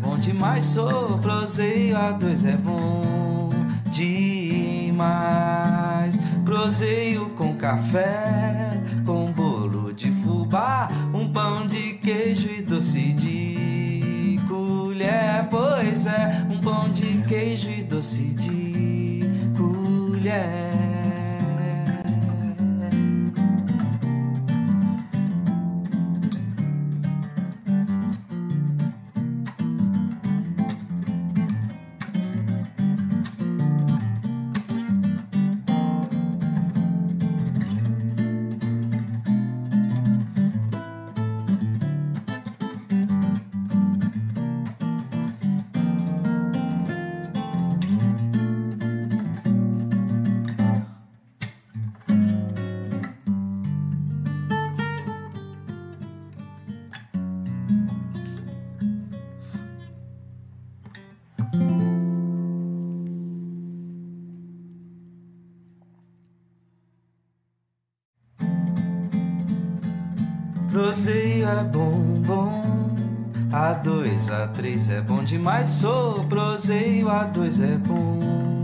Bom demais, sou proseio, A2 é bom demais. Proseio com café, com bolo de fubá, um pão de queijo e doce de colher. Pois é, um pão de queijo e doce de colher. Proseio é bom, bom. A2, A3 é bom demais. Sou proseio, A2 é bom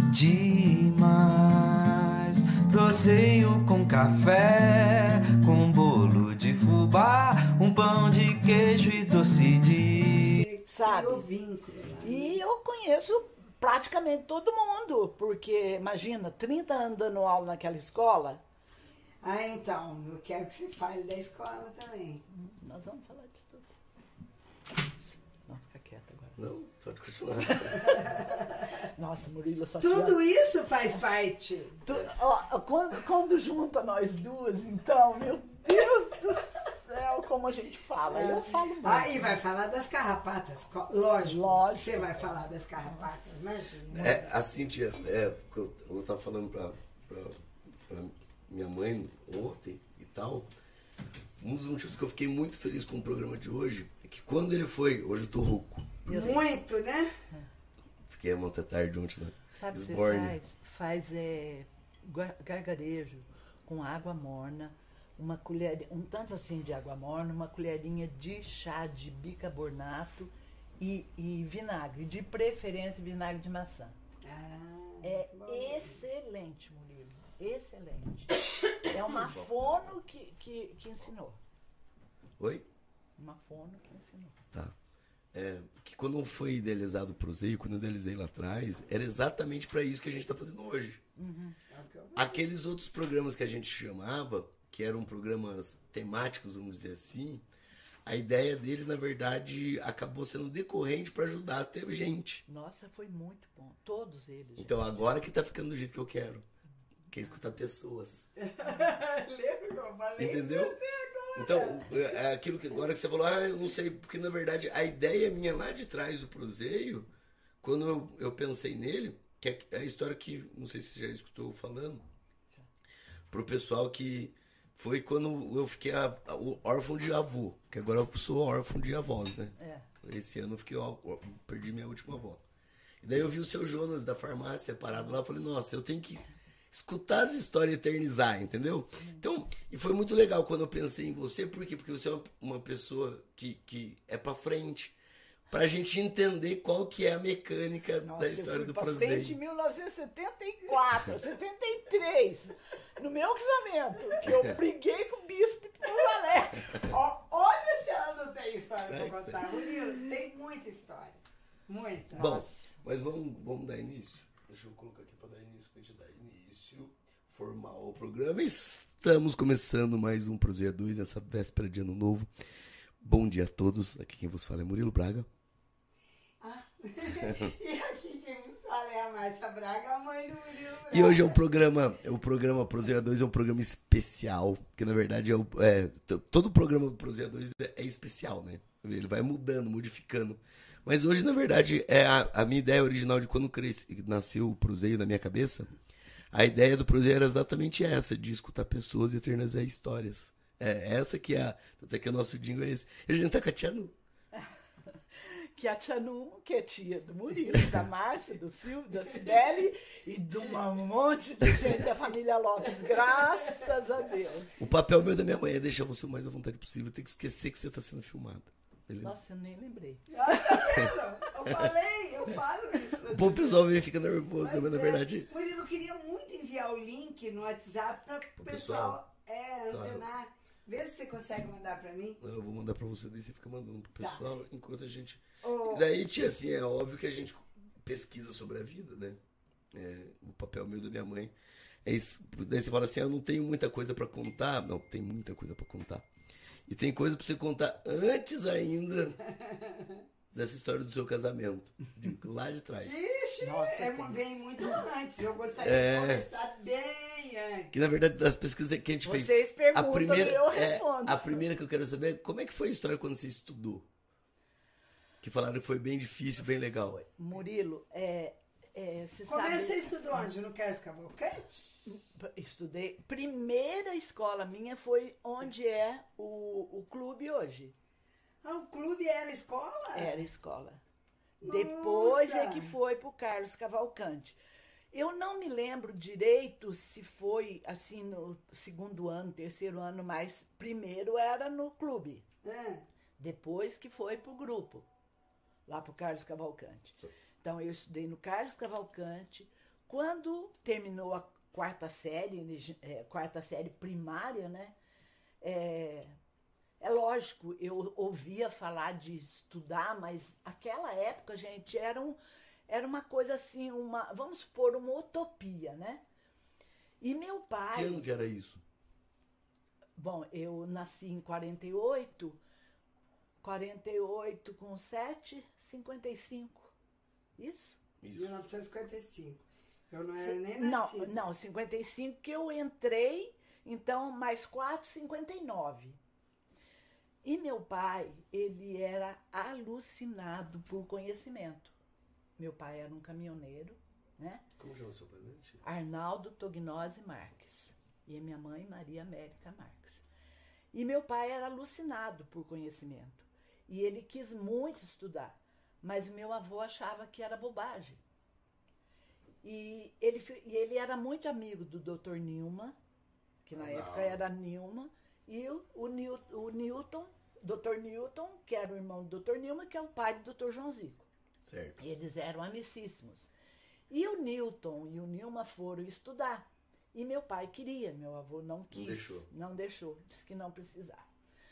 demais. Proseio com café, com bolo de fubá, um pão de queijo e doce de... Sabe? E eu conheço praticamente todo mundo, porque imagina, 30 anos dando aula naquela escola. Ah, então, eu quero que você fale da escola também. Nós vamos falar de tudo. Não, fica quieta agora. Não, pode continuar. Nossa, Murilo, só Tudo isso faz parte. Quando junta nós duas, então, meu Deus do céu, como a gente fala. Eu falo muito. E vai falar das carrapatas. Lógico. Você vai falar das carrapatas, imagina. A Cíntia, eu tava falando pra minha mãe ontem e tal. Um dos motivos que eu fiquei muito feliz com o programa de hoje é que quando ele foi, hoje eu tô rouco. Muito, né? Fiquei até tarde ontem, né? Sabe o que você faz gargarejo com água morna, uma colher, um tanto assim de água morna, uma colherinha de chá de bicarbonato e vinagre, de preferência vinagre de maçã. Excelente, Murilo. Excelente. É uma fono que ensinou. Oi? Uma fono que ensinou. Tá. Que quando foi idealizado o Proseio, quando eu idealizei lá atrás, era exatamente para isso que a gente está fazendo hoje. Uhum. Aqueles outros programas que a gente chamava, que eram programas temáticos, vamos dizer assim, a ideia dele, na verdade, acabou sendo decorrente para ajudar a ter gente. Nossa, foi muito bom. Todos eles. Então, agora que tá ficando do jeito que eu quero. Que é escutar pessoas. Lembra que eu falei? Entendeu? Então, é aquilo que agora que você falou, eu não sei, porque na verdade a ideia minha lá de trás do Proseio, quando eu pensei nele, que é a história que, não sei se você já escutou falando, pro pessoal que foi quando eu fiquei órfão de avô, que agora eu sou órfão de avós, né? Esse ano eu fiquei perdi minha última avó. E daí eu vi o seu Jonas da farmácia parado lá, eu falei, nossa, eu tenho que escutar as histórias e eternizar, entendeu? Então, e foi muito legal quando eu pensei em você, por quê? Porque você é uma pessoa que é pra frente, pra gente entender qual que é a mecânica da história do Proseio. Eu fui pra frente em 1974, 73, no meu casamento, que eu briguei com o bispo de Pouso Alegre. Olha se ela não tem história pra contar. Murilo, tem muita história. Muita. Bom, mas vamos dar início? Deixa eu colocar aqui pra dar início, pra gente dar início formal ao programa. Estamos começando mais um Proseio 2, nessa véspera de Ano Novo. Bom dia a todos. Aqui quem vos fala é Murilo Braga. E aqui quem vos fala é a Márcia Braga, a mãe do Murilo Braga. E hoje o programa Proseio 2 é um programa especial, que na verdade todo o programa do Proseio 2 é especial, né? Ele vai mudando, modificando. Mas hoje, na verdade, a minha ideia original de quando nasceu o Proseio na minha cabeça, a ideia do Proseio era exatamente essa, de escutar pessoas e eternizar histórias. Essa que é tanto é que o nosso jingle é esse. E a gente tá com a Tia Nu. Que a Tia Nu, que é tia do Murilo, da Márcia, do Silvio, da Cibele e de um monte de gente da família Lopes, graças a Deus. O papel meu da minha mãe é deixar você o mais à vontade possível, tem que esquecer que você tá sendo filmado. Beleza. Nossa, eu nem lembrei. Eu falo isso. Bom, o pessoal vem e fica nervoso, Mas mas na verdade... Murilo, eu queria muito enviar o link no WhatsApp para o pessoal antenar. Vê se você consegue mandar para mim. Eu vou mandar pra você, daí você fica mandando pro pessoal, enquanto a gente... Oh. Daí, tia, assim, é óbvio que a gente pesquisa sobre a vida, né? O papel meu da minha mãe é isso. Daí você fala assim, eu não tenho muita coisa pra contar. Não, tem muita coisa pra contar. E tem coisa pra você contar antes ainda dessa história do seu casamento. Lá de trás. Ixi, Nossa, vem muito antes. Eu gostaria de começar bem antes. Que na verdade, das pesquisas que a gente fez... Vocês perguntam a primeira, e eu respondo. a primeira que eu quero saber é como é que foi a história quando você estudou? Que falaram que foi bem difícil, bem legal. Murilo, você Como é que você sabe... estudou onde? No Carlos Cavalcante? Estudei. Primeira escola minha foi onde é o clube hoje. Ah, o clube era escola? Era escola. Nossa! Depois é que foi pro Carlos Cavalcante. Eu não me lembro direito se foi assim no segundo ano, terceiro ano, mas primeiro era no clube. Depois que foi pro grupo, lá pro Carlos Cavalcante. Então eu estudei no Carlos Cavalcante. Quando terminou a quarta série primária, né? É lógico, eu ouvia falar de estudar, mas aquela época, gente, era uma coisa assim, vamos supor, uma utopia, né? E meu pai... Que ano que era isso? Bom, eu nasci em 48 com 7, 55. Isso? 1955. Eu não era nem nascida. Não, 55 que eu entrei, então mais 4, 59. E meu pai, ele era alucinado por conhecimento. Meu pai era um caminhoneiro, né? Como chama seu pai mesmo? Arnaldo Tognose Marques. E a minha mãe, Maria América Marques. E meu pai era alucinado por conhecimento. E ele quis muito estudar. Mas o meu avô achava que era bobagem. E ele era muito amigo do Dr. Nilma, que na época era Nilma, e o Newton, Dr. Newton, que era o irmão do Dr. Nilma, que é o pai do Dr. João Zico. Certo. Eles eram amicíssimos. E o Newton e o Nilma foram estudar. E meu pai queria, meu avô não quis. Não deixou, disse que não precisava.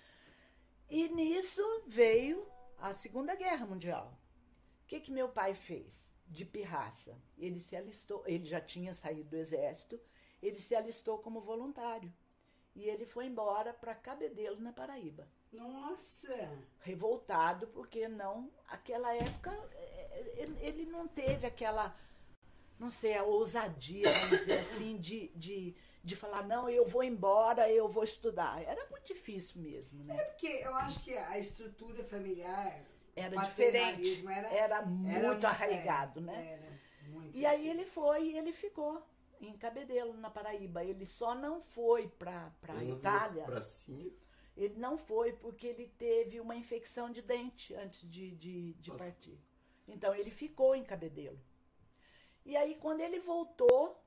E nisso veio a Segunda Guerra Mundial. O que meu pai fez? De pirraça. Ele se alistou, ele já tinha saído do exército, ele se alistou como voluntário. E ele foi embora para Cabedelo, na Paraíba. Nossa! Revoltado, porque aquela época, ele não teve aquela, não sei, a ousadia, vamos dizer assim, de falar, não, eu vou embora, eu vou estudar. Era muito difícil mesmo, né? Porque eu acho que a estrutura familiar... Era diferente, era muito arraigado, né? Era muito e aí ele foi e ele ficou em Cabedelo, na Paraíba. Ele só não foi para a Itália. Ele não foi porque ele teve uma infecção de dente antes de partir. Então ele ficou em Cabedelo. E aí quando ele voltou,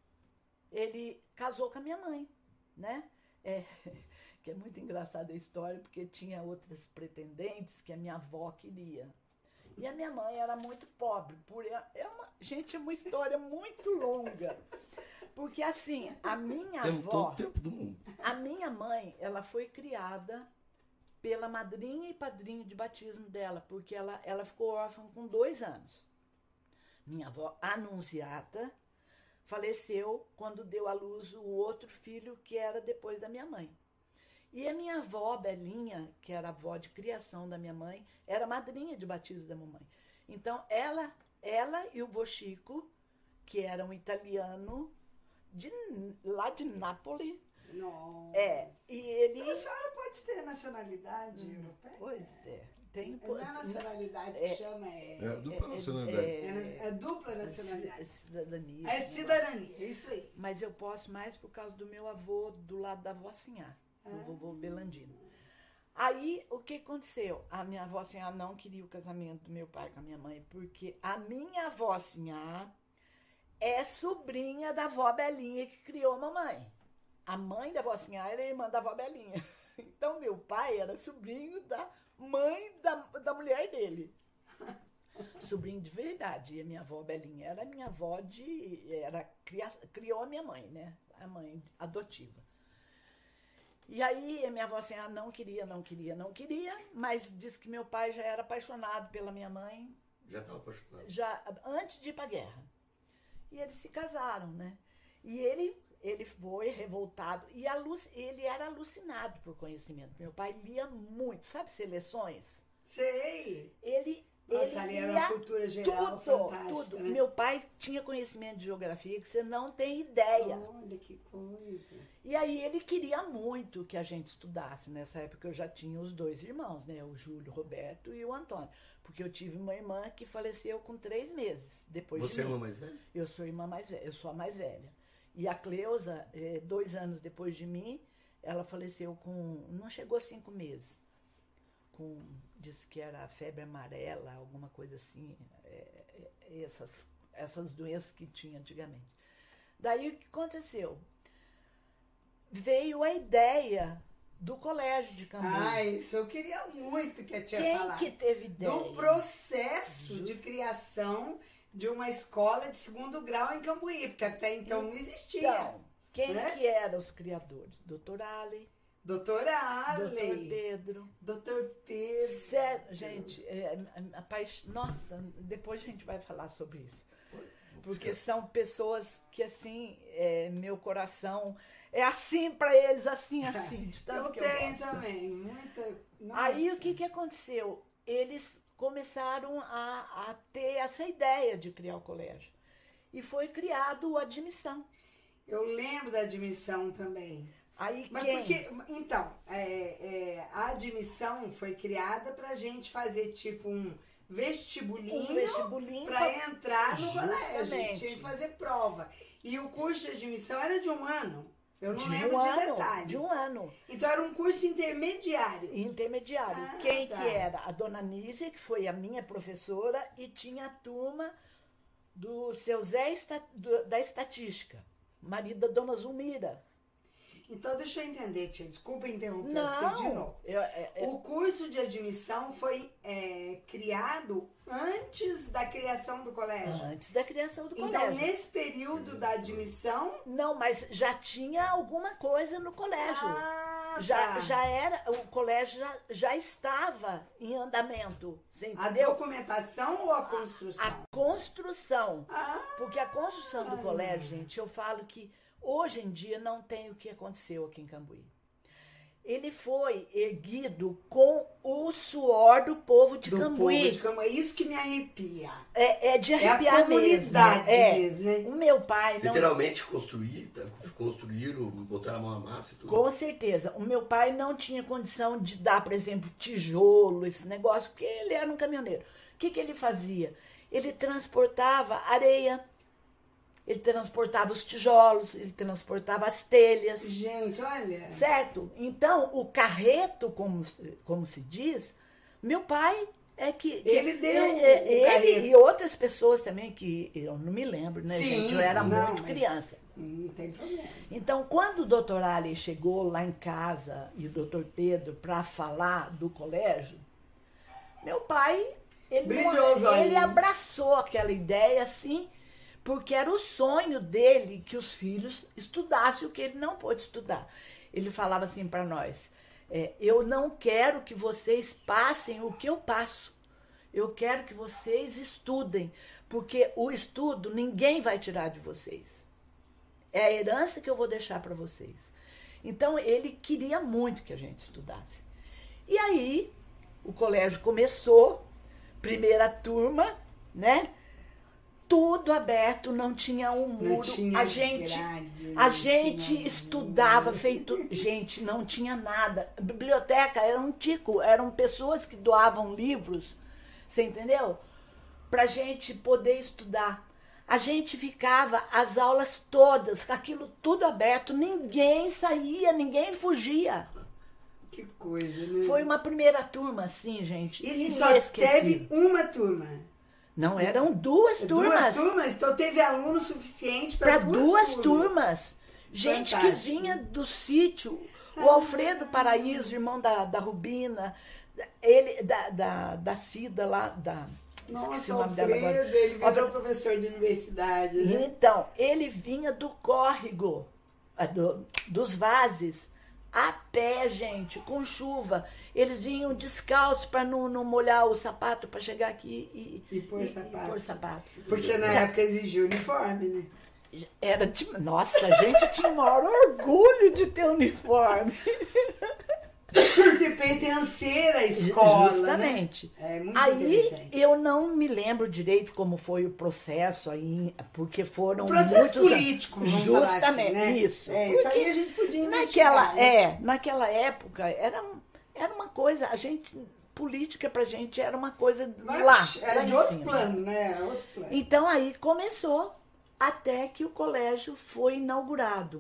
ele casou com a minha mãe, né? Que é muito engraçada a história, porque tinha outras pretendentes que a minha avó queria. E a minha mãe era muito pobre. Gente, é uma história muito longa. Porque assim, a minha avó... Todo o tempo do mundo. A minha mãe, ela foi criada pela madrinha e padrinho de batismo dela, porque ela ficou órfã com 2 anos. Minha avó, Anunciata, faleceu quando deu à luz o outro filho, que era depois da minha mãe. E a minha avó, Belinha, que era a avó de criação da minha mãe, era madrinha de batismo da mamãe. Então, ela e o vô Chico, que era um italiano, lá de Nápoles. Nossa. E ele... Então, a senhora pode ter nacionalidade europeia? Pois é. Tem, não é nacionalidade que chama, dupla nacionalidade. É dupla nacionalidade. Cidadania. É cidadania, é isso aí. Mas eu posso mais por causa do meu avô, do lado da avó Sinhá, do vovô Belandino. Aí, o que aconteceu? A minha avó Sinhá não queria o casamento do meu pai com a minha mãe, porque a minha avó Sinhá é sobrinha da avó Belinha que criou a mamãe. A mãe da avó Sinhá era irmã da avó Belinha. Então, meu pai era sobrinho da mãe da mulher dele. Sobrinho de verdade. E a minha avó Belinha era minha avó criou a minha mãe, né? A mãe adotiva. E aí a minha avó assim, não queria, mas disse que meu pai já era apaixonado pela minha mãe. Já estava apaixonado? Já, antes de ir pra guerra. E eles se casaram, né? E ele foi revoltado. E ele era alucinado por conhecimento. Meu pai lia muito. Sabe seleções? Sei! Nossa, ali era uma cultura geral tudo. Né? Meu pai tinha conhecimento de geografia que você não tem ideia. Olha que coisa. E aí ele queria muito que a gente estudasse. Nessa época eu já tinha os 2 irmãos, né? O Júlio, o Roberto e o Antônio. Porque eu tive uma irmã que faleceu com 3 meses. Depois Você é a irmã mais velha? Eu sou a irmã mais velha, eu sou a mais velha. E a Cleusa, 2 anos depois de mim, ela faleceu não chegou a 5 meses. Disse que era febre amarela, alguma coisa assim, essas doenças que tinha antigamente. Daí o que aconteceu? Veio a ideia do colégio de Cambuí. Isso eu queria muito que a tia falasse. Quem que teve ideia? Do processo de criação de uma escola de 2º grau em Cambuí, porque até então não existia. Então, quem que eram os criadores? Doutor Ale. Doutor Pedro. Doutor Pedro. Sério, gente, nossa, depois a gente vai falar sobre isso. Porque são pessoas que, assim, meu coração é assim pra eles, assim, de tanto que eu tenho gosto. também, muita... Nossa. Aí, o que aconteceu? Eles começaram a ter essa ideia de criar o colégio. E foi criado a admissão. Eu lembro da admissão também. Aí mas quem? Então, a admissão foi criada pra gente fazer tipo um vestibulinho pra entrar no colégio. A gente tinha que fazer prova. E o curso de admissão era de 1 ano. Eu não lembro de detalhes. De 1 ano. Então era um curso intermediário. Quem que era? A dona Nízia, que foi a minha professora, e tinha a turma do seu Zé da Estatística, marido da dona Zulmira. Então, deixa eu entender, tia. Desculpa interromper você de novo. O curso de admissão foi criado antes da criação do colégio? Antes da criação do colégio. Então, nesse período da admissão... Não, mas já tinha alguma coisa no colégio. Já era, o colégio já estava em andamento, você entendeu? A documentação ou a construção? A construção. Porque a construção do colégio, gente, eu falo que hoje em dia não tem o que aconteceu aqui em Cambuí. Ele foi erguido com o suor do povo de Cambuí. É isso que me arrepia. É de arrepiar a comunidade mesmo, né? O meu pai... Literalmente construíram, botaram a mão na massa e tudo. Com certeza. O meu pai não tinha condição de dar, por exemplo, tijolo, esse negócio, porque ele era um caminhoneiro. O que ele fazia? Ele transportava areia, ele transportava os tijolos, ele transportava as telhas. Gente, olha. Certo? Então, o carreto, como se diz, meu pai ele deu ele e outras pessoas também, que eu não me lembro, né, Sim, gente? Eu era muito criança. Não tem problema. Então, quando o doutor Ali chegou lá em casa e o doutor Pedro para falar do colégio, meu pai, ele abraçou aquela ideia assim, porque era o sonho dele que os filhos estudassem o que ele não pôde estudar. Ele falava assim para nós, eu não quero que vocês passem o que eu passo. Eu quero que vocês estudem, porque o estudo ninguém vai tirar de vocês. É a herança que eu vou deixar para vocês. Então, ele queria muito que a gente estudasse. E aí, o colégio começou, primeira turma, né? Tudo aberto, não tinha um muro. A gente estudava feito... Gente, não tinha nada. A biblioteca era um tico, eram pessoas que doavam livros, você entendeu? Pra gente poder estudar. A gente ficava as aulas todas, com aquilo tudo aberto, ninguém saía, ninguém fugia. Que coisa, né? Foi uma primeira turma, assim, gente. E só teve uma turma. Não, eram 2 turmas. 2 turmas? Então teve aluno suficiente para 2 turmas. Gente fantástico. Que vinha do sítio. O Alfredo Paraíso, irmão da Rubina, Ele, da Cida lá, nossa, o Alfredo, ele virou professor de universidade, né? Então, ele vinha do córrego, dos Vases, a pé, gente, com chuva. Eles vinham descalços para não molhar o sapato, para chegar aqui e pôr sapato. Porque Porque na época exigia uniforme, né? Nossa, a gente tinha o maior orgulho de ter uniforme. De pertencer à escola. Justamente. Né? É muito aí eu não me lembro direito como foi o processo aí, porque foram processo muitos político, justamente assim, né? Isso. Isso aí a gente podia investigar, naquela época era uma coisa, política pra gente era uma coisa era de outro plano, né? Era outro plano. Então aí começou até que o colégio foi inaugurado.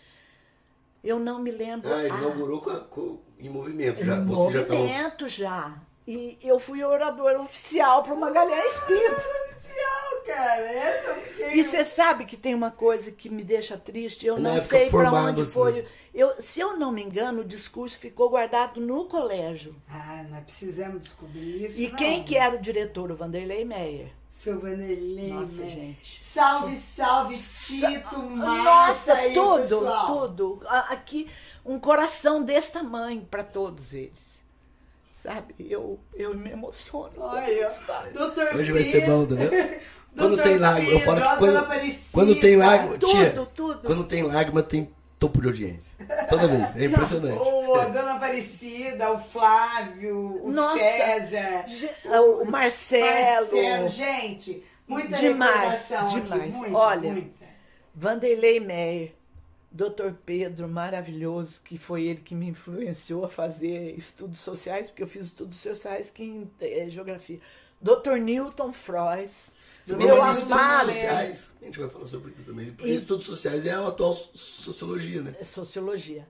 Eu não me lembro. Ele inaugurou em movimento já. Em movimento já. E eu fui oradora oficial para o Magalhães Pinto. Oficial, cara. E você sabe que tem uma coisa que me deixa triste. Eu não sei para onde foi. Né? Se eu não me engano, o discurso ficou guardado no colégio. Nós precisamos descobrir isso. E quem que era o diretor? O Vanderlei Meyer. Seu Vanderlei, nossa, gente. Salve, Tito, nossa, tudo. Aqui, um coração desse tamanho para todos eles. Sabe? Eu me emociono. Olha, doutor hoje vai ser bom, né? Quando tem lágrima, eu falo que quando tem lágrima, tudo. Quando tem lágrima, tem topo de audiência. Toda vez. É impressionante. A dona Aparecida, o Flávio, o César, o Marcelo. Gente, muita demais. Aqui, olha, Vanderlei Meyer, Dr. Pedro, maravilhoso, que foi ele que me influenciou a fazer estudos sociais, porque eu fiz estudos sociais em geografia. Dr. Newton Frois. Meu amado. Sociais, a gente vai falar sobre isso também. Porque estudos sociais é a atual sociologia, né? Sociologia.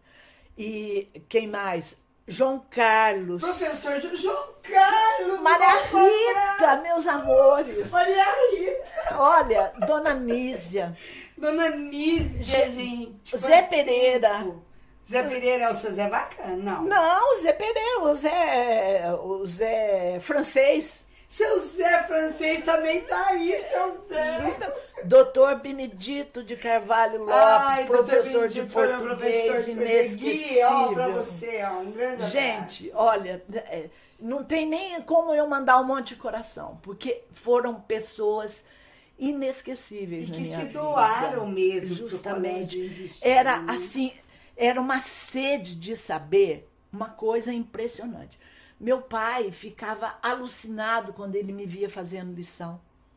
E quem mais? João Carlos. Professor João Carlos. Maria Rita, meus amores. Maria Rita. Olha, Dona Nízia. Dona Nízia, gente. Zé Pereira. Zé Pereira é o seu Zé Bacana? Não. Não, o Zé Pereira, o Zé Francês. Seu Zé Francês também tá aí, seu Zé. Doutor Benedito de Carvalho Lopes, professor de português, inesquecível. Pra você, um grande abraço. Gente, olha, não tem nem como eu mandar um monte de coração, porque foram pessoas inesquecíveis na minha vida. E que se doaram mesmo. Justamente. Era assim, era uma sede de saber, uma coisa impressionante. Meu pai ficava alucinado quando ele me via fazendo lição.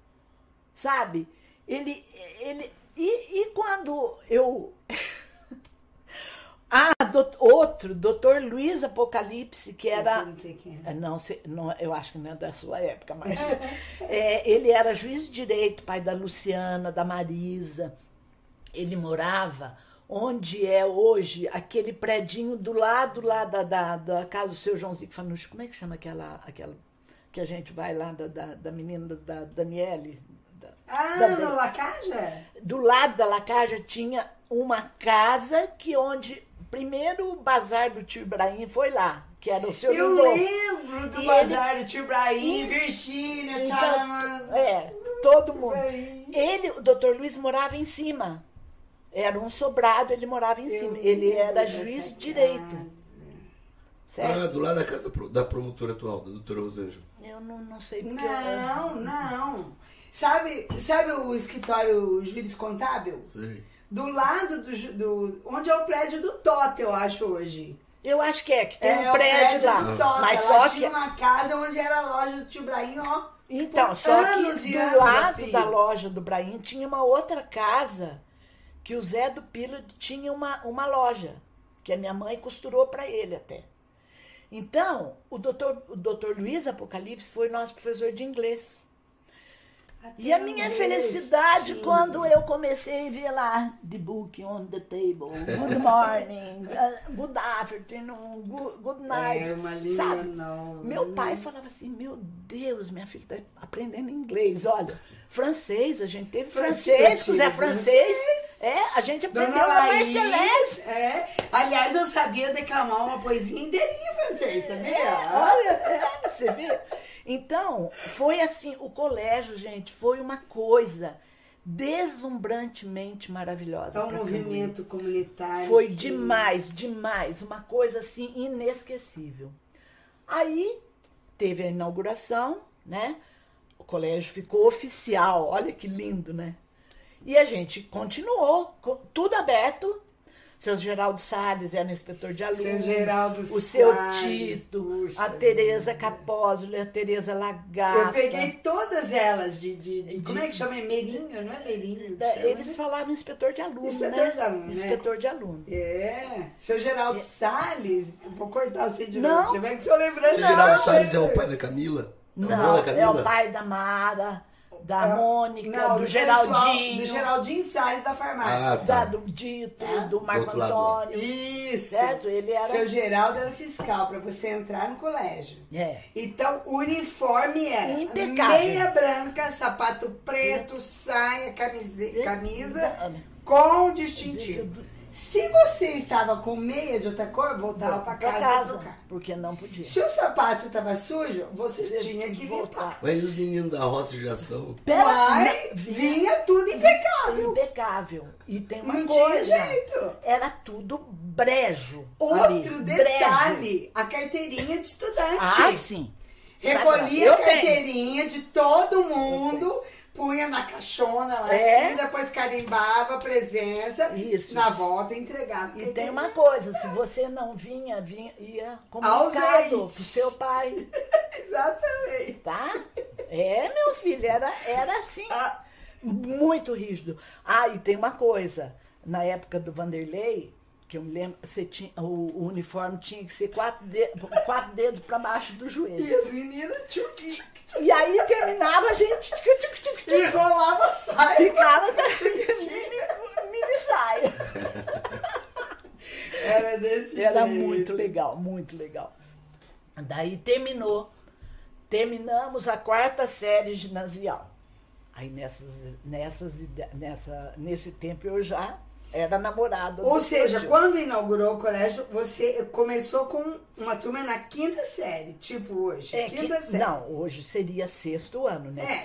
Sabe? E quando eu... doutor Luiz Apocalipse, que era... Eu não sei quem é. Não, eu acho que não é da sua época, mas... ele era juiz de direito, pai da Luciana, da Marisa. Ele morava... onde é hoje aquele predinho do lado lá da casa do seu Joãozinho Fanucci. Como é que chama aquela que a gente vai lá da menina da Daniele? No Lacaja? Do lado da Lacaja tinha uma casa onde primeiro o bazar do tio Ibrahim foi lá, que era o seu Lindolfo. Eu lembro do bazar do tio Ibrahim, Virgínia, todo mundo. O doutor Luiz morava em cima. Era um sobrado, ele morava em cima. Ele era juiz de direito. Certo? Do lado da casa da promotora atual, da doutora Rosângela. Eu não sei porque... Não. Sabe o escritório juriscontábil? Sei. Do lado onde é o prédio do Tota, eu acho, hoje. Eu acho que tem um prédio lá. Do Tota. Mas lá tinha uma casa onde era a loja do tio Ibrahim, ó. Então, só que do lado da loja do Ibrahim tinha uma outra casa... que o Zé do Pilo tinha uma loja, que a minha mãe costurou para ele até. Então, o doutor Luiz Apocalipse foi nosso professor de inglês. E a minha felicidade quando eu comecei a ver lá, the book on the table, good morning, good afternoon, good night, sabe? Meu pai falava assim, meu Deus, minha filha está aprendendo inglês, olha... Francês, a gente teve francês, se quiser francês. A gente aprendeu na Marcelese. Aliás, eu sabia declamar uma poesia inteirinha francesa. vocês, sabia? Olha, você vê? Então, foi assim, o colégio, gente, foi uma coisa deslumbrantemente maravilhosa. É um movimento comunitário. Foi demais, uma coisa assim inesquecível. Aí teve a inauguração, né? O colégio ficou oficial, olha que lindo, né? E a gente continuou, tudo aberto. Seu Geraldo Salles era inspetor de alunos. O seu Tito, puxa, a Tereza Capósolo, a Tereza Lagata. Eu peguei todas elas como é que chama? Merinho, não é Merinho? Eles falavam inspetor de aluno, inspetor de aluno, inspetor de aluno. É. Seu Geraldo Salles, vou cortar você de novo. Deixa eu ver que seu lembrando. Seu Geraldo Salles é o pai da Camila? Não, é o pai da Mara. Da Mônica, do Geraldinho. Do Geraldinho Salles da farmácia. Do Dito, do Marco Antônio. Isso. Certo? Ele era... Seu Geraldo era fiscal para você entrar no colégio. É. Então, o uniforme era impecável. Meia branca, sapato preto, saia, camisa com distintivo. Se você estava com meia de outra cor, voltava para casa. Porque não podia. Se o sapato estava sujo, você tinha que voltar. Mas os meninos da roça já são... Vinha tudo impecável. Impecável. E tem uma não coisa. Tinha jeito. Era tudo brejo. Outro detalhe, a carteirinha de estudante. Ah, sim. Recolhia a carteirinha de todo mundo... Punha na caixona lá assim, depois carimbava a presença. Isso. Na volta entregava. E tem uma coisa, se você não ia comunicado pro seu pai. Exatamente. Tá? Meu filho, era assim, muito rígido. E tem uma coisa, na época do Vanderlei, que eu me lembro, o uniforme tinha que ser 4 dedos para baixo do joelho. E as meninas E aí terminava a gente e rolava a saia. Ficava com mini saia. Era desse Era jeito. muito legal, muito legal. Daí terminamos a 4ª série ginasial. Aí nesse tempo eu já era namorada. Ou seja, quando inaugurou o colégio, você começou com uma turma na 5ª série, tipo hoje. 5ª série. Não, hoje seria 6º ano, né?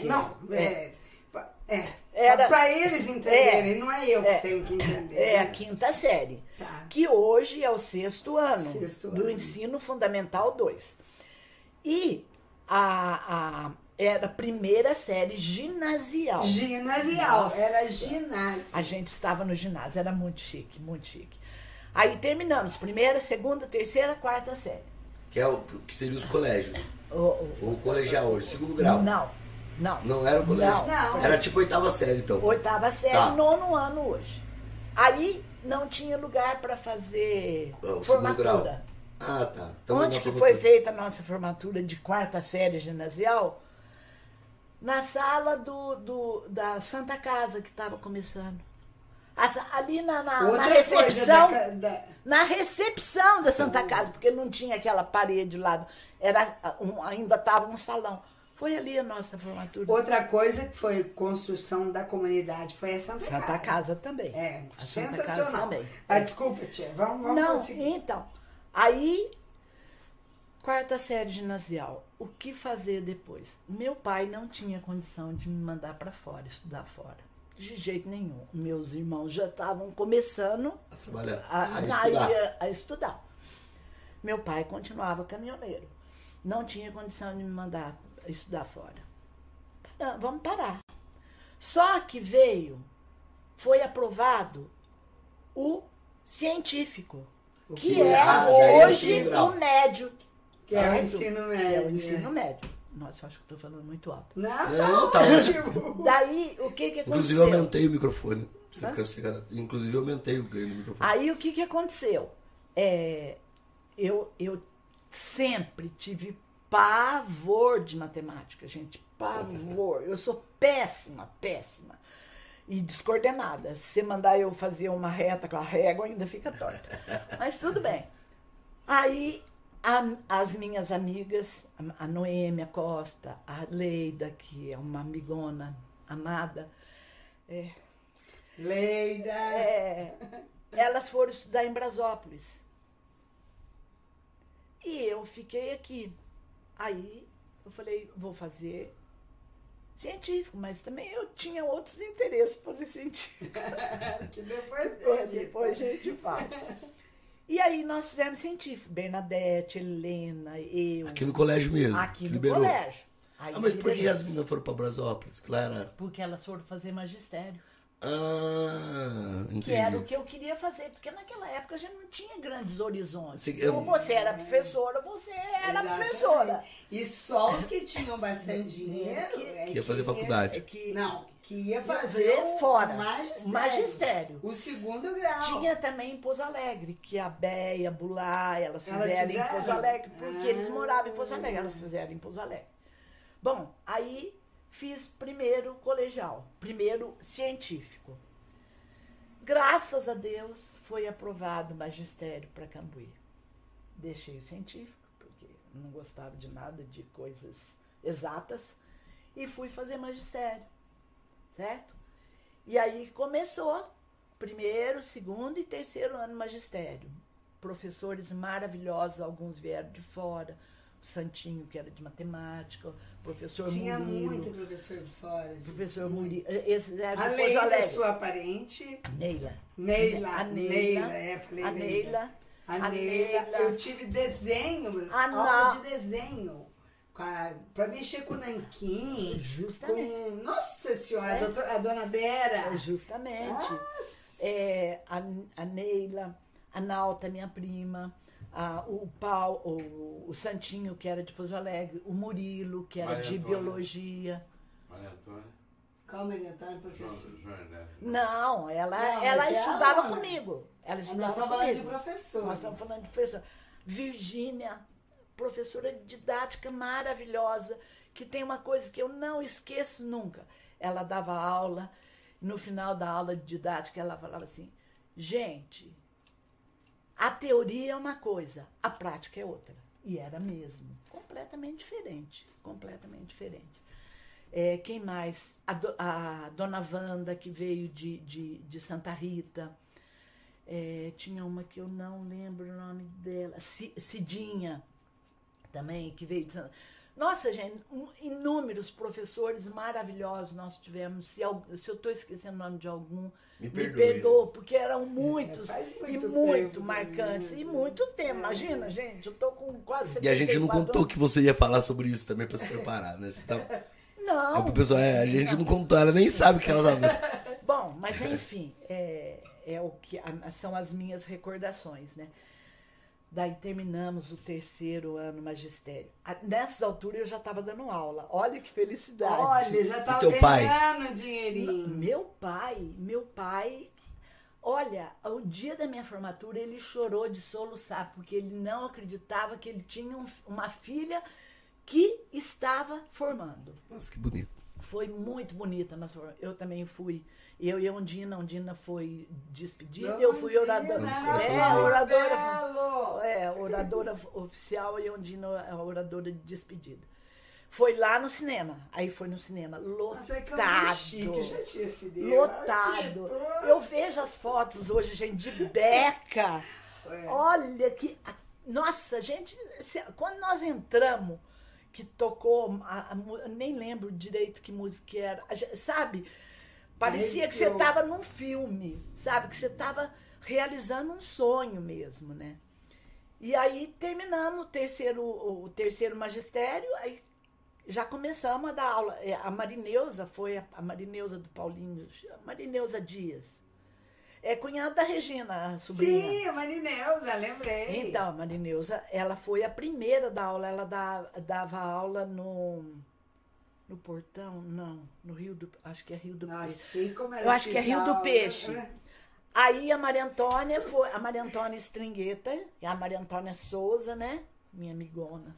Era para eles entenderem, não é eu que tenho que entender. É a 5ª série, que hoje é o 6º ano do ano. Ensino Fundamental 2. E era a 1ª série ginasial. Nossa. Era ginásio. A gente estava no ginásio, era muito chique, muito chique. Aí terminamos, 1ª, 2ª, 3ª, 4ª série. Que é o que seriam os colégios. O colegial hoje, 2º grau. Não era o colégio? Não. Era tipo 8ª série, então. 8ª série, 9º ano hoje. Aí não tinha lugar para fazer formatura. Tá. Então, onde que foi feita a nossa formatura de 4ª série ginasial? Na sala da Santa Casa, que estava começando. Ali na recepção. Na recepção da Santa Casa, porque não tinha aquela parede lá. Ainda estava um salão. Foi ali a nossa formatura. Outra coisa que foi construção da comunidade foi a Santa Casa também. A sensacional. Casa também. Desculpa, tia. Vamos conseguir. Então, aí... 4ª série ginasial. O que fazer depois? Meu pai não tinha condição de me mandar para fora, estudar fora. De jeito nenhum. Meus irmãos já estavam começando a trabalhar, a estudar. Meu pai continuava caminhoneiro. Não tinha condição de me mandar estudar fora. Vamos parar. Só que foi aprovado o científico, que é hoje o médio. Que é o ensino médio. É o ensino médio. Nossa, eu acho que estou falando muito alto. Não, tá ótimo. Daí, o que aconteceu? Inclusive, eu aumentei o microfone. Você fica sossegado. Inclusive, eu aumentei o ganho do microfone. Aí, o que aconteceu? Eu sempre tive pavor de matemática, gente. Pavor. Eu sou péssima. E descoordenada. Se você mandar eu fazer uma reta com a régua, ainda fica torta. Mas tudo bem. Aí... As minhas amigas, a Noêmia Costa, a Leida, que é uma amigona amada. Leida! Elas foram estudar em Brasópolis. E eu fiquei aqui. Aí eu falei, vou fazer científico, mas também eu tinha outros interesses para fazer científico. Que depois depois a gente fala. E aí nós fizemos científico. Bernadette, Helena, eu. Aqui no colégio mesmo? Aqui no liberou. Colégio. Aí mas por que as meninas foram para Brasópolis, Clara? Porque elas foram fazer magistério. Entendi. Que era o que eu queria fazer, porque naquela época a gente não tinha grandes horizontes. Então você era professora, você era professora. E só os que tinham bastante dinheiro que ia fazer faculdade. Que ia fazer fora o magistério. O segundo grau. Tinha também em Pouso Alegre, que a Béia, Bulá, elas fizeram em Pouso Alegre, porque eles moravam em Pouso Alegre, elas fizeram em Pouso Alegre. Bom, aí fiz primeiro colegial, primeiro científico. Graças a Deus foi aprovado o magistério para Cambuí. Deixei o científico, porque não gostava de nada de coisas exatas, e fui fazer magistério, certo? E aí começou primeiro, segundo e terceiro ano magistério. Professores maravilhosos, alguns vieram de fora. O Santinho, que era de matemática, o professor Tinha Murilo. Tinha muito professor de fora. Professor Murilo. Esse era de além Pouso Alegre. Da sua parente. A Neila. A Neila. Falei a Neila. A Neila. Eu tive desenho, aula de desenho. Para mexer com o nanquim. Justamente. Com, nossa senhora, a dona Vera. Justamente. A Neila, a Nauta, minha prima. O Santinho, que era de Pouso Alegre, o Murilo, que era de biologia. Maria Antônia? Qual Maria Antônia, professor? Não, ela estudava comigo. Ela estudava nós estamos falando de professor. Nós estamos falando de professor. Virgínia, professora de didática maravilhosa, que tem uma coisa que eu não esqueço nunca. Ela dava aula, no final da aula de didática, ela falava assim, gente... A teoria é uma coisa, a prática é outra. E era mesmo. Completamente diferente. Completamente diferente. Quem mais? A dona Wanda, que veio de Santa Rita. Tinha uma que eu não lembro o nome dela. Cidinha, também, que veio de Santa Rita. Nossa, gente, inúmeros professores maravilhosos nós tivemos. Se eu estou esquecendo o nome de algum, me perdoa, porque eram muitos e muito marcantes. E muito tempo. Imagina, gente, eu estou com quase 74 E a gente não contou que você ia falar sobre isso também para se preparar, né? Você tá... Não. Pessoal, a gente não contou, ela nem sabe o que ela tá... Bom, mas enfim, o que são as minhas recordações, né? Daí terminamos o terceiro ano magistério. Nessas alturas eu já estava dando aula. Olha que felicidade. Olha, já estava ganhando dinheirinho. Meu pai, olha, o dia da minha formatura ele chorou de soluçar, porque ele não acreditava que ele tinha uma filha que estava formando. Nossa, que bonito. Foi muito bonita. Eu também fui. Eu e a Ondina foi despedida. Eu fui oradora. Oradora oficial e a Ondina a oradora de despedida. Foi lá no cinema. Aí foi no cinema. Lotado. Lotado. Eu vejo as fotos hoje, gente, de beca. Olha que. Nossa, gente, quando nós entramos, que tocou, nem lembro direito que música era, sabe? Parecia que você estava num filme, sabe? Que você estava realizando um sonho mesmo, né? E aí terminamos o terceiro magistério, aí já começamos a dar aula. A Marineuza foi a Marineuza do Paulinho, a Marineuza Dias. É cunhada da Regina, a sobrinha. Sim, a Marineuza, lembrei. Então, a Marineuza, ela foi a primeira da aula, ela dava aula no Portão, não, no Rio do... Acho que é Rio do Peixe. Sei como era. Eu acho que é Rio do Peixe. Aí a Maria Antônia foi, a Maria Antônia Stringueta, a Maria Antônia Souza, né? Minha amigona.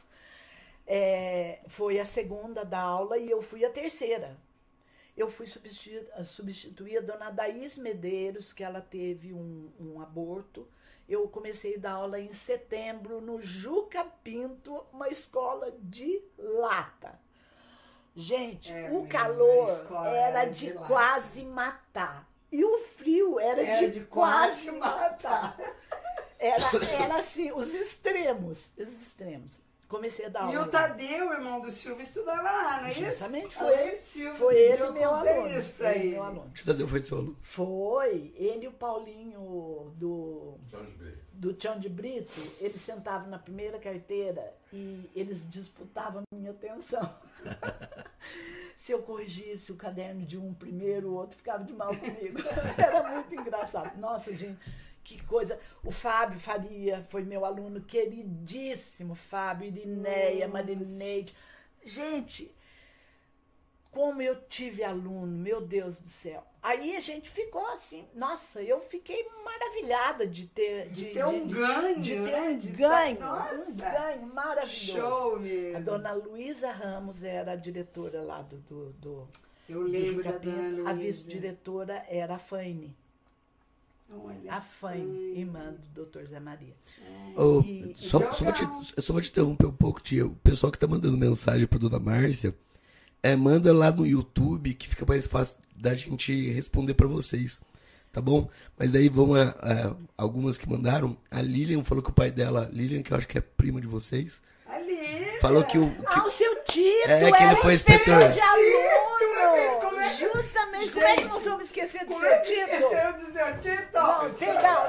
Foi a segunda da aula e eu fui a terceira. Eu fui substituir a dona Daís Medeiros, que ela teve um aborto. Eu comecei a dar aula em setembro no Juca Pinto, uma escola de lata. Gente, o calor era de quase matar. E o frio era de quase matar. Era assim, os extremos. Comecei a dar aula. E o Tadeu, irmão do Silvio, estudava lá, não é isso? Justamente, foi ele meu aluno. Isso pra ele. Meu aluno. O Tadeu foi seu aluno? Foi. Ele e o Paulinho do Tião de Brito, eles sentavam na primeira carteira e eles disputavam a minha atenção. Se eu corrigisse o caderno de um primeiro, o outro ficava de mal comigo. Era muito engraçado. Nossa, gente, que coisa. O Fábio Faria foi meu aluno queridíssimo. Fábio, Irineia, Marineide. Gente, como eu tive aluno, meu Deus do céu. Aí a gente ficou assim, nossa, eu fiquei maravilhada de ter um ganho. De ter um ganho maravilhoso. Show mesmo. A dona Luísa Ramos era a diretora lá do eu lembro da dona Luísa. A vice-diretora era a Faine. Olha, a Faine, irmã do Dr. Zé Maria. Só vou te interromper um pouco, tia. O pessoal que tá mandando mensagem pra dona Márcia, manda lá no YouTube, que fica mais fácil da gente responder pra vocês, tá bom? Mas daí vão algumas que mandaram. A Lilian falou que o pai dela, Lilian, que eu acho que é prima de vocês, a Lilian falou que o seu Tito que ele foi inspetor de aluno. Justamente, como é que nós vamos esquecer do seu Tito? Esqueceu do seu Tito? Não, perdão,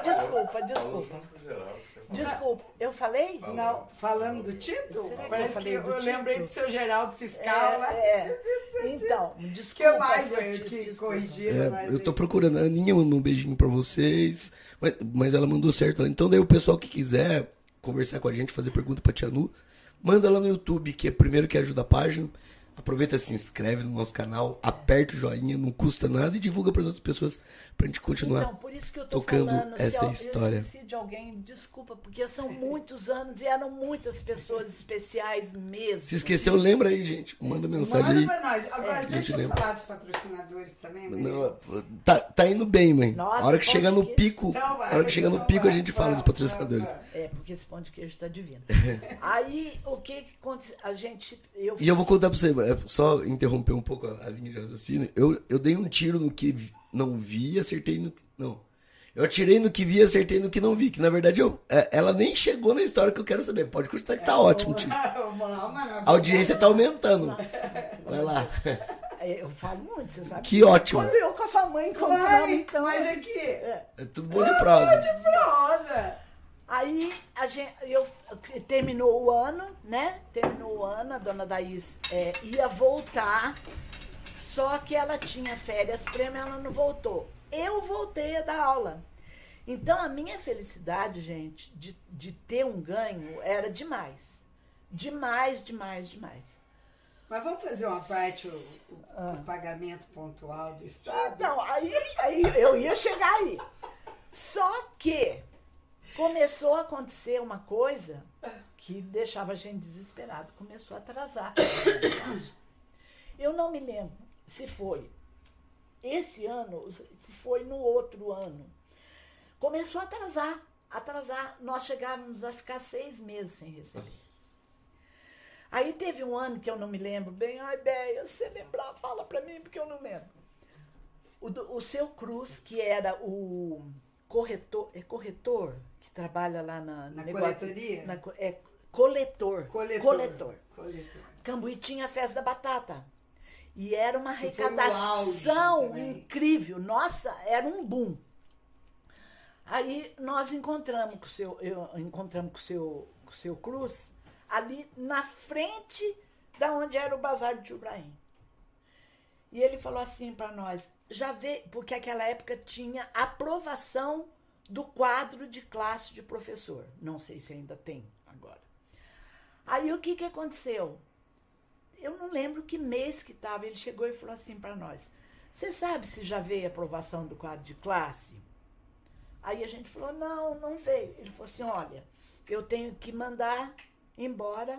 desculpa, eu falei? Não, falando do Tito? Parece que eu lembrei do seu Geraldo Fiscal lá. Então, desculpa. Que mais, que corrigiram? Eu tô procurando. A Aninha mandou um beijinho pra vocês, mas ela mandou certo. Então daí o pessoal que quiser conversar com a gente, fazer pergunta pra Tia Nu, manda lá no YouTube, que é primeiro que ajuda a página. Aproveita, se inscreve no nosso canal, aperta o joinha, não custa nada e divulga para as outras pessoas pra gente continuar por isso que eu tô tocando falando, essa história. Eu esqueci de alguém, desculpa, porque são muitos anos e eram muitas pessoas especiais mesmo. Se esqueceu, lembra aí, gente. Manda mensagem aí. Manda pra nós. Agora, deixa eu falar dos patrocinadores também, mãe. Não, tá indo bem, mãe. Nossa, a hora que chega no pico, a gente fala dos patrocinadores. Porque esse pão de queijo tá divino. Aí, o que aconteceu? E eu vou contar pra você, só interromper um pouco a linha de raciocínio. Eu dei um tiro no que não vi, acertei no que... Não. Eu atirei no que vi, acertei no que não vi. Que, na verdade, ela nem chegou na história que eu quero saber. Pode continuar que tá ótimo, tio. A audiência tá aumentando. Vai lá. Eu falo muito, você sabe. Que ótimo. Quando eu com a sua mãe encontramos, então... Mas aqui... É tudo bom de prosa. Aí terminou o ano, né? Terminou o ano, a dona Daís ia voltar, só que ela tinha férias prêmio, ela não voltou. Eu voltei a dar aula. Então a minha felicidade, gente, de ter um ganho era demais. Demais. Mas vamos fazer uma parte, o pagamento pontual do Estado? Então, aí eu ia chegar aí. Só que começou a acontecer uma coisa que deixava a gente desesperado. Começou a atrasar. Eu não me lembro se foi esse ano, se foi no outro ano. Começou a atrasar. Nós chegávamos a ficar 6 meses sem receber. Aí teve um ano que eu não me lembro bem. Ai, Béia, se você lembrar, fala pra mim, porque eu não lembro. O seu Cruz, que era o corretor que trabalha lá na coletoria? Coletor. Coletor. Cambuí tinha a festa da batata. E era uma arrecadação incrível. Nossa, era um boom. Aí nós encontramos com o seu Cruz ali na frente da onde era o Bazar de Ibrahim. E ele falou assim para nós, já vê, porque naquela época tinha aprovação do quadro de classe de professor. Não sei se ainda tem agora. Aí o que aconteceu? Eu não lembro que mês que estava. Ele chegou e falou assim para nós, você sabe se já veio a aprovação do quadro de classe? Aí a gente falou, não veio. Ele falou assim, olha, eu tenho que mandar embora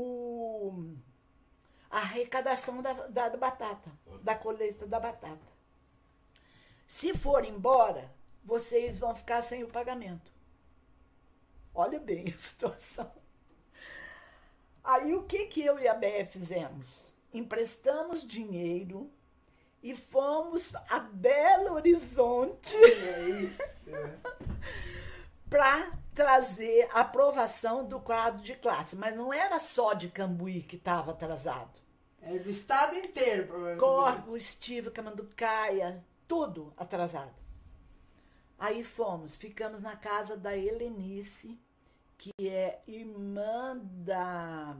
a arrecadação da batata, da colheita da batata. Se for embora, vocês vão ficar sem o pagamento. Olha bem a situação. Aí o que eu e a Béia fizemos? Emprestamos dinheiro e fomos a Belo Horizonte para trazer a aprovação do quadro de classe. Mas não era só de Cambuí que estava atrasado. Era do estado inteiro, provavelmente. Córrego, Estiva, Camanducaia, tudo atrasado. Aí ficamos na casa da Helenice, que é irmã da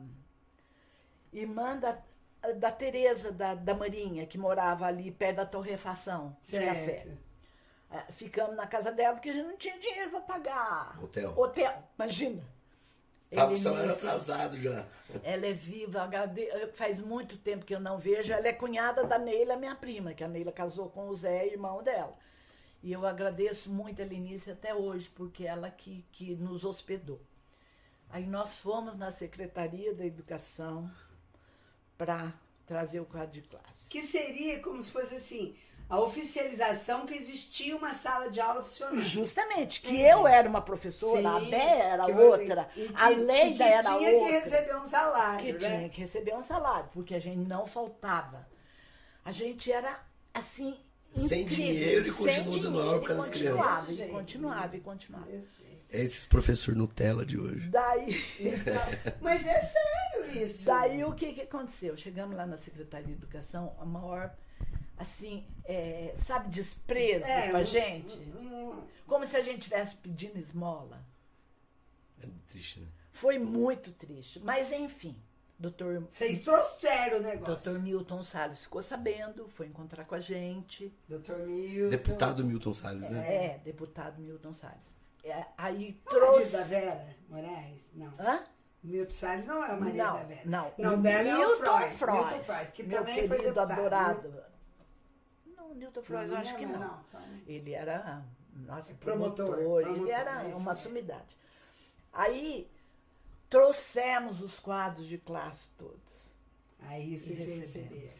Tereza da Marinha, que morava ali perto da torrefação de café. Ficamos na casa dela porque a gente não tinha dinheiro para pagar hotel, imagina. Tá com o salário atrasado já. Ela é viva, faz muito tempo que eu não vejo. Ela é cunhada da Neila, minha prima, que a Neila casou com o Zé, irmão dela. E eu agradeço muito a Helenice até hoje, porque ela que nos hospedou. Aí nós fomos na Secretaria da Educação para trazer o quadro de classe. Que seria como se fosse assim, a oficialização que existia uma sala de aula funcionando. Justamente, que eu era uma professora, sim, a Bé era outra, a Leida era outra. Que tinha que receber um salário, Que tinha que receber um salário, porque a gente não faltava. A gente era, assim, sem dinheiro e continua dando aula para as crianças. E continuava. É esses professor Nutella de hoje. Daí... Mas é sério isso. Daí o que aconteceu? Chegamos lá na Secretaria de Educação, a maior, assim, sabe, desprezo com a gente. Como se a gente estivesse pedindo esmola. É triste, né? Foi muito triste. Mas, enfim, vocês trouxeram o negócio. Dr. Milton Salles ficou sabendo, foi encontrar com a gente. Dr. Milton. Deputado Milton Salles, né? Deputado Milton Salles. Aí trouxe... da Vera Moraes? Não. Hã? Milton Salles não é o marido da Vera. Não, dela é o Frois. Milton Frois, que meu também querido, foi deputado. Adorado. Não, Milton Frois, eu acho que não. Ele era, promotor. Ele era uma sumidade. Aí trouxemos os quadros de classe todos. Aí vocês receberam.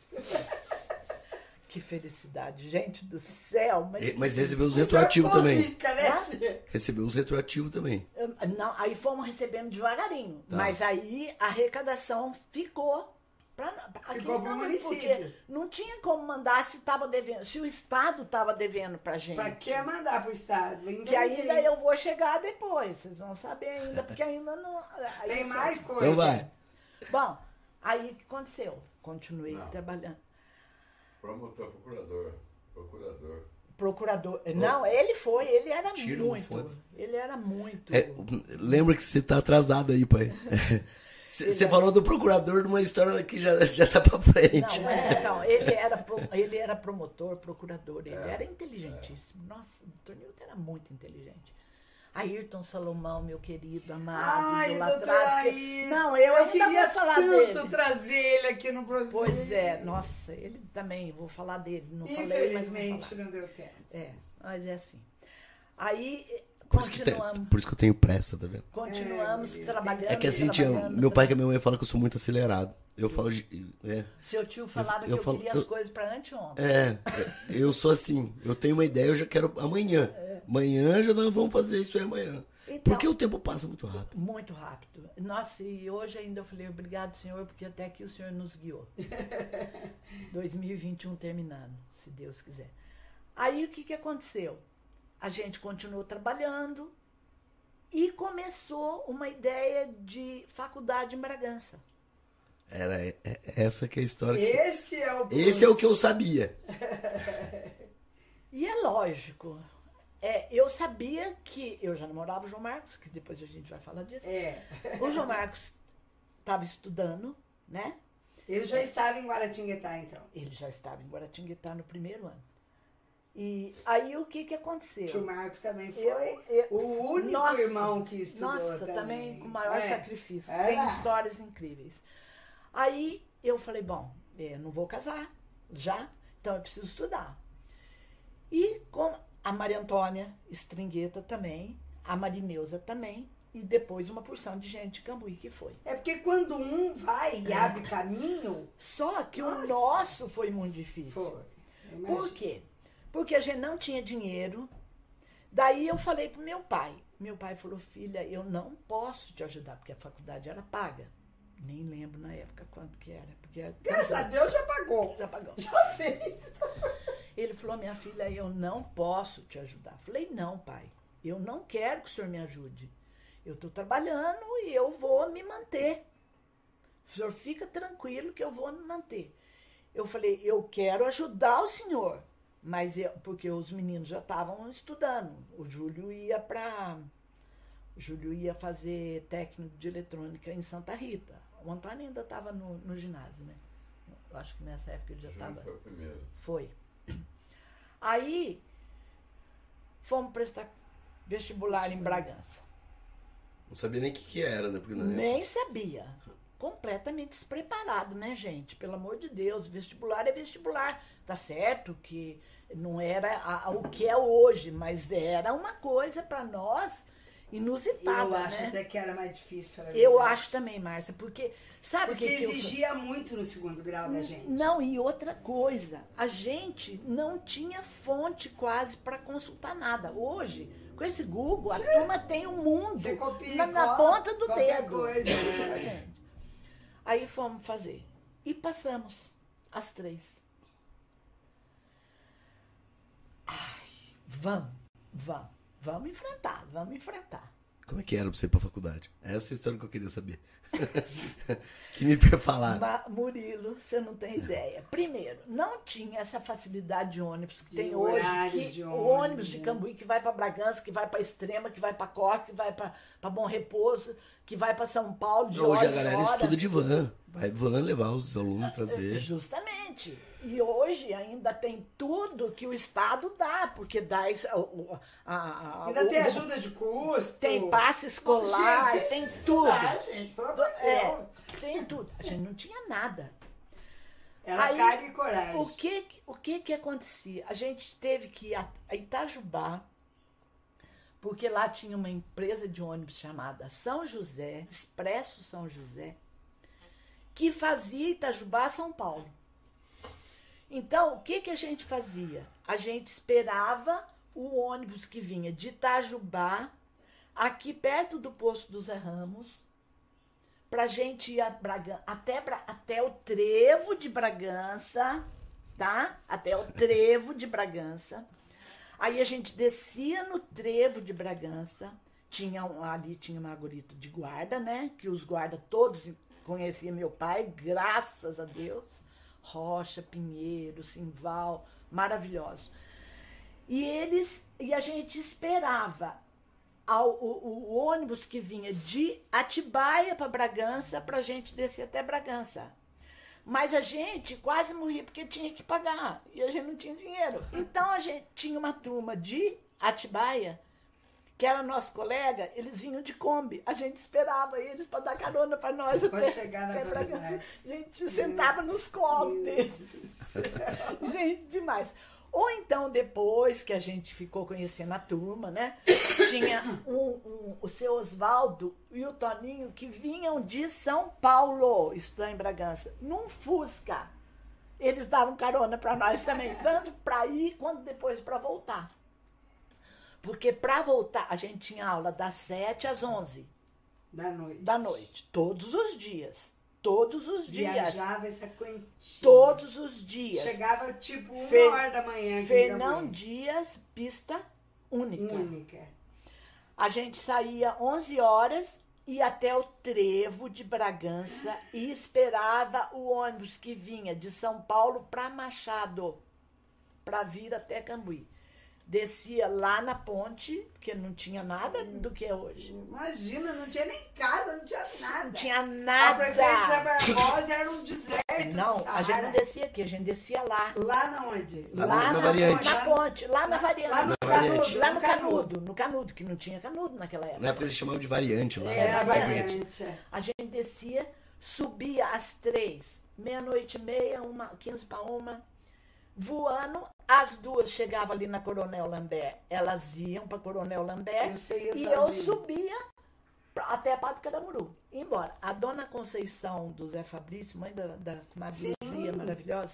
Que felicidade, gente do céu. Mas recebeu os retroativos também. Rica, né? Recebeu os retroativos também. Não, aí fomos recebendo devagarinho. Tá. Mas aí a arrecadação ficou para o município. Porque não tinha como mandar se estava devendo. Se o Estado estava devendo para gente. Para que mandar para o Estado? Que ainda eu vou chegar depois. Vocês vão saber ainda, porque ainda não... Tem mais coisa. Então vai. Bom, aí o que aconteceu? Continuei trabalhando. Promotor, procurador. Procurador. Não, ele era muito. Ele era muito. Lembra que você está atrasado aí, pai. Você falou do procurador numa história que já tá pra frente. Não, mas então, ele era promotor, procurador, ele era inteligentíssimo. Nossa, o Dr. Nilton era muito inteligente. Ayrton Salomão, meu querido, amado, idolatrado. Não, eu queria falar tanto trazer ele aqui no processo. Pois é, nossa, ele também, vou falar dele. Não falei, mas infelizmente não deu tempo. Mas é assim. Aí... Por isso que eu tenho pressa, tá vendo? Continuamos trabalhando. É que assim, meu pai e minha mãe falam que eu sou muito acelerado. Eu falo Seu tio falava que eu queria as coisas pra anteontem. Eu sou assim. Eu tenho uma ideia, eu já quero amanhã. Amanhã já nós vamos fazer isso aí amanhã. Então, porque o tempo passa muito rápido. Muito rápido. Nossa, e hoje ainda eu falei, obrigado, Senhor, porque até aqui o Senhor nos guiou. 2021 terminando, se Deus quiser. Aí o que aconteceu? A gente continuou trabalhando e começou uma ideia de faculdade em Bragança. Era essa que é a história. Esse é o que eu sabia. E é lógico. Eu sabia que... Eu já namorava o João Marcos, que depois a gente vai falar disso. O João Marcos estava estudando, né? Ele já estava em Guaratinguetá, então. Ele já estava em Guaratinguetá no primeiro ano. E aí o que aconteceu? O tio Marco também foi o único irmão que estudou. Nossa, também com o maior sacrifício. Tem histórias incríveis. Aí eu falei, bom, não vou casar já, então eu preciso estudar. E com a Maria Antônia Stringueta também, a Marineusa também, e depois uma porção de gente de Cambuí que foi. É porque quando um vai e abre caminho... Só que o nosso foi muito difícil. Por quê? Porque a gente não tinha dinheiro. Daí eu falei pro meu pai. Meu pai falou, filha, eu não posso te ajudar, porque a faculdade era paga. Nem lembro na época quanto que era. Porque graças a Deus já pagou. Já fez. Ele falou, minha filha, eu não posso te ajudar. Falei, não, pai, eu não quero que o senhor me ajude. eu estou trabalhando e eu vou me manter. O senhor fica tranquilo que eu vou me manter. Eu falei, eu quero ajudar o senhor, mas porque os meninos já estavam estudando. O Júlio ia fazer técnico de eletrônica em Santa Rita. O Antônio ainda estava no ginásio, né? Eu acho que nessa época ele já estava. Foi o primeiro. Foi. Aí, fomos prestar vestibular em Bragança. Não sabia nem o que era, né? Porque nem sabia. Completamente despreparado, né, gente? Pelo amor de Deus, vestibular é vestibular. Tá certo que não era o que é hoje, mas era uma coisa para nós inusitada, eu acho né? até que era mais difícil. Eu acho também, Márcia, porque sabe porque que exigia muito no segundo grau da gente. Não, e outra coisa, a gente não tinha fonte quase para consultar nada. Hoje, com esse Google, a turma tem um mundo você copia, na ponta do dedo. Coisa, né? Aí fomos fazer. E passamos, as 3. Ai, vamos enfrentar. Como é que era pra você ir pra faculdade? Essa é a história que eu queria saber. Que me falaram. Murilo, você não tem ideia. Primeiro, não tinha essa facilidade de ônibus que tem hoje. O ônibus de Cambuí que vai para Bragança, que vai para Extrema, que vai para Corte, que vai para Bom Repouso, que vai para São Paulo. Hoje a galera estuda de van. Vai van levar os alunos, trazer. Justamente. E hoje ainda tem tudo que o Estado dá, porque dá ainda tem ajuda de custo. Tem passe escolar, gente, tem tudo. Gente, pelo amor de Deus. Tem tudo. A gente não tinha nada. Era cara e coragem. O que acontecia? A gente teve que ir a Itajubá, porque lá tinha uma empresa de ônibus chamada São José, Expresso São José, que fazia Itajubá a São Paulo. Então, o que a gente fazia? A gente esperava o ônibus que vinha de Itajubá, aqui perto do posto do Zé Ramos, pra gente ir até o Trevo de Bragança, tá? Até o Trevo de Bragança. Aí a gente descia no Trevo de Bragança, ali tinha uma guarita de guarda, né? Que os guardas todos conheciam meu pai, graças a Deus. Rocha, Pinheiro, Simval, maravilhosos. E a gente esperava o ônibus que vinha de Atibaia para Bragança para a gente descer até Bragança. Mas a gente quase morria porque tinha que pagar e a gente não tinha dinheiro. Então a gente tinha uma turma de Atibaia, que era nosso colega, eles vinham de Kombi. A gente esperava eles para dar carona para nós até chegar na Bragança. A gente sentava nos colos deles. Gente, demais. Ou então, depois que a gente ficou conhecendo a turma, né? Tinha o seu Oswaldo e o Toninho que vinham de São Paulo, estudar em Bragança, num Fusca. Eles davam carona para nós também, tanto para ir quanto depois para voltar. Porque para voltar, a gente tinha aula das 7 às 11 da noite. Todos os dias. Todos os dias. Viajava essa quantia. Todos os dias. Chegava tipo 1h da manhã. Fernão Dias, pista única. Única. A gente saía 11 horas, ia até o Trevo de Bragança e esperava o ônibus que vinha de São Paulo para Machado, para vir até Cambuí. Descia lá na ponte, porque não tinha nada do que é hoje. Imagina, não tinha nem casa, não tinha nada. Não tinha nada. A prefeita Zé Barbosa era um deserto. Não, a gente não descia aqui, a gente descia lá. Lá na onde? Lá na variante. Na ponte, lá na variante. Lá no canudo. No canudo, que não tinha canudo naquela época. Na época eles chamavam de variante lá. A variante. A gente descia, subia às 3, 00:30, 15 para 1, voando. As duas chegavam ali na Coronel Lambert, elas iam para Coronel Lambert e eu subia até Padre Caramuru, ia embora. A dona Conceição do Zé Fabrício, mãe da comadre Luzia, maravilhosa,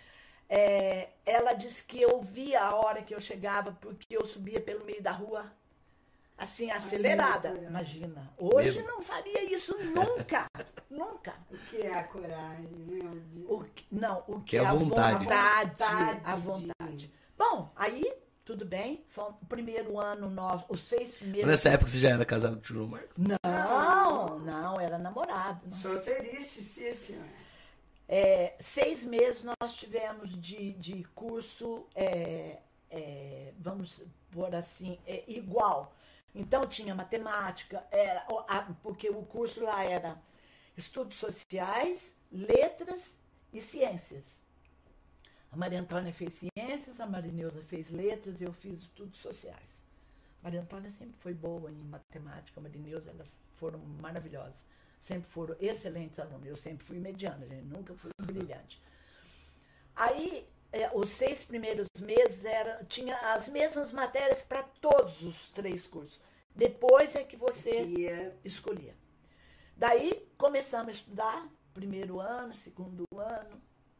ela disse que eu via a hora que eu chegava porque eu subia pelo meio da rua, assim, acelerada. Imagina, hoje não faria isso nunca, nunca. O que é a coragem, meu Deus? O que é a vontade. A vontade. Bom, aí Tudo bem? Foi o primeiro ano, os 6 primeiros... Nessa época você já era casado com o João Marcos? Não, era namorado. Solteirice, sim, senhora. 6 meses nós tivemos de curso, vamos pôr assim, igual. Então tinha matemática, porque o curso lá era estudos sociais, letras e ciências. A Maria Antônia fez ciências, a Marineuza fez letras, eu fiz estudos sociais. A Maria Antônia sempre foi boa em matemática, a Marineuza, elas foram maravilhosas. Sempre foram excelentes alunos. Eu sempre fui mediana, gente, nunca fui brilhante. Aí, os 6 primeiros meses tinha as mesmas matérias para todos os 3 cursos. Depois é que você escolhia. Daí, começamos a estudar, primeiro ano, segundo ano...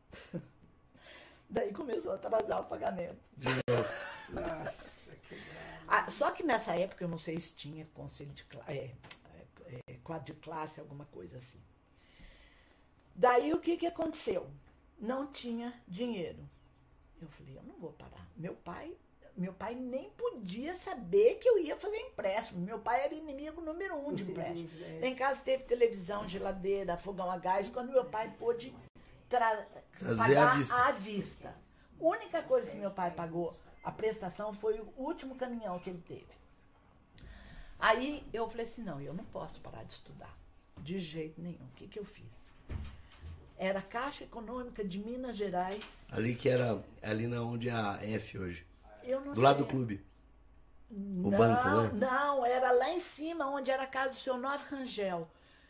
Daí começou a atrasar o pagamento. De novo. Nossa, só que nessa época, eu não sei se tinha conselho de quadro de classe, alguma coisa assim. Daí o que aconteceu? Não tinha dinheiro. Eu falei, eu não vou parar. Meu pai nem podia saber que eu ia fazer empréstimo. Meu pai era inimigo número 1 de empréstimo. Em casa teve televisão, geladeira, fogão a gás, quando meu pai pôde pagar à vista. A única coisa que meu pai pagou a prestação foi o último caminhão que ele teve. Aí eu falei assim, não, eu não posso parar de estudar. De jeito nenhum. O que eu fiz? Era a Caixa Econômica de Minas Gerais. Ali que era, ali na onde é a F hoje. Eu não do sei. lado do clube. O banco, né? Não, era lá em cima, onde era a casa do seu Nove Rangel.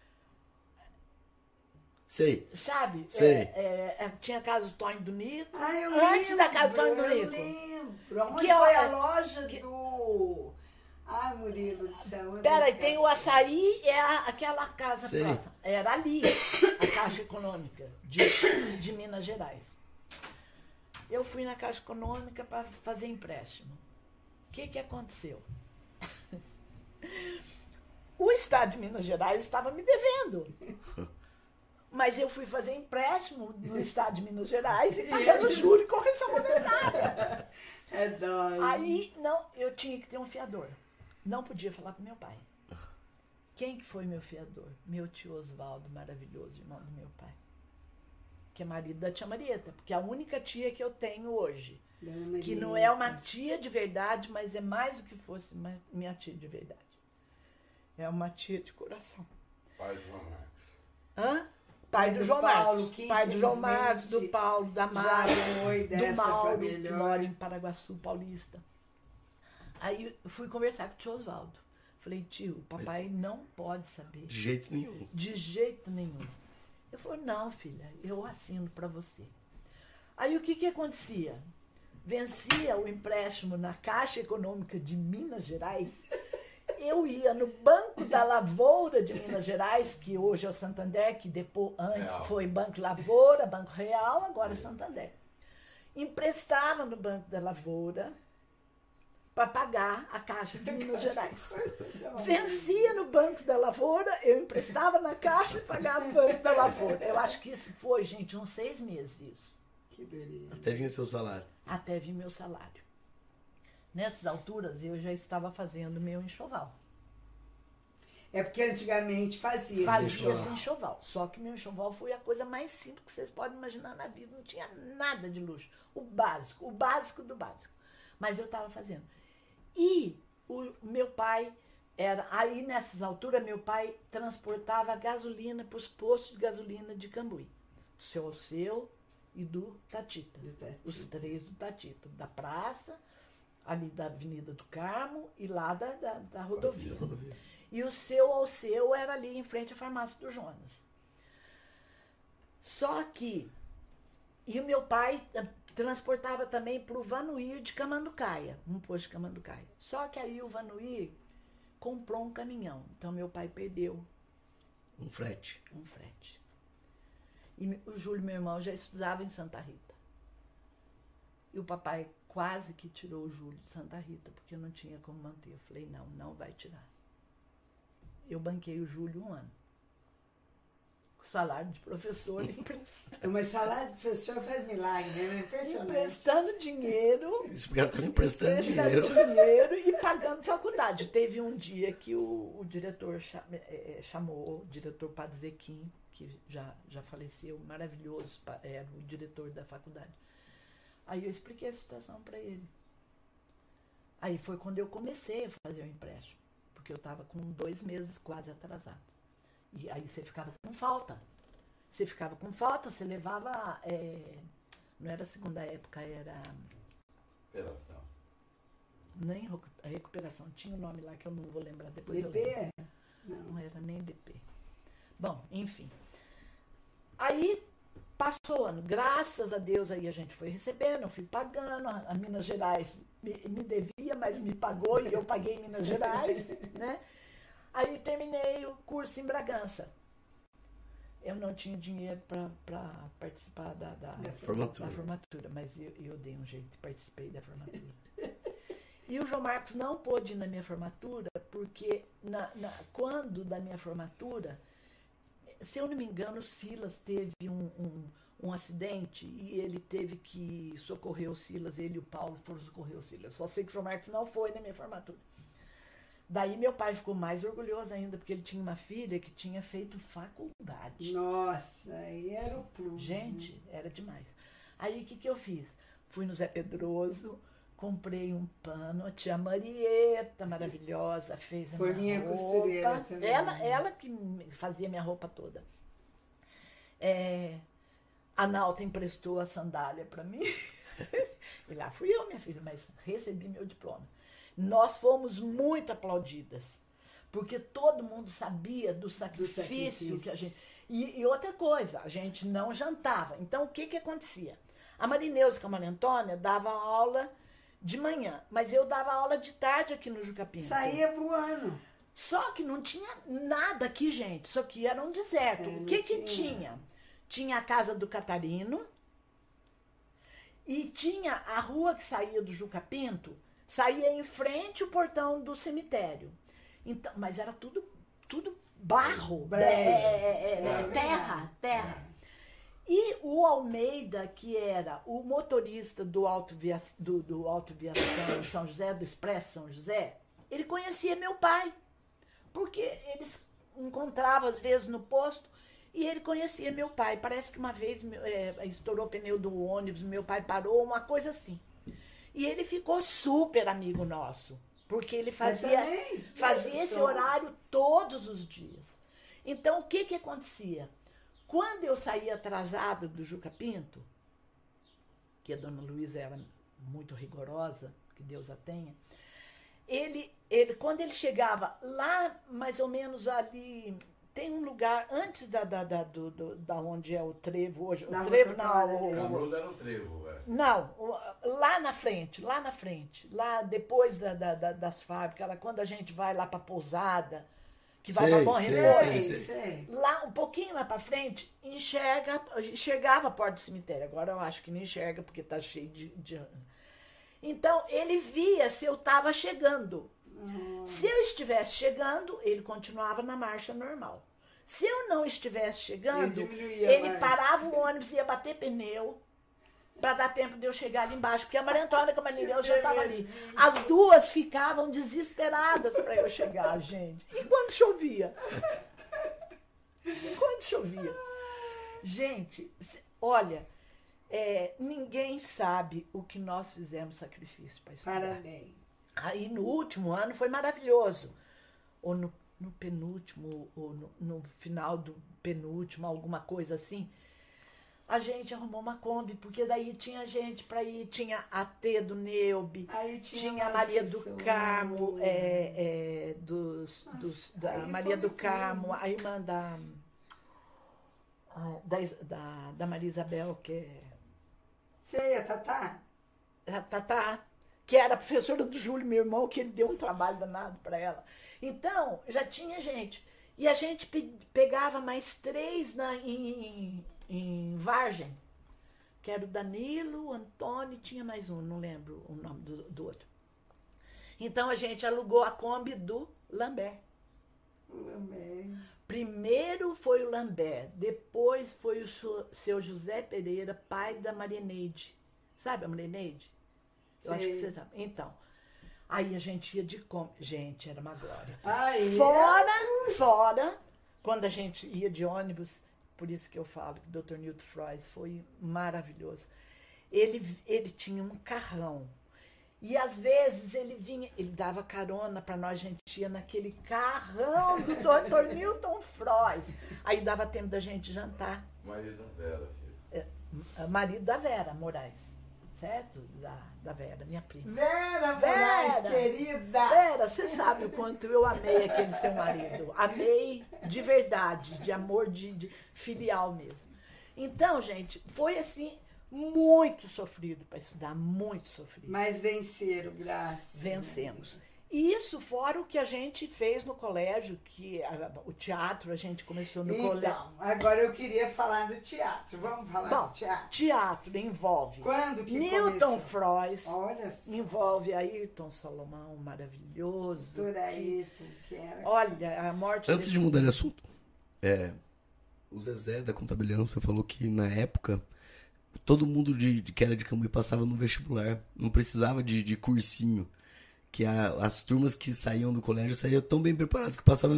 Sei. Sabe? Sei. Tinha a casa do Tonho do Nico. Antes da casa do Tonho do Nico. Eu lembro. Onde que foi a loja do... Ai, Murilo do céu. Peraí, tem o Açaí, aquela casa Sei. próxima. Era ali, a Caixa Econômica de Minas Gerais. Eu fui na Caixa Econômica para fazer empréstimo. O que aconteceu? O Estado de Minas Gerais estava me devendo. Mas eu fui fazer empréstimo no Estado de Minas Gerais e pagando juro e correção monetária. É dói. Aí, não, eu tinha que ter um fiador. Não podia falar com meu pai. Quem que foi meu fiador? Meu tio Osvaldo, maravilhoso, irmão do meu pai. Que é marido da tia Marieta, porque é a única tia que eu tenho hoje. Que não é uma tia de verdade, mas é mais do que fosse minha tia de verdade. É uma tia de coração. Pai do João Marcos. Hã? Pai do João Marcos. Pai do João Marcos, do Paulo, da Mara, do Mauro, que mora em Paraguaçu Paulista. Aí eu fui conversar com o tio Osvaldo. Falei, tio, o papai não pode saber. De jeito nenhum. De jeito nenhum. Ele falou, não, filha, eu assino para você. Aí o que acontecia? Vencia o empréstimo na Caixa Econômica de Minas Gerais. Eu ia no Banco da Lavoura de Minas Gerais, que hoje é o Santander, que depois antes foi Banco Lavoura, Banco Real, agora é Santander. Emprestava no Banco da Lavoura para pagar a Caixa de Minas Gerais. Vencia no Banco da Lavoura, eu emprestava na Caixa e pagava no Banco da Lavoura. Eu acho que isso foi, gente, uns 6 meses isso. Que beleza. Até vir o seu salário. Até vir meu salário. Nessas alturas, eu já estava fazendo meu enxoval. É porque antigamente fazia esse enxoval. Só que meu enxoval foi a coisa mais simples que vocês podem imaginar na vida. Não tinha nada de luxo. O básico do básico. Mas eu estava fazendo. E o meu pai aí nessas alturas, meu pai transportava gasolina para os postos de gasolina de Cambuí. Do seu Alceu e do Tatita. Os 3 do Tatita. Da praça, ali da Avenida do Carmo e lá da rodovia. E o seu Alceu era ali em frente à farmácia do Jonas. Só que... E o meu pai transportava também para o Vanuir de Camanducaia, um posto de Camanducaia. Só que aí o Vanuir comprou um caminhão. Então meu pai perdeu. Um frete. E o Júlio, meu irmão, já estudava em Santa Rita. E o papai quase que tirou o Júlio de Santa Rita, porque eu não tinha como manter. Eu falei, não vai tirar. Eu banquei o Júlio 1 ano. salário de professor emprestando. Mas salário de professor faz milagre, né? É impressionante. Emprestando dinheiro. Isso porque ela estava emprestando dinheiro. E pagando faculdade. Teve um dia que o diretor chamou o diretor Padre Zequim, que já faleceu, maravilhoso, era o diretor da faculdade. Aí eu expliquei a situação para ele. Aí foi quando eu comecei a fazer o empréstimo, porque eu estava com 2 meses quase atrasado. E aí você ficava com falta. Você levava... não era a segunda época, era... Recuperação. Nem recuperação. Tinha um nome lá que eu não vou lembrar depois. DP? Não era nem DP. Bom, enfim. Aí passou o ano. Graças a Deus aí a gente foi recebendo, eu fui pagando. A Minas Gerais me devia, mas me pagou e eu paguei em Minas Gerais, né? Aí terminei o curso em Bragança. Eu não tinha dinheiro para participar da formatura, mas eu dei um jeito e participei da formatura. E o João Marcos não pôde ir na minha formatura, porque quando da minha formatura, se eu não me engano, o Silas teve um acidente e ele teve que socorrer o Silas, ele e o Paulo foram socorrer o Silas. Só sei que o João Marcos não foi na minha formatura. Daí meu pai ficou mais orgulhoso ainda, porque ele tinha uma filha que tinha feito faculdade. Nossa, aí era o plus. Gente, né? era demais. Aí o que eu fiz? Fui no Zé Pedroso, comprei um pano, a tia Marieta, maravilhosa, fez a minha roupa. Foi minha costureira também. Ela que fazia minha roupa toda. A Nalta emprestou a sandália para mim. E lá fui eu, minha filha, mas recebi meu diploma. Nós fomos muito aplaudidas, porque todo mundo sabia do sacrifício que a gente... E outra coisa, a gente não jantava. Então, o que acontecia? A Marineuza com a Maria Antônia dava aula de manhã, mas eu dava aula de tarde aqui no Juca Pinto. Saía voando. Só que não tinha nada aqui, gente. Isso aqui era um deserto. O que tinha? Tinha a casa do Catarino e tinha a rua que saía do Juca Pinto, saía em frente o portão do cemitério. Então, mas era tudo barro, terra. E o Almeida, que era o motorista do Auto Viação São José, do Expresso São José, ele conhecia meu pai, porque eles encontravam às vezes no posto e ele conhecia meu pai. Parece que uma vez estourou o pneu do ônibus, meu pai parou, uma coisa assim. E ele ficou super amigo nosso, porque ele fazia esse horário todos os dias. Então, o que acontecia? Quando eu saía atrasada do Juca Pinto, que a dona Luísa era muito rigorosa, que Deus a tenha, quando ele chegava lá, mais ou menos ali, tem um lugar antes da onde é o trevo hoje. O trevo não. Era o trevo, Não, lá na frente, lá depois das fábricas, quando a gente vai lá para Pousada, que vai para Bom Repouso, lá um pouquinho lá para frente, enxergava a porta do cemitério. Agora eu acho que não enxerga porque tá cheio de... Então ele via se eu estava chegando. Se eu estivesse chegando, ele continuava na marcha normal. Se eu não estivesse chegando, ele parava o ônibus e ia bater pneu para dar tempo de eu chegar ali embaixo, porque a Maria Antônia com a Marineuza já estava ali. As duas ficavam desesperadas para eu chegar, gente. E quando chovia? Gente, olha, ninguém sabe o que nós fizemos sacrifício para estudar. Parabéns. Aí no último ano foi maravilhoso. Ou no penúltimo, ou no final do penúltimo, alguma coisa assim. A gente arrumou uma Kombi, porque daí tinha gente para ir, tinha a T do Neube, tinha a Maria do Carmo, da Maria do Carmo, a irmã da Maria Isabel, que é... Sei, a Tatá? A Tatá, que era professora do Júlio, meu irmão, que ele deu um trabalho danado para ela. Então, já tinha gente. E a gente pegava mais 3 em Vargem, que era o Danilo, o Antônio, tinha mais um, não lembro o nome do outro. Então a gente alugou a Kombi do Lambert. Primeiro foi o Lambert, depois foi o seu José Pereira, pai da Marineide. Sabe a Marineide? Eu acho que você sabe. Então, aí a gente ia de gente, era uma glória. Fora, quando a gente ia de ônibus, por isso que eu falo que o Dr. Newton Frois foi maravilhoso. Ele tinha um carrão. E às vezes ele vinha, ele dava carona para nós, a gente ia naquele carrão do Dr. Newton Frois. Aí dava tempo da gente jantar. Marido da Vera, filho. Marido da Vera Moraes, certo? Da Vera, minha prima. Vera Moraes, querida! Vera, você sabe o quanto eu amei aquele seu marido. Amei de verdade, de amor de filial mesmo. Então, gente, foi assim... muito sofrido para estudar, muito sofrido. Mas venceram, graças. Vencemos. E isso fora o que a gente fez no colégio, que o teatro a gente começou no colégio. Então, agora eu queria falar do teatro. Vamos falar do teatro? Teatro envolve Quando que Newton Frois, olha só. Envolve Ayrton Salomão, maravilhoso. Doutor Ayrton, que era... Olha, a morte... Antes de mudar de assunto, o Zezé da Contabiliança falou que na época... todo mundo que era de Cambuí passava no vestibular. Não precisava de cursinho. Que as turmas que saíam do colégio saíam tão bem preparadas que passavam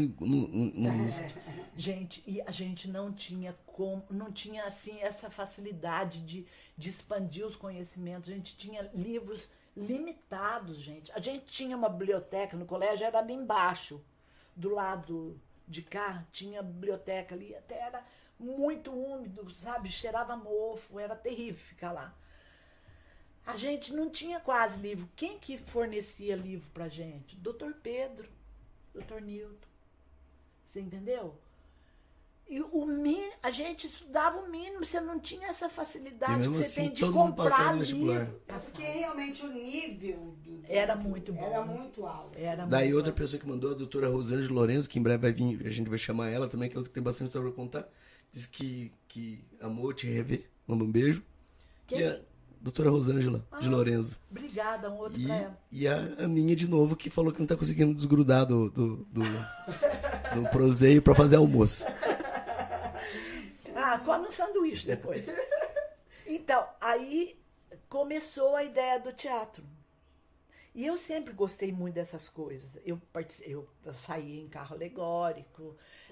Gente, e a gente não tinha assim essa facilidade de expandir os conhecimentos. A gente tinha livros limitados, gente. A gente tinha uma biblioteca no colégio, era ali embaixo. Do lado de cá, tinha biblioteca ali, até era... muito úmido, sabe? Cheirava mofo, era terrível ficar lá. A gente não tinha quase livro. Quem que fornecia livro pra gente? Dr. Pedro, Dr. Newton. Você entendeu? E a gente estudava o mínimo, você não tinha essa facilidade que você assim, tem de comprar livro. Porque realmente o nível era muito bom. Era muito alto. Daí outra pessoa que mandou, a doutora Rosângela Lourenço, que em breve vai vir, a gente vai chamar ela também, que é outra que tem bastante história pra contar. Diz que amou te rever. Manda um beijo. Quem? E a doutora Rosângela de Lourenço. Obrigada, um outro pra ela. E a Aninha de novo, que falou que não tá conseguindo desgrudar do proseio pra fazer almoço. Come um sanduíche depois. Então, aí começou a ideia do teatro. E eu sempre gostei muito dessas coisas. Eu saía em carro alegórico.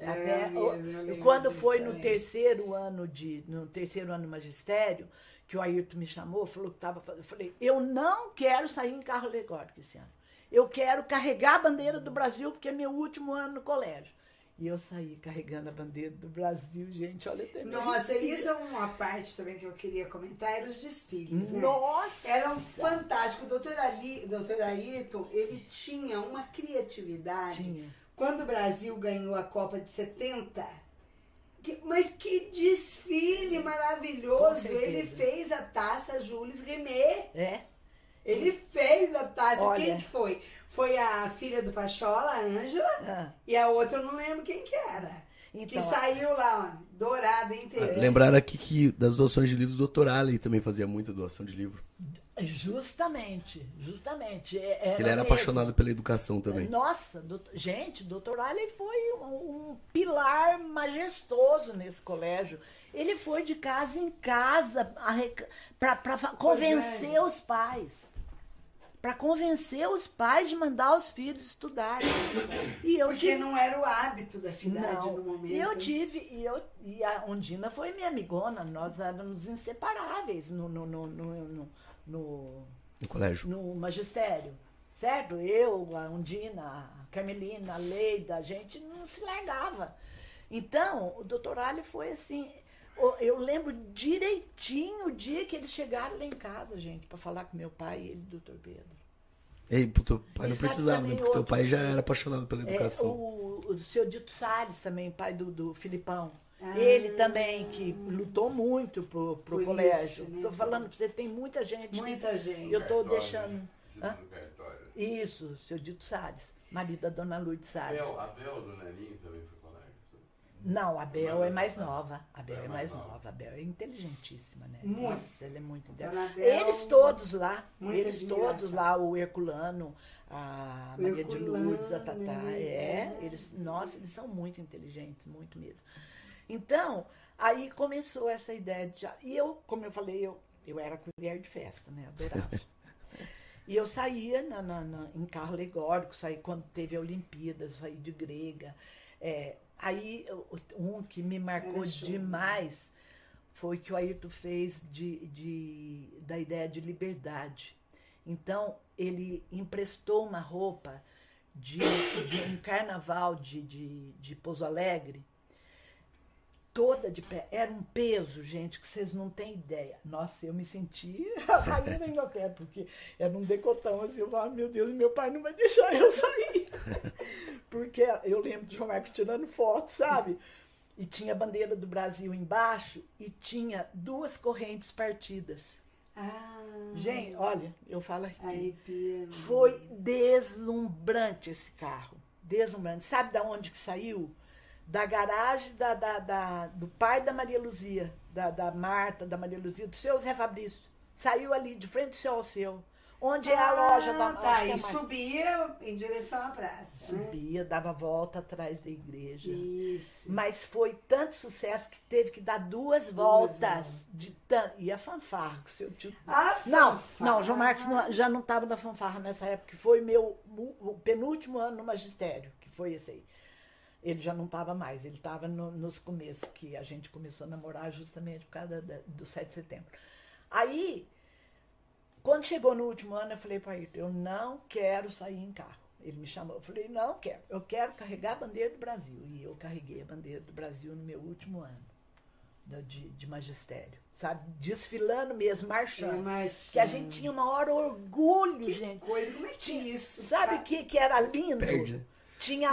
Quando foi no terceiro ano magistério, que o Ayrton me chamou, falou que estava fazendo. Eu falei, eu não quero sair em carro alegórico esse ano. Eu quero carregar a bandeira do Brasil, porque é meu último ano no colégio. E eu saí carregando a bandeira do Brasil, gente, olha até. Nossa, isso é uma parte também que eu queria comentar, eram os desfiles, né? Nossa! Eram fantásticos. O doutor Ayrton, ele tinha uma criatividade. Tinha. Quando o Brasil ganhou a Copa de 70, mas que desfile maravilhoso! Ele fez a taça Jules Rimet. Ele fez a taça. Olha. Quem que foi? Foi a filha do Pachola, a Ângela, e a outra eu não lembro quem que era. Então, que saiu lá, ó, dourada inteira. Lembraram aqui que das doações de livros, o Dr. Alley também fazia muita doação de livro. Justamente. Que ele era apaixonado pela educação também. Nossa, gente, Dr. Alley foi um pilar majestoso nesse colégio. Ele foi de casa em casa para convencer os pais. Para convencer os pais de mandar os filhos estudarem. Porque não era o hábito da cidade no momento. E a Ondina foi minha amigona, nós éramos inseparáveis no colégio. No magistério, certo? Eu, a Ondina, a Carmelina, a Leida, a gente não se largava. Então, o doutor Alley foi assim... Eu lembro direitinho o dia que eles chegaram lá em casa, gente, para falar com meu pai e ele, doutor Pedro. E pro teu pai não precisava, né? Porque teu pai já era apaixonado pela educação. O seu Dito Salles também, pai do Filipão. Ele também, que lutou muito pro colégio. Isso, né? Tô falando pra você, tem muita gente. Muita gente. Eu tô deixando... Isso, seu Dito Salles, marido da dona Lourdes Salles. A Bel do Nelinho também foi colégio? Não, a Bel é mais nova. A Bel é mais nova. A Bel é inteligentíssima, né? Muito. Nossa, ela é muito inteligente. Eles todos lá. Eles admiração. todos lá, o Herculano, a Maria de Lourdes, a Tatá. Nossa, eles são muito inteligentes, muito mesmo. Então, aí começou essa ideia de... E eu, como eu falei, eu era colher de festa, né? Adorava. E eu saía em carro alegórico, saí quando teve a Olimpíada, saí de grega. Aí, um que me marcou demais foi que o Ayrton fez da ideia de liberdade. Então, ele emprestou uma roupa de um carnaval de Pouso Alegre, toda de pé. Era um peso, gente, que vocês não têm ideia. Nossa, eu me senti a rainha da Inglaterra, porque era um decotão assim. Eu falava, meu Deus, meu pai não vai deixar eu sair. Porque eu lembro do João Marcos tirando foto, sabe? E tinha a bandeira do Brasil embaixo e tinha 2 correntes partidas. Gente, olha, eu falo aqui. Foi deslumbrante esse carro. Deslumbrante. Sabe de onde que saiu? Da garagem do pai da Maria Luzia, da Marta, da Maria Luzia, do seu Zé Fabrício. Saiu ali, de frente do seu ao seu. Onde é a loja da e subia em direção à praça. Subia, né? Dava volta atrás da igreja. Isso. Mas foi tanto sucesso que teve que dar 2 voltas. E a fanfarra, que seu tio... Não, João Marcos já não estava na fanfarra nessa época, que foi o penúltimo ano no magistério, que foi esse aí. Ele já não estava mais, ele estava nos começos, que a gente começou a namorar justamente por causa do 7 de setembro. Aí, quando chegou no último ano, eu falei para ele, eu não quero sair em carro. Ele me chamou, eu falei, não quero, eu quero carregar a bandeira do Brasil. E eu carreguei a bandeira do Brasil no meu último ano de magistério, sabe? Desfilando mesmo, marchando. Que a gente tinha o maior orgulho, gente. Coisa, como é que tinha isso? Sabe que era lindo? Perde. Tinha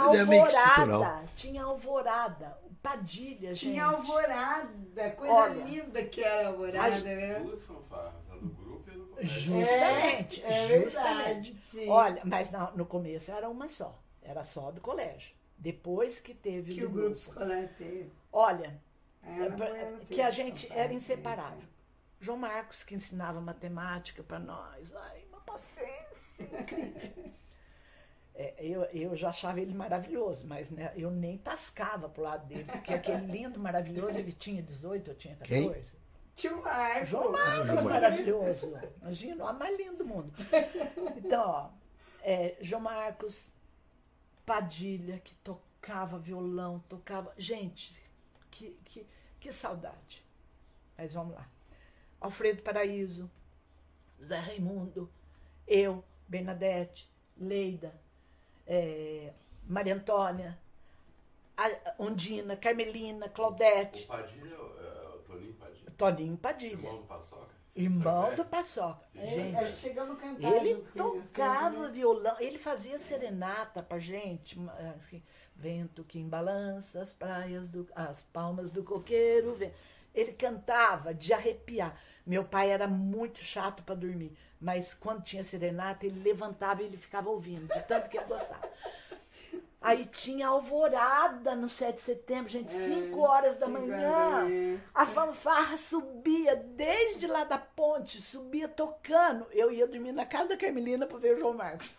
alvorada, Padilha, gente. Tinha alvorada, coisa linda que era a alvorada, né? 2 fanfarras, a do grupo e a do colégio. Justamente. Verdade. Olha, mas no começo era uma só, era só do colégio. Depois que teve que o grupo escolar teve. Olha, que a gente era inseparável. João Marcos, que ensinava matemática para nós, uma paciência incrível. Eu já achava ele maravilhoso, mas né, eu nem tascava pro lado dele, porque aquele lindo, maravilhoso, ele tinha 18, eu tinha 14. Quem? Tio Marcos. João Marcos, maravilhoso. Imagina, o mais lindo do mundo. Então, ó, João Marcos, Padilha, que tocava violão, tocava... Gente, que saudade. Mas vamos lá. Alfredo Paraíso, Zé Raimundo, eu, Bernadette, Leida, Maria Antônia, Ondina, Carmelina, Claudete. O Padilha, o Toninho Padilha. Toninho Padilha. Irmão do Paçoca. Irmão do Paçoca. Gente, chegamos a cantar ele tocava violão, ele fazia serenata pra gente, assim, vento que embalança as praias, as palmas do coqueiro, ele cantava de arrepiar. Meu pai era muito chato para dormir, mas quando tinha serenata, ele levantava e ele ficava ouvindo, de tanto que ele gostava. Aí tinha alvorada no 7 de setembro, gente, 5 horas da manhã. A fanfarra subia desde lá da ponte, subia tocando. Eu ia dormir na casa da Carmelina para ver o João Marcos.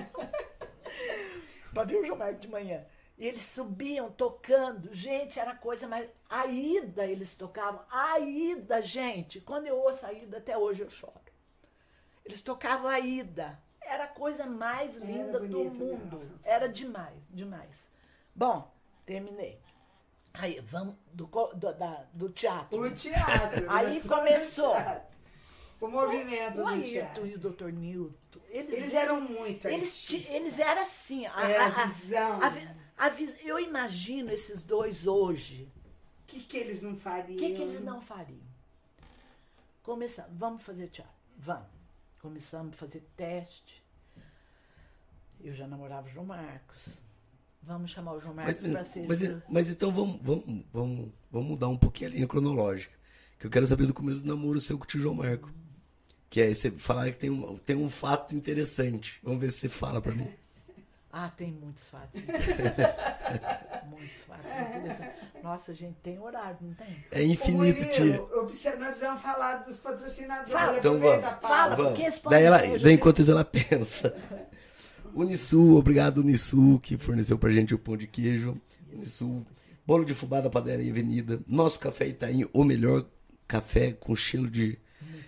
Para ver o João Marcos de manhã. E eles subiam tocando. Gente, era coisa mais... A Ida eles tocavam. A Ida, gente. Quando eu ouço a Ida, até hoje eu choro. Eles tocavam a Ida. Era a coisa mais linda do mundo. Era demais, demais. Bom, terminei. Aí, vamos do teatro. O teatro. Aí começou. O movimento do teatro. O Ayrton e o Dr. Nilton. Eles eram muito artistas. Eles eram assim. A visão. Eu imagino esses dois hoje. O que eles não fariam? O que eles não fariam? Começamos. Vamos fazer teatro. Vamos. Começamos a fazer teste. Eu já namorava o João Marcos. Vamos chamar o João Marcos para ser... Mas então vamos mudar um pouquinho a linha cronológica. Que eu quero saber do começo do namoro seu com o tio João Marco. Que é você falar que tem um fato interessante. Vamos ver se você fala para mim. Tem muitos fatos. Muitos fatos interessantes. Nossa, gente, tem horário, não tem? É infinito, tia. Nós precisamos falar dos patrocinadores. Fala, então fala, porque esse daí enquanto isso ela pensa. Unisul, obrigado Unisul, que forneceu pra gente o pão de queijo. Unisul, bolo de fubá da Padaria Avenida. Nosso Café Itaim, o melhor café com cheiro de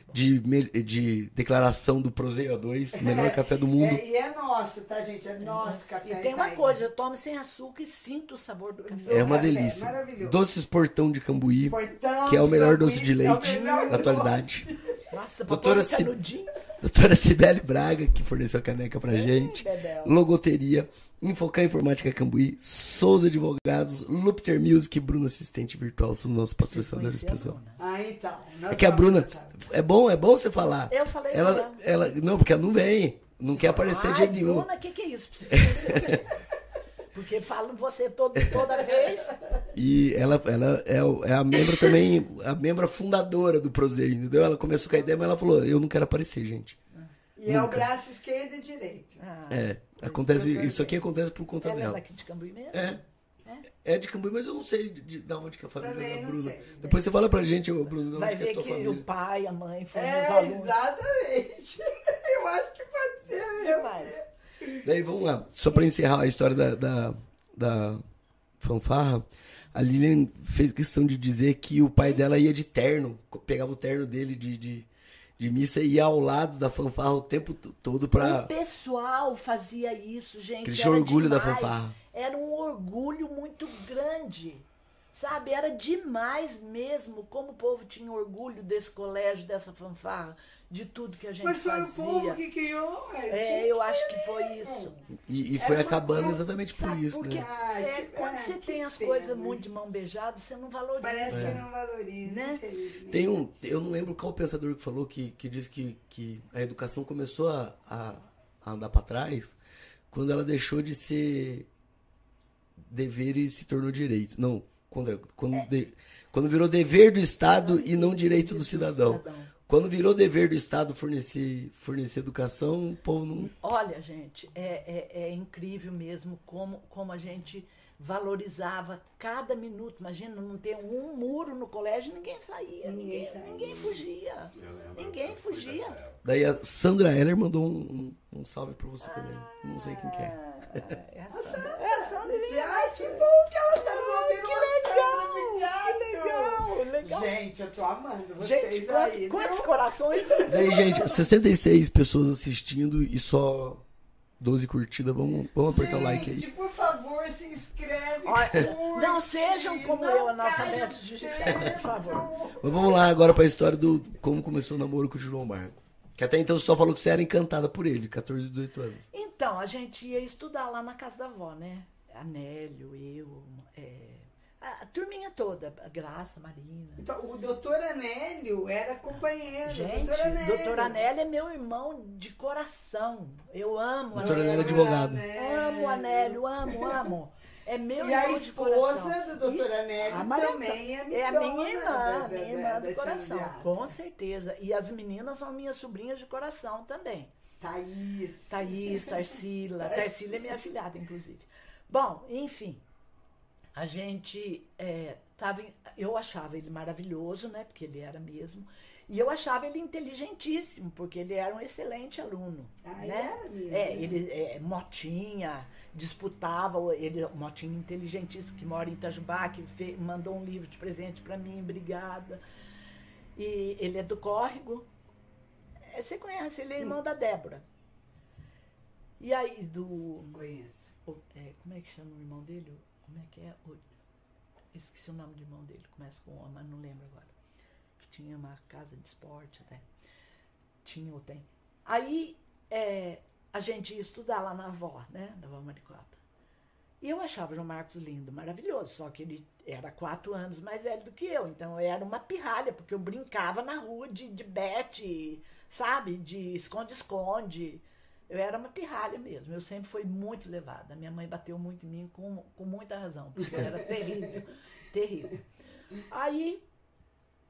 declaração do Proseio A2, melhor café do mundo. E é nosso, tá, gente? É nosso café. E tem uma coisa, eu tomo sem açúcar e sinto o sabor do café. É uma delícia. Doces Portão de Cambuí, que é o melhor doce de leite da atualidade. Nossa, Doutora Cibele Braga, que forneceu a caneca pra gente. Logoteria, Infocar Informática Cambuí, Souza Advogados, Lupter Music e Bruna Assistente Virtual são nossos patrocinadores, pessoal. Então. É que a Bruna... É bom você falar. Eu falei ela não, porque ela não vem. Não quer aparecer de jeito nenhum. Bruna, que é isso? Precisa conhecer. Porque falam você toda vez. E ela é a membro também, a membra fundadora do Proseio, entendeu? Ela começou com a ideia, mas ela falou, eu não quero aparecer, gente. E é o braço esquerdo e direito. Isso aqui acontece por conta dela. Ela é aqui de Cambuí mesmo? É de Cambuí, mas eu não sei de onde que é a família também da Bruna. sei. Depois você fala pra gente, Bruno, de Vai onde que é ver a tua que família. o pai, a mãe foram os alunos. Exatamente. Eu acho que pode ser mesmo. Demais. Daí, vamos lá. Só pra encerrar a história da fanfarra, a Lilian fez questão de dizer que o pai dela ia de terno, pegava o terno dele de missa e ia ao lado da fanfarra o tempo todo pra... O pessoal fazia isso, gente. Que eles tinham orgulho demais. da fanfarra. Era um orgulho muito grande, sabe? Era demais mesmo como o povo tinha orgulho desse colégio, dessa fanfarra, de tudo que a gente fazia. Mas foi o povo que criou. Eu acho que foi isso. E foi acabando exatamente por isso, porque né? quando você tem as coisas muito de mão beijada, você não valoriza. Parece que não valoriza, né? Eu não lembro qual pensador que falou que disse que a educação começou a andar para trás quando ela deixou de ser dever e se tornou direito. Não, quando virou dever do Estado e não direito do cidadão. Quando virou dever do Estado fornecer educação, o povo não... Olha, gente, é incrível mesmo como a gente valorizava cada minuto. Imagina, não ter um muro no colégio, ninguém saía. Ninguém fugia. Ninguém fugia. Daí a Sandra Heller mandou um salve pra você também. Não sei quem que é. É a Sandra. Que bom que ela tá ouvindo. Que legal. Gente, eu tô amando vocês aí. Quantos corações? Daí, gente, 66 pessoas assistindo e só 12 curtidas. Vamos apertar o like aí. Por favor, se inscreve. Não sejam como eu, analfabetos digitais, por favor. Mas vamos lá agora pra história do como começou o namoro com o João Marco. Que até então você só falou que você era encantada por ele, 14 e 18 anos. Então, a gente ia estudar lá na casa da avó, né? Anélio, eu, a turminha toda, a Graça, Marina. Então, o doutor Anélio era companheiro. Gente, doutor Anélio é meu irmão de coração. Eu amo doutor Anélio é advogado. Amo o Anélio, amo. É meu e irmão de coração. E a esposa do doutor Anélio também é a minha irmã do coração, com certeza. E as meninas são minhas sobrinhas de coração também. Thaís, Tarsila. Tarsila é minha afilhada, inclusive. Bom, enfim, a gente eu achava ele maravilhoso, né? Porque ele era mesmo. E eu achava ele inteligentíssimo, porque ele era um excelente aluno. Né? Era mesmo. Ele motinha, disputava, motinha inteligentíssimo, que mora em Itajubá, que mandou um livro de presente para mim, obrigada. E ele é do Córrego. Você conhece, ele é irmão da Débora. E aí, Conheço. Como é que chama o irmão dele? Como é que é? Esqueci o nome do irmão dele, começa com O, mas não lembro agora. Que tinha uma casa de esporte até. Tinha ou tem. Aí a gente ia estudar lá na avó, né? Na avó Maricota. E eu achava o João Marcos lindo, maravilhoso, só que ele era 4 anos mais velho do que eu, então eu era uma pirralha, porque eu brincava na rua de bete, sabe? De esconde-esconde. Eu era uma pirralha mesmo, eu sempre fui muito levada. Minha mãe bateu muito em mim com muita razão, porque eu era terrível, terrível. Aí,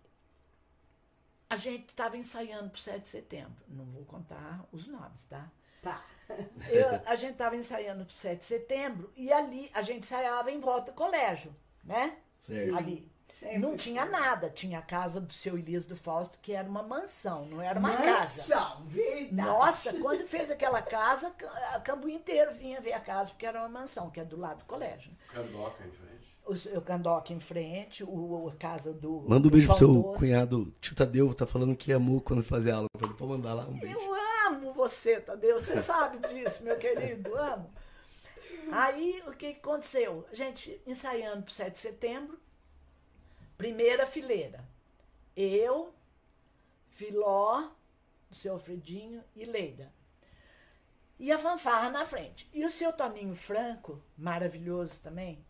a gente estava ensaiando para o 7 de setembro. Não vou contar os nomes, tá? Tá. A gente estava ensaiando pro 7 de setembro e ali a gente ensaiava em volta do colégio, né? Certo. Ali. Sempre Não tinha foi. nada. Tinha a casa do seu Elias do Fausto, que era uma mansão, não era uma casa. Mansão, verdade. Nossa, quando fez aquela casa, a Cambuí inteiro vinha ver a casa, porque era uma mansão, que é do lado do colégio. Candoca em frente. O Candoca em frente, a casa do... Manda um do beijo pro Pão seu Doce. cunhado, tio Tadeu, tá falando que amou quando fazia aula. Pode mandar lá um beijo. Eu amo você, Tadeu, você sabe disso, meu querido, amo. Aí, o que aconteceu? A gente ensaiando pro 7 de setembro, primeira fileira. Eu, Filó, o seu Alfredinho e Leida. E a fanfarra na frente. E o seu Toninho Franco, maravilhoso também,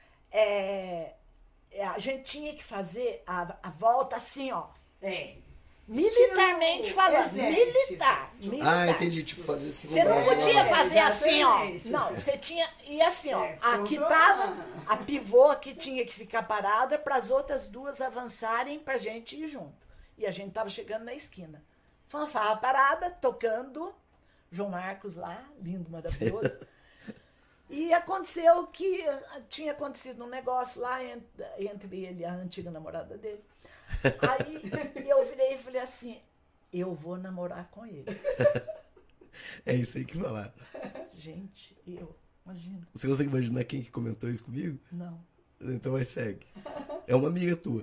a gente tinha que fazer a volta assim, ó. Militarmente falando. Militar. Ah, entendi. Tipo, fazer assim. Você não podia fazer assim, ó. exatamente. Não, você tinha. E assim, ó. Aqui controlar. tava. A pivô que tinha que ficar parada para as outras duas avançarem pra gente ir junto. E a gente tava chegando na esquina. Fanfarra parada, tocando. João Marcos lá, lindo, maravilhoso. E aconteceu que tinha acontecido um negócio lá entre ele e a antiga namorada dele. Aí eu virei e falei assim, eu vou namorar com ele. É isso aí que falar. Gente, imagina. Você consegue imaginar quem que comentou isso comigo? Não. Então vai, segue. É uma amiga tua.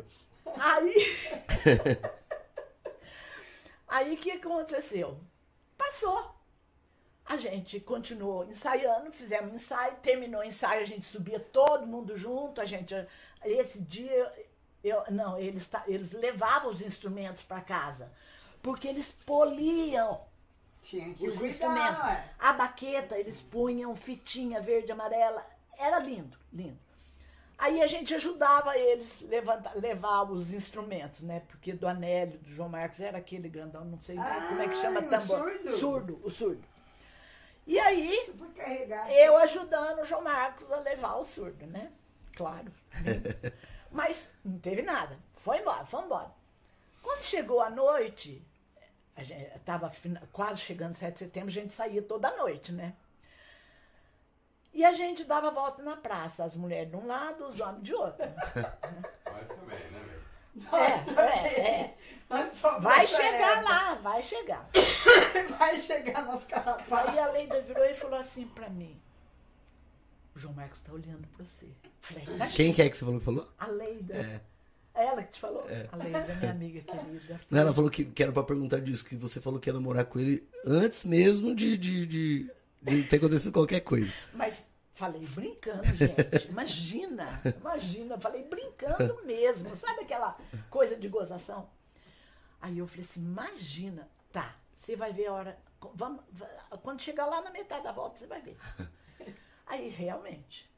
Aí o que aconteceu? Passou. A gente continuou ensaiando, fizemos ensaio, terminou o ensaio, a gente subia todo mundo junto, esse dia, eles levavam os instrumentos para casa, porque eles poliam Tinha que os cuidar, instrumentos. ué. A baqueta, eles punham fitinha verde e amarela, era lindo, lindo. Aí a gente ajudava eles levar os instrumentos, né? Porque do Anélio, do João Marcos, era aquele grandão, não sei como é que chama, o tambor. surdo? O surdo. E aí, Super carregado. eu ajudando o João Marcos a levar o surdo, né? Claro. Né? Mas não teve nada. Foi embora, foi embora. Quando chegou a noite, a gente estava quase chegando 7 de setembro, a gente saía toda noite, né? E a gente dava volta na praça, as mulheres de um lado, os homens de outro. Mas também, né, meu? Vai chegar lá, vai chegar. Vai chegar nos carrapatos. Aí a Leida virou e falou assim pra mim, o João Marcos tá olhando pra você. Falei, Quem que é que você falou que falou? A Leida. É. Ela que te falou? A Leida, minha amiga querida. Não, ela falou que era pra perguntar disso, que você falou que ia namorar com ele antes mesmo de ter acontecido qualquer coisa. Mas falei brincando, gente. Imagina, falei brincando mesmo. Sabe aquela coisa de gozação? Aí eu falei assim, imagina, tá, você vai ver a hora, quando chegar lá na metade da volta, você vai ver. Aí, realmente.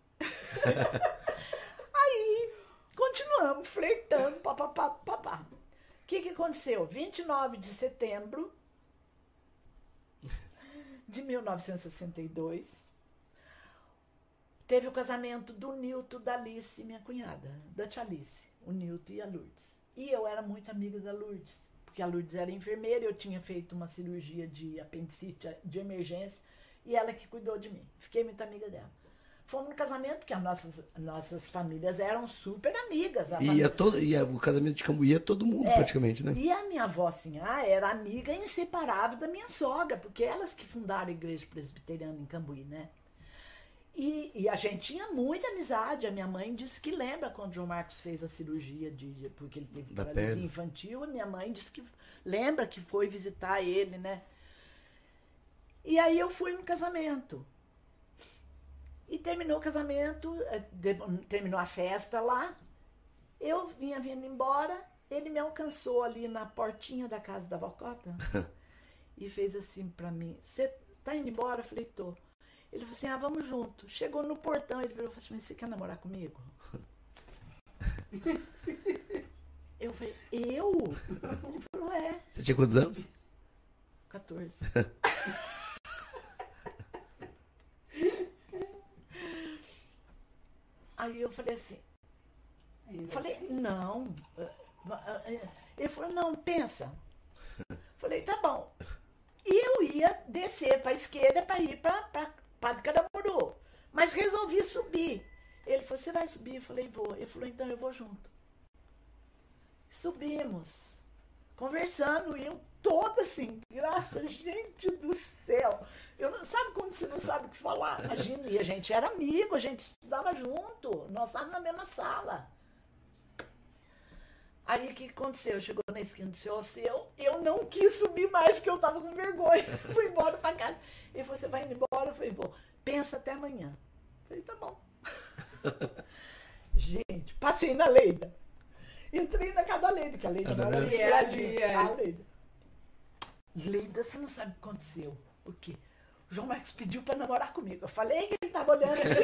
Aí, continuamos flertando, papapá. O que aconteceu? 29 de setembro de 1962, teve o casamento do Nilton, da Alice, minha cunhada, da tia Alice, o Nilton e a Lourdes. E eu era muito amiga da Lourdes, porque a Lourdes era enfermeira, eu tinha feito uma cirurgia de apendicite de emergência, e ela que cuidou de mim. Fiquei muito amiga dela. Fomos no casamento, porque as nossas famílias eram super amigas. O casamento de Cambuí ia todo mundo, praticamente, né? E a minha avó Sinhá era amiga inseparável da minha sogra, porque elas que fundaram a igreja presbiteriana em Cambuí, né? E a gente tinha muita amizade. A minha mãe disse que lembra quando o João Marcos fez a cirurgia, porque ele teve paralisia infantil. A minha mãe disse que lembra que foi visitar ele, né? E aí eu fui no casamento. E terminou o casamento, terminou a festa lá. Eu vinha vindo embora, ele me alcançou ali na portinha da casa da Valcota e fez assim pra mim, você tá indo embora? Eu falei, tô. Ele falou assim, vamos junto. Chegou no portão, ele virou e falou assim, você quer namorar comigo? Eu falei, eu? Ele falou, é. Você tinha quantos anos? 14. Aí eu falei assim, não. Ele falou, não, pensa. Falei, tá bom. E eu ia descer para a esquerda para ir para Padre Caramuru. Mas resolvi subir. Ele falou, você vai subir? Eu falei, vou. Ele falou, então eu vou junto. Subimos, conversando, e eu toda assim, graça, gente do céu. Sabe quando você não sabe o que falar? Imagina, e a gente era amigo, a gente estudava junto, nós estávamos na mesma sala. Aí o que aconteceu? Chegou na esquina do seu, eu não quis subir mais porque eu estava com vergonha. Fui embora para casa. Ele falou, você vai indo embora? Eu falei, vou. Pensa até amanhã. Eu falei, tá bom. Gente, passei na Leida. Entrei na casa da Leida, que a Leida mora ali. A Leida. Leida, você não sabe o que aconteceu. O quê? O João Marcos pediu para namorar comigo. Eu falei que ele estava olhando assim.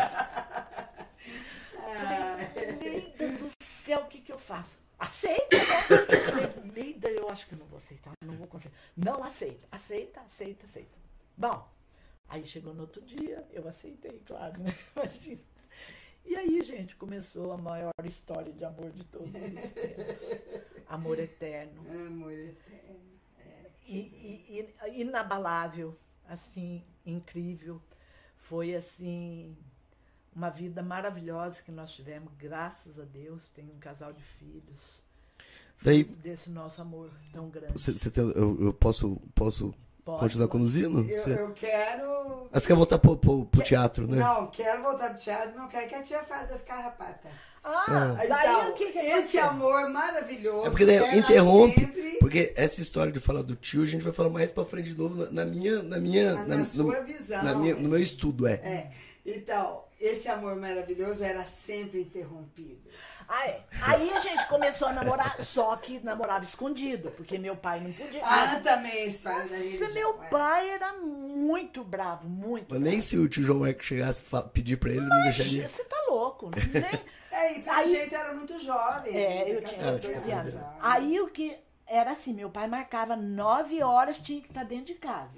Falei, Leida do céu, o que eu faço? Aceita, né? Falei, Leida, eu acho que eu não vou aceitar, não vou confiar. Não, aceita. Bom, aí chegou no outro dia, eu aceitei, claro, né? Imagina. E aí, gente, começou a maior história de amor de todos os tempos. Amor eterno. Amor eterno. E inabalável, assim, incrível. Foi, assim, uma vida maravilhosa que nós tivemos, graças a Deus. Tem um casal de filhos. Daí, desse nosso amor tão grande. Eu posso continuar conduzindo? Eu quero... Você quer voltar pro teatro, né? Não, quero voltar pro teatro, não quero que a tia fale das carrapatas. Daí então, o que esse amor maravilhoso. É porque daí interrompe, sempre... porque essa história de falar do tio, a gente vai falar mais pra frente de novo na sua visão. No meu estudo, Então, esse amor maravilhoso era sempre interrompido. Aí a gente começou a namorar, só que namorava escondido, porque meu pai não podia. Também a história da religião. Meu pai era muito bravo, muito bravo. Nem se o tio João Marcos chegasse pedir pra ele, não deixaria. Você tá louco, nem... E pelo jeito era muito jovem. Eu tinha 14 anos. Aí o que era assim, meu pai marcava 9 horas, tinha que estar dentro de casa.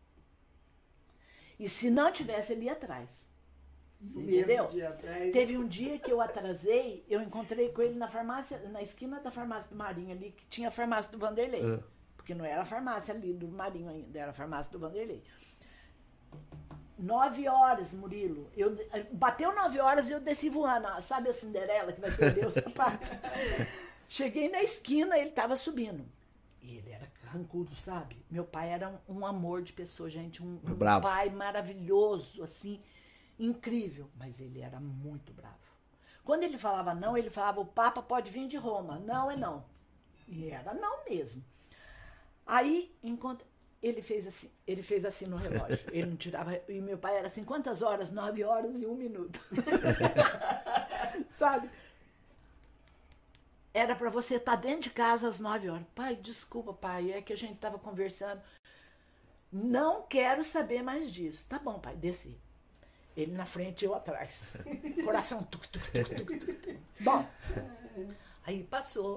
E se não tivesse, ele ia atrás. Entendeu? Teve um dia que eu atrasei, eu encontrei com ele na farmácia, na esquina da farmácia do Marinho ali, que tinha a farmácia do Vanderlei. Porque não era a farmácia ali do Marinho ainda, era a farmácia do Vanderlei. 9 horas, Murilo. Bateu 9 horas e eu desci voando. Sabe a Cinderela que vai perder o sapato? Cheguei na esquina, ele estava subindo. E ele era carrancudo, sabe? Meu pai era um amor de pessoa, gente. Um pai maravilhoso, assim, incrível. Mas ele era muito bravo. Quando ele falava não, ele falava, o Papa pode vir de Roma. Não é não. E era não mesmo. Aí, enquanto... Ele fez assim no relógio. Ele não tirava. E meu pai era assim, quantas horas? 9 horas e 1 minuto. Sabe? Era para você estar dentro de casa às 9 horas. Pai, desculpa, pai, é que a gente estava conversando. Não quero saber mais disso. Tá bom, pai, desci. Ele na frente, eu atrás. Coração tuc, tuc, tuc, tuc, tuc. Bom, aí passou.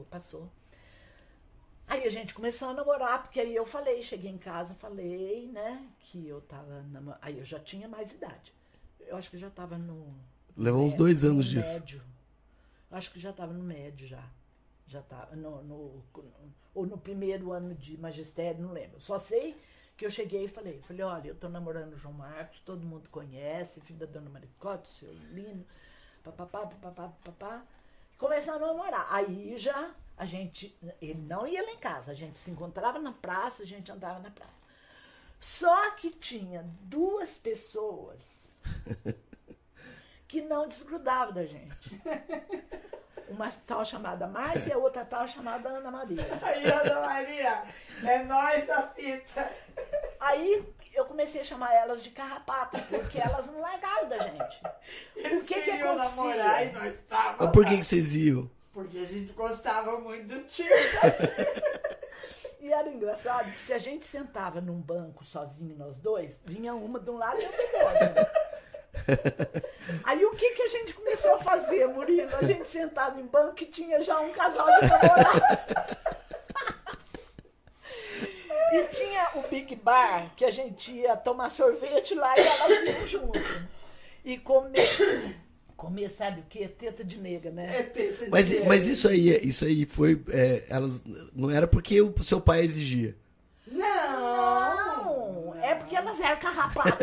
Aí a gente começou a namorar, porque aí eu cheguei em casa, falei, né, que eu tava aí eu já tinha mais idade. Eu acho que já tava no... Levou uns 2 anos disso. Médio. Acho que já tava no médio já. Já tava ou no primeiro ano de magistério, não lembro. Só sei que eu cheguei e falei, olha, eu tô namorando o João Marcos, todo mundo conhece, filho da dona Maricote, seu Lino, papapá. Começamos a namorar. Aí já... ele não ia lá em casa, a gente se encontrava na praça, a gente andava na praça. Só que tinha 2 pessoas que não desgrudavam da gente. Uma tal chamada Márcia e a outra tal chamada Ana Maria. Aí, Ana Maria, é nós a fita. Aí eu comecei a chamar elas de carrapata, porque elas não largaram da gente. Eles o que queriam namorar e nós estávamos. Mas por que vocês iam? Porque a gente gostava muito do tio. E era engraçado que se a gente sentava num banco sozinho, nós dois, vinha uma de um lado e outra do outro. Aí o que a gente começou a fazer, Murilo? A gente sentava em banco e tinha já um casal de namorados. E tinha o Big Bar, que a gente ia tomar sorvete lá e elas iam junto. E comer, sabe o quê? Teta de nega, né? Teta de nega. Mas isso aí foi... elas não era porque o seu pai exigia. Não! zero carrapato.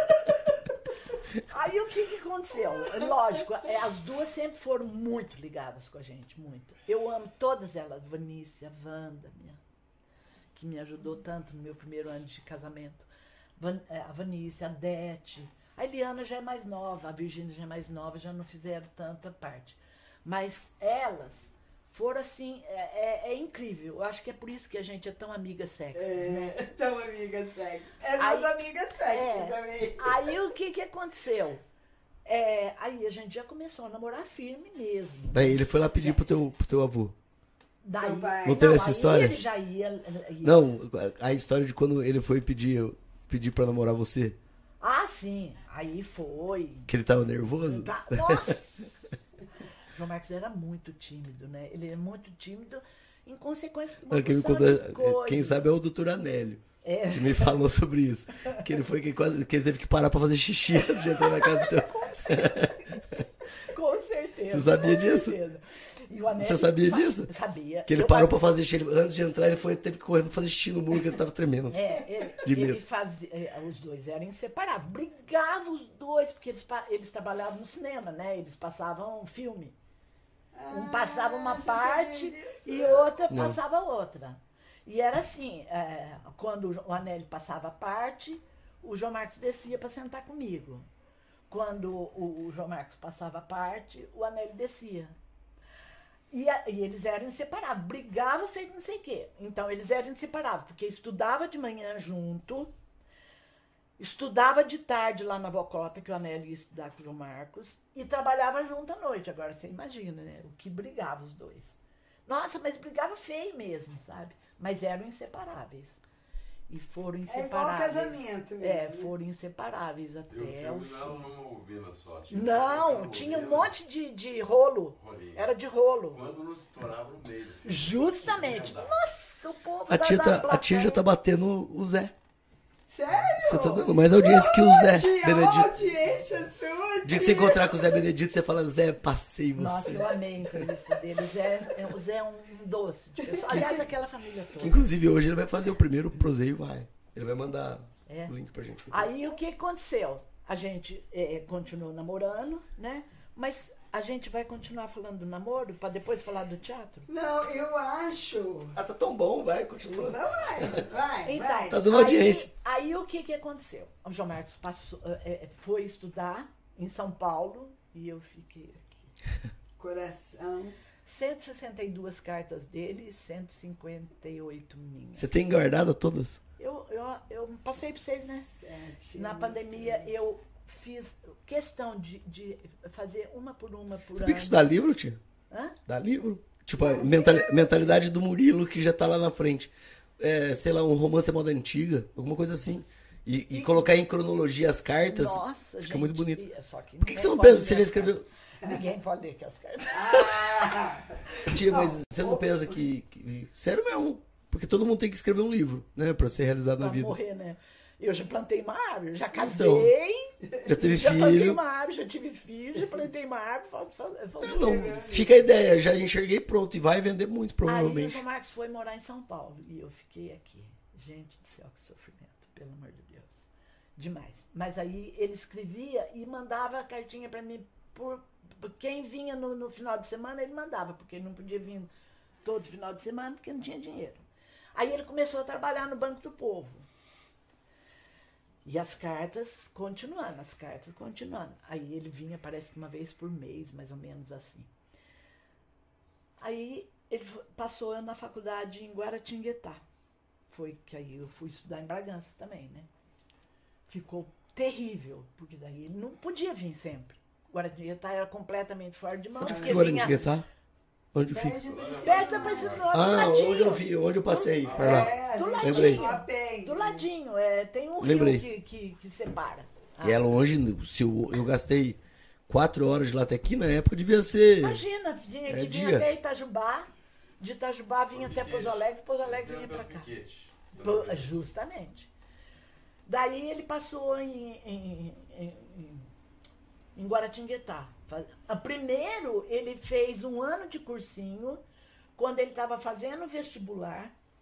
Aí o que aconteceu? Lógico, as duas sempre foram muito ligadas com a gente, muito. Eu amo todas elas, Vanícia, Wanda, que me ajudou tanto no meu primeiro ano de casamento. A Vanícia, a Dete. A Eliana já é mais nova, a Virgínia já é mais nova, já não fizeram tanta parte. Mas elas foram assim, é incrível. Eu acho que é por isso que a gente é tão amiga sexy, né? Tão amiga sexy. Nossa amiga sexy também. Aí o que aconteceu? Aí a gente já começou a namorar firme mesmo. Daí ele foi lá pedir pro teu avô. Daí, não teve essa história? Ele já ia. Não, a história de quando ele foi pedir pra namorar você. Ah, sim. Aí foi. Que ele tava nervoso? Nossa! João Marcos era muito tímido, né? Ele é muito tímido, em consequência de uma coisa. Quem sabe é o doutor Anélio. Que me falou sobre isso. Que ele foi que ele teve que parar pra fazer xixi antes de entrar na casa do teu. Com certeza. Você sabia disso? Você sabia disso? Sabia. Que ele parou pra fazer xixi. Antes de entrar, teve que correr pra fazer xixi no muro, que ele tava tremendo. Ele fazia. Os dois eram inseparáveis. Brigavam os dois, porque eles trabalhavam no cinema, né? Eles passavam um filme. Um passava uma parte e outra passava outra. E era assim, quando o Anélio passava a parte, o João Marcos descia para sentar comigo. Quando o João Marcos passava a parte, o Anélio descia. E eles eram inseparáveis, brigavam feito não sei o quê. Então eles eram inseparáveis, porque estudava de manhã junto, estudava de tarde lá na Vocota, que o Anélio ia estudar com o João Marcos, e trabalhava junto à noite. Agora você imagina, né? O que brigava os dois. Nossa, mas brigava feio mesmo, sabe? Mas eram inseparáveis. E foram inseparáveis. É igual casamento mesmo. Foram inseparáveis até o fim. Não uma bobina só. Não, tinha um monte de rolo. Rolinho. Era de rolo. Quando não estourava no meio. Justamente. Nossa, o povo A tia já tá batendo o Zé. Sério? Você tá dando mais audiência que o Zé Benedito. Audiência sua. O dia que você encontrar com o Zé Benedito, você fala, Zé, passei você. Nossa, eu amei a entrevista dele. O Zé é um doce de pessoa. Aliás, aquela família toda. Inclusive, hoje ele vai fazer o primeiro proseio, vai. Ele vai mandar o link pra gente. Aí, o que aconteceu? A gente continuou namorando, né? Mas a gente vai continuar falando do namoro pra depois falar do teatro? Não, eu acho. Tá tão bom, vai, continua. Não, vai. Então, tá dando audiência. Aí o que aconteceu? O João Marcos foi estudar em São Paulo e eu fiquei aqui. Coração. 162 cartas dele e 158 minhas. Você tem guardado todas? Eu passei pra vocês, né? 7. Na pandemia eu fiz questão de fazer uma por ano. Você tem que estudar livro, tia? Hã? Dá livro? Tipo, a mentalidade do Murilo que já tá lá na frente. Sei lá, um romance à moda antiga, alguma coisa assim. E colocar em cronologia as cartas. Nossa, fica muito bonito. Que Por que você não pensa? Você já escreveu. Ninguém pode ler aquelas cartas. Tia, mas você não pensa que. Sério mesmo. Porque todo mundo tem que escrever um livro, né? Pra ser realizado na vida. Pra morrer, né? Eu já plantei uma árvore, já casei. Então, já teve já filho. Já plantei uma árvore, já tive filho, já plantei uma árvore. Não, fica a ideia, já enxerguei pronto. E vai vender muito, provavelmente. Aí o João Marcos foi morar em São Paulo. E eu fiquei aqui. Gente do céu, que sofrimento, pelo amor de Deus. Demais. Mas aí ele escrevia e mandava a cartinha pra mim. Por quem vinha no final de semana, ele mandava. Porque ele não podia vir todo final de semana, porque não tinha dinheiro. Aí ele começou a trabalhar no Banco do Povo. E as cartas continuando. Aí ele vinha, parece que uma vez por mês, mais ou menos assim. Aí ele passou na faculdade em Guaratinguetá. Foi que aí eu fui estudar em Bragança também, né? Ficou terrível, porque daí ele não podia vir sempre. Guaratinguetá era completamente fora de mão. Onde fica Guaratinguetá? Onde fica? Perto da Aparecida do Norte, do ladinho. Onde eu passei. Do ladinho. Lembrei. Do ladinho. Tem um Lembrei. rio que separa. E é longe, se eu gastei 4 horas de lá até aqui, na época devia ser... Imagina, vinha até Itajubá, de Itajubá vinha até Pouso Alegre, Pouso Alegre vinha pra cá. Justamente. Daí ele passou em Guaratinguetá. Primeiro, ele fez um ano de cursinho, quando ele estava fazendo vestibular,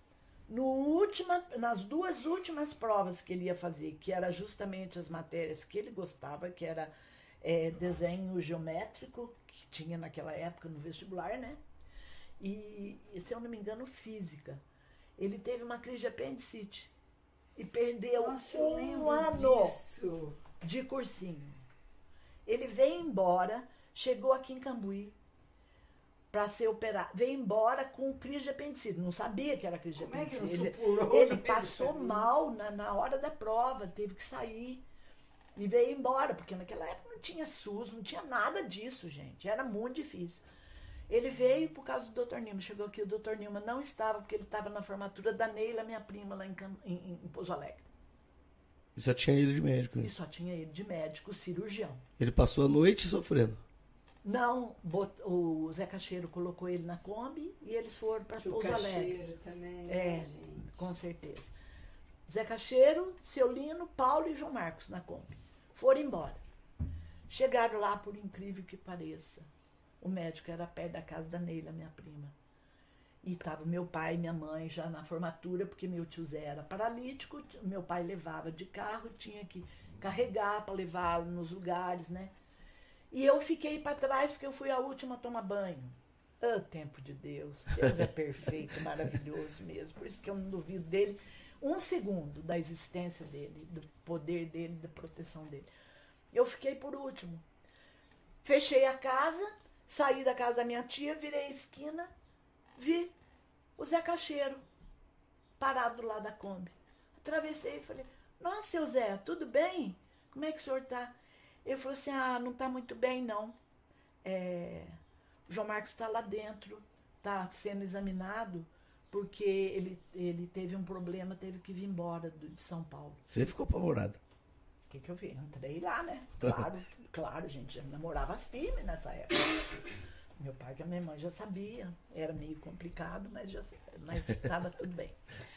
Nas 2 últimas provas que ele ia fazer, que era justamente as matérias que ele gostava, que era desenho geométrico, que tinha naquela época no vestibular, né? E, se eu não me engano, física. Ele teve uma crise de apendicite e perdeu um ano de cursinho. Ele veio embora, chegou aqui em Cambuí para ser operado. Veio embora com crise de apendicite. Não sabia que era crise de apendicite. Ele passou mal na hora da prova, teve que sair e veio embora, porque naquela época não tinha SUS, não tinha nada disso, gente. Era muito difícil. Ele veio por causa do Dr. Nilma. Chegou aqui, o Dr. Nilma não estava, porque ele estava na formatura da Neila, minha prima, lá em Pouso Alegre. E só tinha ele de médico, né? E só tinha ele de médico, cirurgião. Ele passou a noite sofrendo. Não, o Zé Cacheiro colocou ele na Kombi e eles foram para Pouso Alegre. Cacheiro também, gente. Com certeza. Zé Cacheiro, Seu Lino, Paulo e João Marcos na Kombi. Foram embora. Chegaram lá, por incrível que pareça. O médico era perto da casa da Neila, minha prima. E estava meu pai e minha mãe já na formatura, porque meu tio Zé era paralítico, meu pai levava de carro, tinha que carregar para levá-lo nos lugares, né? E eu fiquei para trás, porque eu fui a última a tomar banho. Tempo de Deus. Deus é perfeito, maravilhoso mesmo. Por isso que eu não duvido dele um segundo da existência dele, do poder dele, da proteção dele. Eu fiquei por último. Fechei a casa, saí da casa da minha tia, virei a esquina, vi o Zé Cacheiro parado lá da Kombi. Atravessei e falei, nossa, seu Zé, tudo bem? Como é que o senhor tá? Ele falou assim, não tá muito bem, não. O João Marcos está lá dentro, tá sendo examinado, porque ele teve um problema, teve que vir embora de São Paulo. Você ficou apavorada? O que eu fiz? Entrei lá, né? Claro, gente, já namorava firme nessa época. Meu pai e a minha mãe já sabia, era meio complicado, mas estava tudo bem.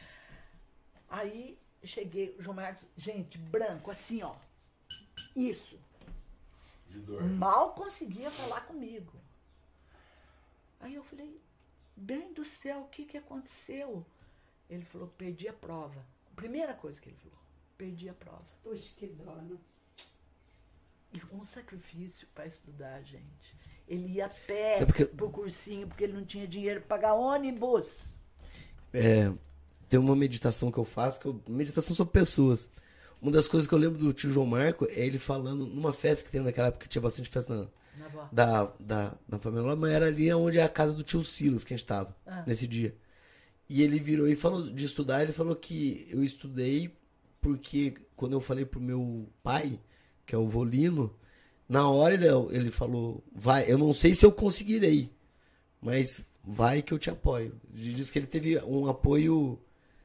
Aí cheguei, o João Marcos, gente, branco, assim, ó. Isso. De dor. Mal conseguia falar comigo. Aí eu falei, bem do céu, o que aconteceu? Ele falou, perdi a prova. Primeira coisa que ele falou, perdi a prova. Puxa, que dó, né? E um sacrifício para estudar, gente. Ele ia a pé pro cursinho, porque ele não tinha dinheiro para pagar ônibus. Tem uma meditação que eu faço, meditação sobre pessoas. Uma das coisas que eu lembro do tio João Marco é ele falando numa festa que tem naquela época, que tinha bastante festa da família lá, mas era ali onde é a casa do tio Silas que a gente tava, nesse dia. E ele virou e falou de estudar, ele falou que eu estudei porque quando eu falei pro meu pai, que é o Volino, na hora ele falou, vai, eu não sei se eu conseguirei, mas vai que eu te apoio. Ele disse que ele teve um apoio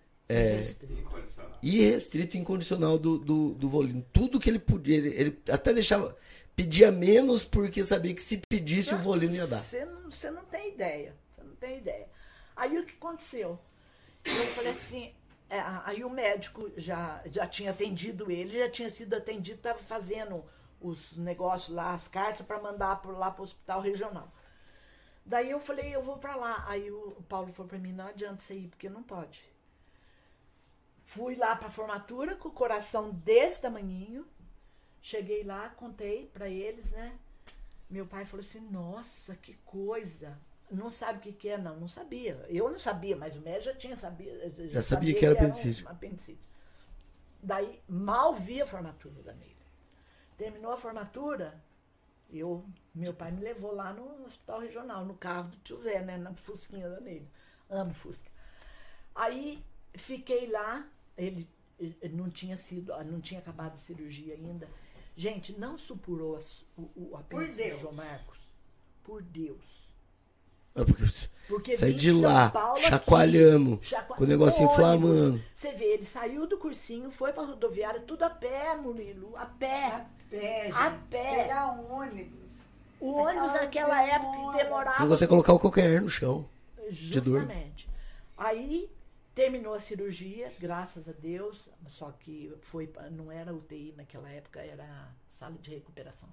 irrestrito e incondicional do Volino. Tudo que ele podia, ele até pedia menos porque sabia que se pedisse o Volino ia dar. Você não tem ideia, Aí o que aconteceu? Eu falei assim, aí o médico já tinha atendido ele, já tinha sido atendido, estava fazendo os negócios lá, as cartas para mandar lá para o hospital regional. Daí eu falei, eu vou para lá. Aí o Paulo falou para mim, não adianta você ir, porque não pode. Fui lá para a formatura com o coração desse tamanhinho. Cheguei lá, contei para eles, né? Meu pai falou assim, nossa, que coisa. Não sabe o que é, não. Não sabia. Eu não sabia, mas o médico já sabia que era apendicite. Apendicite. Daí, mal vi a formatura da Neila. Terminou a formatura, meu pai me levou lá no hospital regional, no carro do tio Zé, né? Na Fusquinha da Neila. Amo Fusca. Aí, fiquei lá. Ele não tinha acabado a cirurgia ainda. Gente, não supurou o apêndice do João Marcos. Por Deus. Porque sai de lá, chacoalhando, com o negócio inflamando. Você vê, ele saiu do cursinho, foi pra rodoviária, tudo a pé, Murilo, a pé. A pé. Pegar ônibus. O ônibus naquela época demorava. Se você colocar o calcanhar no chão. Justamente. Aí terminou a cirurgia, graças a Deus, só que não era UTI naquela época, era sala de recuperação.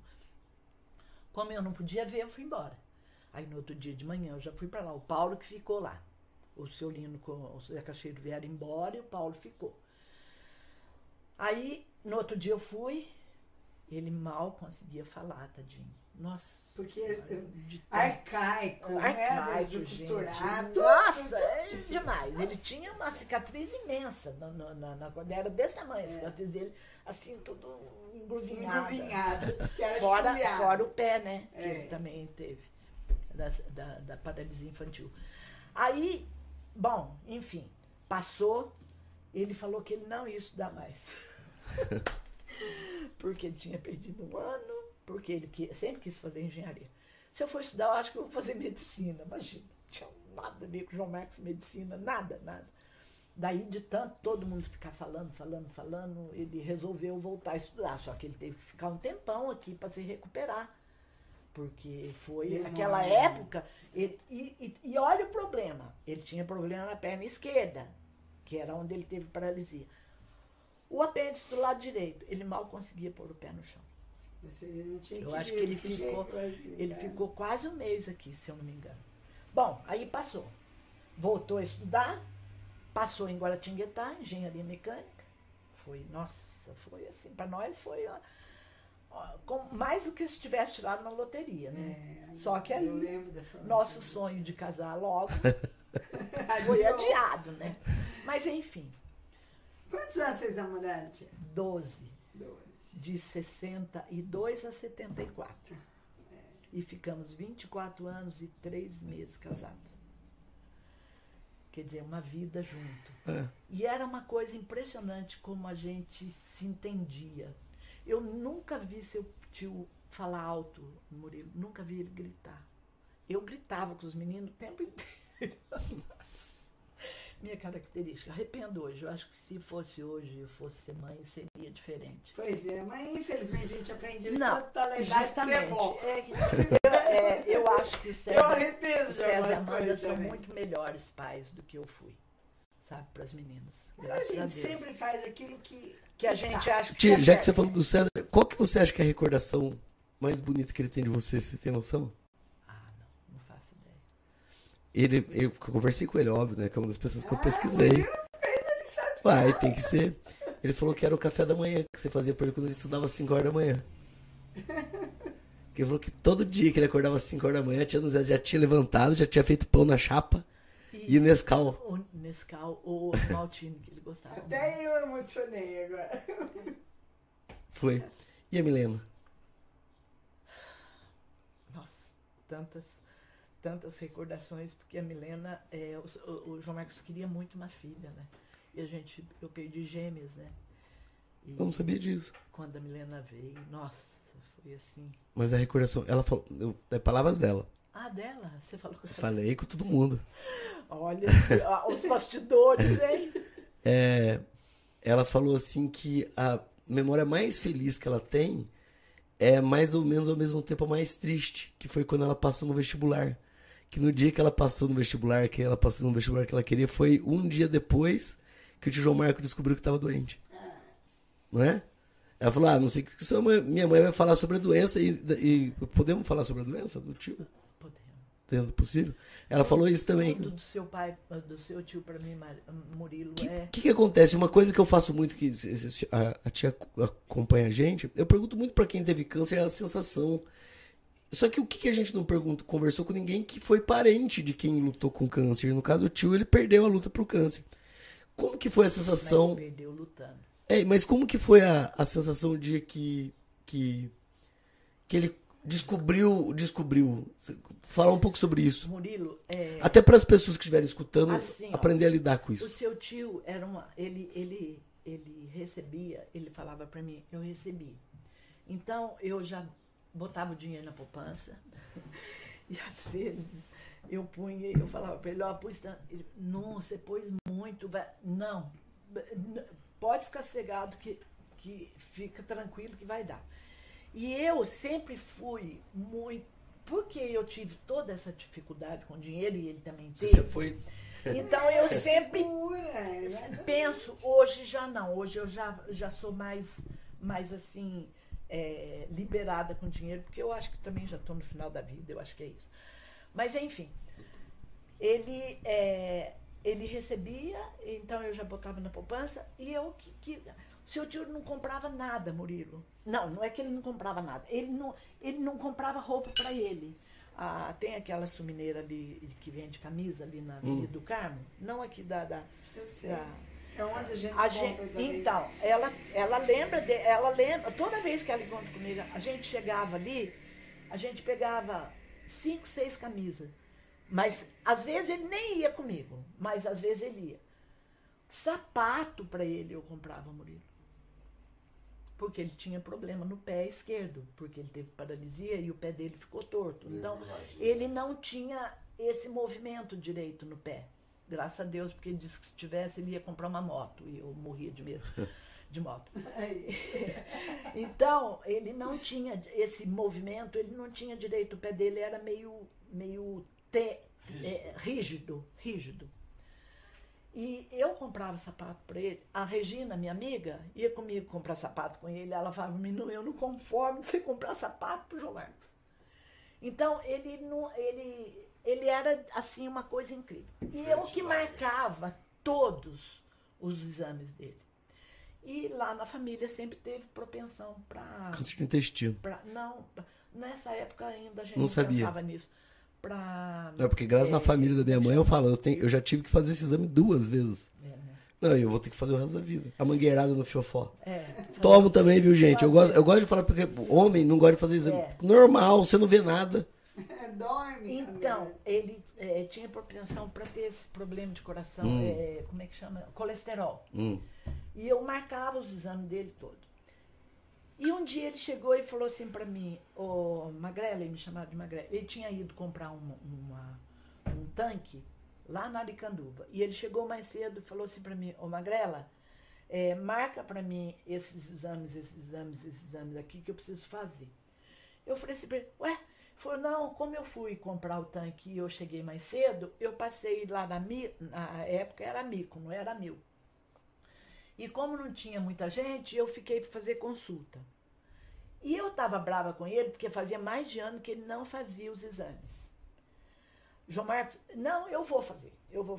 Como eu não podia ver, eu fui embora. Aí no outro dia de manhã eu já fui para lá, o Paulo que ficou lá. o seu Lino com o Zé Cacheiro vieram embora e o Paulo ficou. Aí, no outro dia eu fui, ele mal conseguia falar, tadinho. Nossa. Porque arcaico, né? De costurar. Nossa, é demais. Ele tinha uma cicatriz imensa. Era desse tamanho a cicatriz dele, assim, tudo engruvinhado. Fora o pé, né? Que ele também teve, da paralisia infantil. Aí, bom, enfim, passou. Ele falou que ele não ia estudar mais. Porque ele tinha perdido um ano, porque ele sempre quis fazer engenharia. Se eu for estudar, eu acho que eu vou fazer medicina. Imagina, não tinha nada a ver com o João Marcos Medicina, nada. Daí, de tanto todo mundo ficar falando, ele resolveu voltar a estudar. Só que ele teve que ficar um tempão aqui para se recuperar. Porque foi aquela época. E olha o problema. Ele tinha problema na perna esquerda, que era onde ele teve paralisia. O apêndice do lado direito, ele mal conseguia pôr o pé no chão. Eu acho que ele ficou quase um mês aqui, se eu não me engano. Bom, aí passou. Voltou a estudar, passou em Guaratinguetá, engenharia mecânica. Foi assim, para nós foi mais do que se tivesse tirado na loteria, né? Só que aí, nosso sonho de casar logo foi adiado, né? Mas enfim. Quantos anos vocês namoraram, tia? 12. De 62 a 74. E ficamos 24 anos e 3 meses casados. Quer dizer, uma vida junto. E era uma coisa impressionante como a gente se entendia. Eu nunca vi seu tio falar alto, Murilo. Nunca vi ele gritar. Eu gritava com os meninos o tempo inteiro. Minha característica. Arrependo hoje. Eu acho que se fosse hoje, eu fosse ser mãe, seria diferente. Pois é, mas infelizmente a gente aprende isso não, quando tá legal de ser bom. Eu acho que o César e a Amanda são muito melhores pais do que eu fui. Sabe, para as meninas. Graças a Deus. Sempre faz aquilo que a gente acha que Tia, já que você falou do César, qual que você acha que é a recordação mais bonita que ele tem de você? Você tem noção? Não faço ideia. Eu conversei com ele, óbvio, né? Que é uma das pessoas que eu pesquisei. Tem que ser. Ele falou que era o café da manhã que você fazia pra ele quando ele estudava às 5 horas da manhã. Ele falou que todo dia que ele acordava às 5 horas da manhã, a tia Nuzé já tinha levantado, já tinha feito pão na chapa e Nescau. O Nescau ou o Maltine, que ele gostava. Até eu emocionei agora. Foi. E a Milena? Nossa, tantas recordações, porque a Milena, o João Marcos queria muito uma filha, né? E eu perdi gêmeas, né? Eu não sabia disso. Quando a Milena veio, nossa, foi assim. Mas a recordação, ela falou, palavras dela. Dela? Você falou com ela? Falei com todo mundo. Olha, os bastidores, hein? Ela falou assim que a memória mais feliz que ela tem é mais ou menos ao mesmo tempo a mais triste, que foi quando ela passou no vestibular. Que no dia que ela passou no vestibular, que ela queria, foi um dia depois que o tio João Marco descobriu que estava doente. Não é? Ela falou, não sei o que minha mãe vai falar sobre a doença e podemos falar sobre a doença do tio? Podemos. Tendo possível. Ela falou isso também. Tudo do seu pai, do seu tio, para mim, Murilo, O que acontece? Uma coisa que eu faço muito, que a tia acompanha a gente, eu pergunto muito para quem teve câncer a sensação. Só que o que a gente não conversou com ninguém que foi parente de quem lutou com câncer. No caso, o tio, ele perdeu a luta pro câncer. Como que foi a sensação? Mas perdeu lutando. Mas como que foi a sensação o dia que ele descobriu? Falar um pouco sobre isso. Murilo, até para as pessoas que estiverem escutando, assim, aprender a lidar com isso. O seu tio era ele recebia, ele falava para mim, eu recebi. Então, eu já botava o dinheiro na poupança e às vezes eu falava para ele, pus tanto. Ele, não, você pôs muito, não, pode ficar cegado que fica tranquilo que vai dar. E eu sempre fui muito, porque eu tive toda essa dificuldade com dinheiro e ele também teve. Você foi... Então eu sempre penso, hoje já não, hoje eu já sou mais assim, liberada com dinheiro, porque eu acho que também já estou no final da vida, eu acho que é isso. Mas enfim, ele ele recebia, então eu já botava na poupança, e eu o seu tio não comprava nada, Murilo. Não é que ele não comprava nada. Ele não comprava roupa para ele. Tem aquela sumineira ali que vende camisa ali na Avenida do Carmo. Não aqui Eu sei. É onde a gente compra também. Então, ela lembra, toda vez que ela encontra comigo, a gente chegava ali, a gente pegava 5, 6 camisas. Mas, às vezes, ele nem ia comigo. Mas, às vezes, ele ia. Sapato para ele eu comprava, Murilo. Porque ele tinha problema no pé esquerdo. Porque ele teve paralisia e o pé dele ficou torto. Então, ele não tinha esse movimento direito no pé. Graças a Deus, porque ele disse que se tivesse, ele ia comprar uma moto. E eu morria de medo de moto. Então, ele não tinha esse movimento, ele não tinha direito. O pé dele era meio rígido. E eu comprava sapato para ele. A Regina, minha amiga, ia comigo comprar sapato com ele. Ela falava, menino, eu não conformo de você comprar sapato pro João Marcos. Então, ele era, assim, uma coisa incrível. E eu que marcava todos os exames dele. E lá na família sempre teve propensão para... Câncer de intestino. Não, nessa época ainda a gente não sabia. Pensava nisso. Não, porque graças à família da minha mãe, eu falo, eu já tive que fazer esse exame 2 vezes. Né? Não, eu vou ter que fazer o resto da vida. A mangueirada no fiofó. Tomo também, viu, gente? Eu gosto de falar, porque homem não gosta de fazer exame normal, você não vê nada. Dorme. Então, ele tinha propensão para ter esse problema de coração, como é que chama? Colesterol. E eu marcava os exames dele todo. E um dia ele chegou e falou assim para mim, Magrela, ele me chamava de Magrela, ele tinha ido comprar um tanque lá na Aricanduva. E ele chegou mais cedo e falou assim para mim, Magrela, marca para mim esses exames aqui que eu preciso fazer. Eu falei assim para ele, ué? Ele falou, não, como eu fui comprar o tanque e eu cheguei mais cedo, eu passei lá na época era Mico, não era Mil. E como não tinha muita gente, eu fiquei para fazer consulta. E eu estava brava com ele, porque fazia mais de ano que ele não fazia os exames. João Marcos, não, eu vou fazer.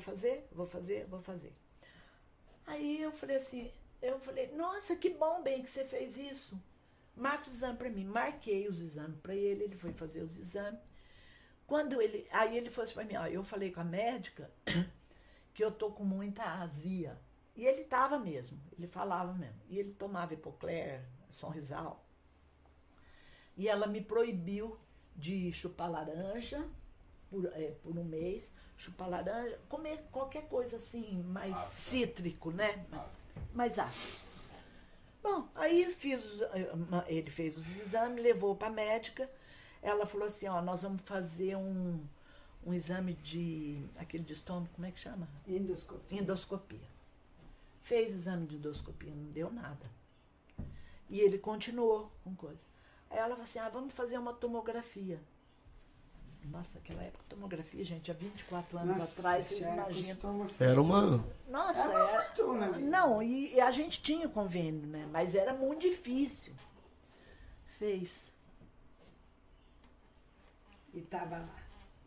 Aí eu falei, nossa, que bom, bem, que você fez isso. Marca os exames para mim. Marquei os exames para ele, ele foi fazer os exames. Aí ele falou assim para mim, eu falei com a médica que eu tô com muita azia. E ele estava mesmo, ele falava mesmo. E ele tomava Epocler, Sonrisal. E ela me proibiu de chupar laranja por um mês, chupar laranja, comer qualquer coisa assim, mais cítrico, né? Mais ácido. Bom, aí ele fez os exames, levou para a médica. Ela falou assim, nós vamos fazer um exame aquele de estômago, como é que chama? Endoscopia. Fez exame de endoscopia, não deu nada. E ele continuou com coisa. Aí ela falou assim, vamos fazer uma tomografia. Nossa, aquela época, tomografia, gente, há 24 anos atrás, vocês imaginam. Era uma... Nossa, era uma fortuna. Não, e a gente tinha convênio, né? Mas era muito difícil. Fez. E estava lá.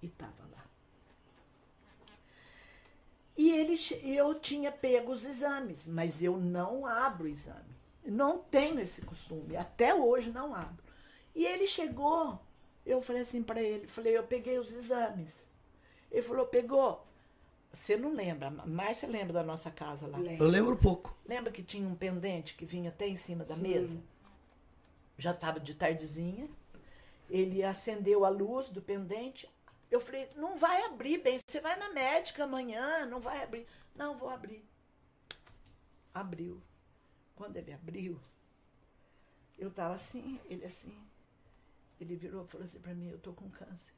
E eu tinha pego os exames, mas eu não abro o exame. Não tenho esse costume, até hoje não abro. E ele chegou, eu falei assim para ele, eu peguei os exames. Ele falou, pegou? Você não lembra, a Márcia lembra da nossa casa lá? Eu lembro pouco. Lembra que tinha um pendente que vinha até em cima da mesa? Já estava de tardezinha, ele acendeu a luz do pendente. Eu falei, não vai abrir, bem, você vai na médica amanhã, não vai abrir. Não, vou abrir. Abriu. Quando ele abriu, eu estava assim, ele assim. Ele virou e falou assim para mim, eu tô com câncer.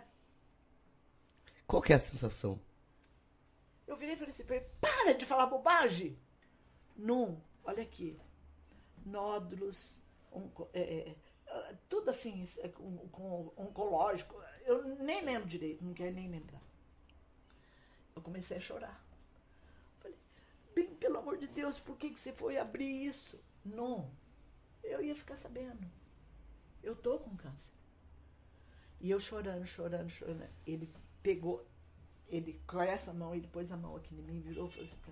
Qual que é a sensação? Eu virei e falei assim para ele, para de falar bobagem. Olha aqui, nódulos, tudo assim, oncológico. Eu nem lembro direito, não quero nem lembrar. Eu comecei a chorar. Falei, bem, pelo amor de Deus, por que você foi abrir isso? Não, eu ia ficar sabendo. Eu tô com câncer. E eu chorando. Ele pegou, ele com essa mão, ele pôs a mão aqui em mim, virou e falou assim pra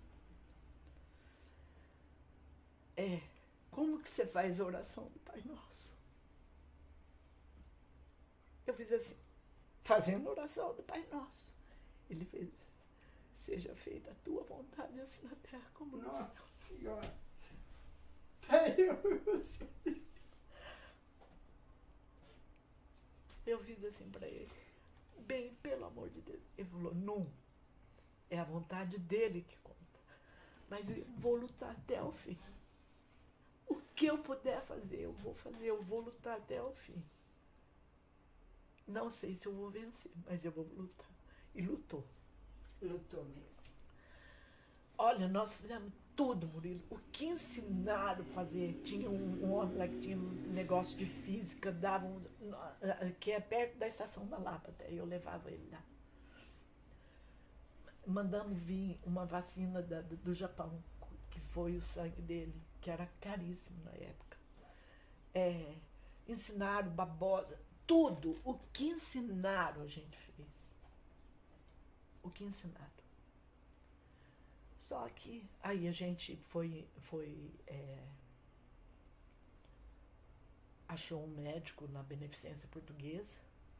mim, como que você faz a oração do Pai Nosso? Eu fiz assim, fazendo a oração do Pai Nosso. Ele fez, seja feita a tua vontade, assim na terra como no céu. Nossa Senhora. Eu fiz assim pra ele, bem, pelo amor de Deus. Ele falou, não, é a vontade dele que conta. Mas eu vou lutar até o fim. O que eu puder fazer, eu vou fazer, eu vou lutar até o fim. Não sei se eu vou vencer, mas eu vou lutar. E lutou. Lutou mesmo. Olha, nós fizemos tudo, Murilo. O que ensinaram a fazer? Tinha um homem lá que tinha um negócio de física, que é perto da estação da Lapa até, eu levava ele lá. Mandamos vir uma vacina do Japão, que foi o sangue dele, que era caríssimo na época. Ensinaram babosa, tudo. O que ensinaram a gente fez. O que ensinaram. Só que aí a gente achou um médico na Beneficência Portuguesa,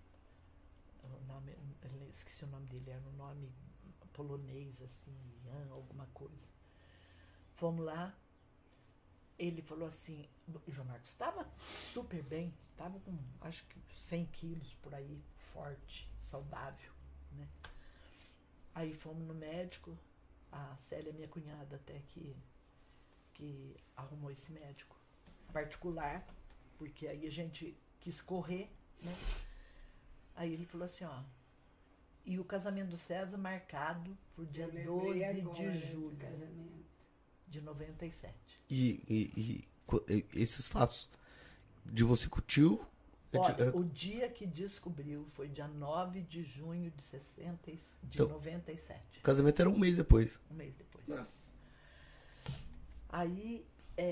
esqueci o nome dele, era um nome polonês, assim, alguma coisa. Fomos lá, ele falou assim, o João Marcos estava super bem, estava com acho que 100 quilos por aí, forte, saudável, né? Aí fomos no médico, a Célia, minha cunhada, até que arrumou esse médico particular, porque aí a gente quis correr, né? Aí ele falou assim, ó, e o casamento do César marcado pro dia 12 de julho de 97. E esses fatos de você com o tio... Olha, o dia que descobriu foi dia 9 de junho de 97. O casamento era um mês depois. Um mês depois. Nossa. Aí,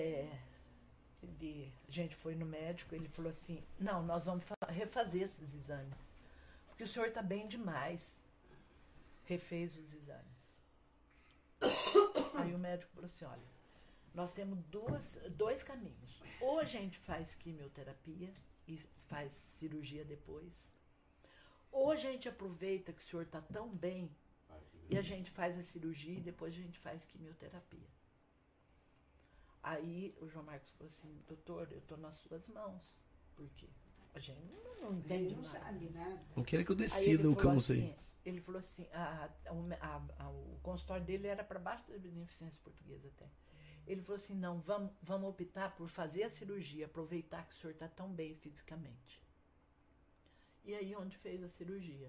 a gente foi no médico, ele falou assim, não, nós vamos refazer esses exames, porque o senhor está bem demais. Refez os exames. Aí o médico falou assim, olha, nós temos dois caminhos. Ou a gente faz quimioterapia e faz cirurgia depois, ou a gente aproveita que o senhor está tão bem e a gente faz a cirurgia e depois a gente faz quimioterapia. Aí o João Marcos falou assim, doutor, eu estou nas suas mãos, porque a gente não entende nada. Não sabe nada. Não queira que eu decida o que eu não sei. Ele falou assim, o consultório dele era para baixo da Beneficência Portuguesa até. Ele falou assim, não, vamos optar por fazer a cirurgia, aproveitar que o senhor está tão bem fisicamente. E aí onde fez a cirurgia.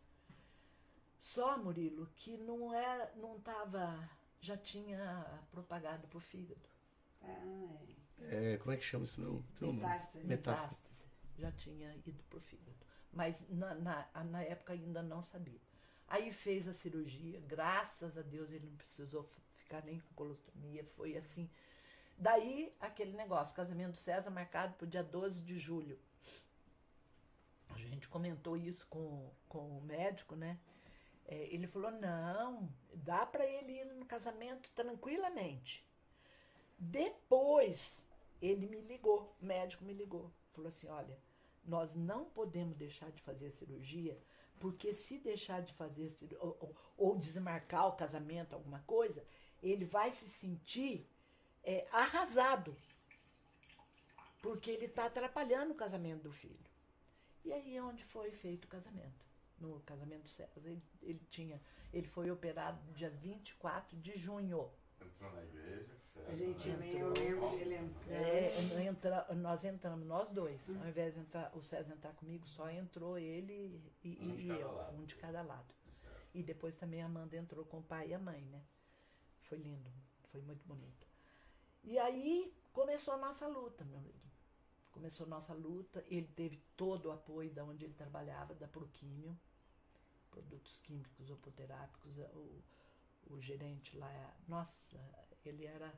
Só, Murilo, que não estava, já tinha propagado para o fígado. Como é que chama isso não? Metástase. Já tinha ido para o fígado. Mas na época ainda não sabia. Aí fez a cirurgia, graças a Deus ele não precisou ficar nem com colotomia, foi assim. Daí, aquele negócio, casamento do César marcado para o dia 12 de julho. A gente comentou isso com o médico, né? Ele falou, não, dá para ele ir no casamento tranquilamente. Depois, ele me ligou, o médico me ligou, falou assim, olha, nós não podemos deixar de fazer a cirurgia, porque se deixar de fazer ou desmarcar o casamento, alguma coisa, ele vai se sentir arrasado, porque ele está atrapalhando o casamento do filho. E aí onde foi feito o casamento? No casamento do César, ele foi operado no dia 24 de junho. Entrou na igreja, César, a gente eu lembro dele entrar. Nós entramos, nós dois. Ao invés de o César entrar comigo, só entrou ele e eu, um de cada lado. E depois também a Amanda entrou com o pai e a mãe, né? Foi lindo, foi muito bonito. E aí começou a nossa luta, meu amigo. Começou a nossa luta, ele teve todo o apoio da onde ele trabalhava, da Proquímio, produtos químicos opoterápicos, o gerente lá, nossa, ele era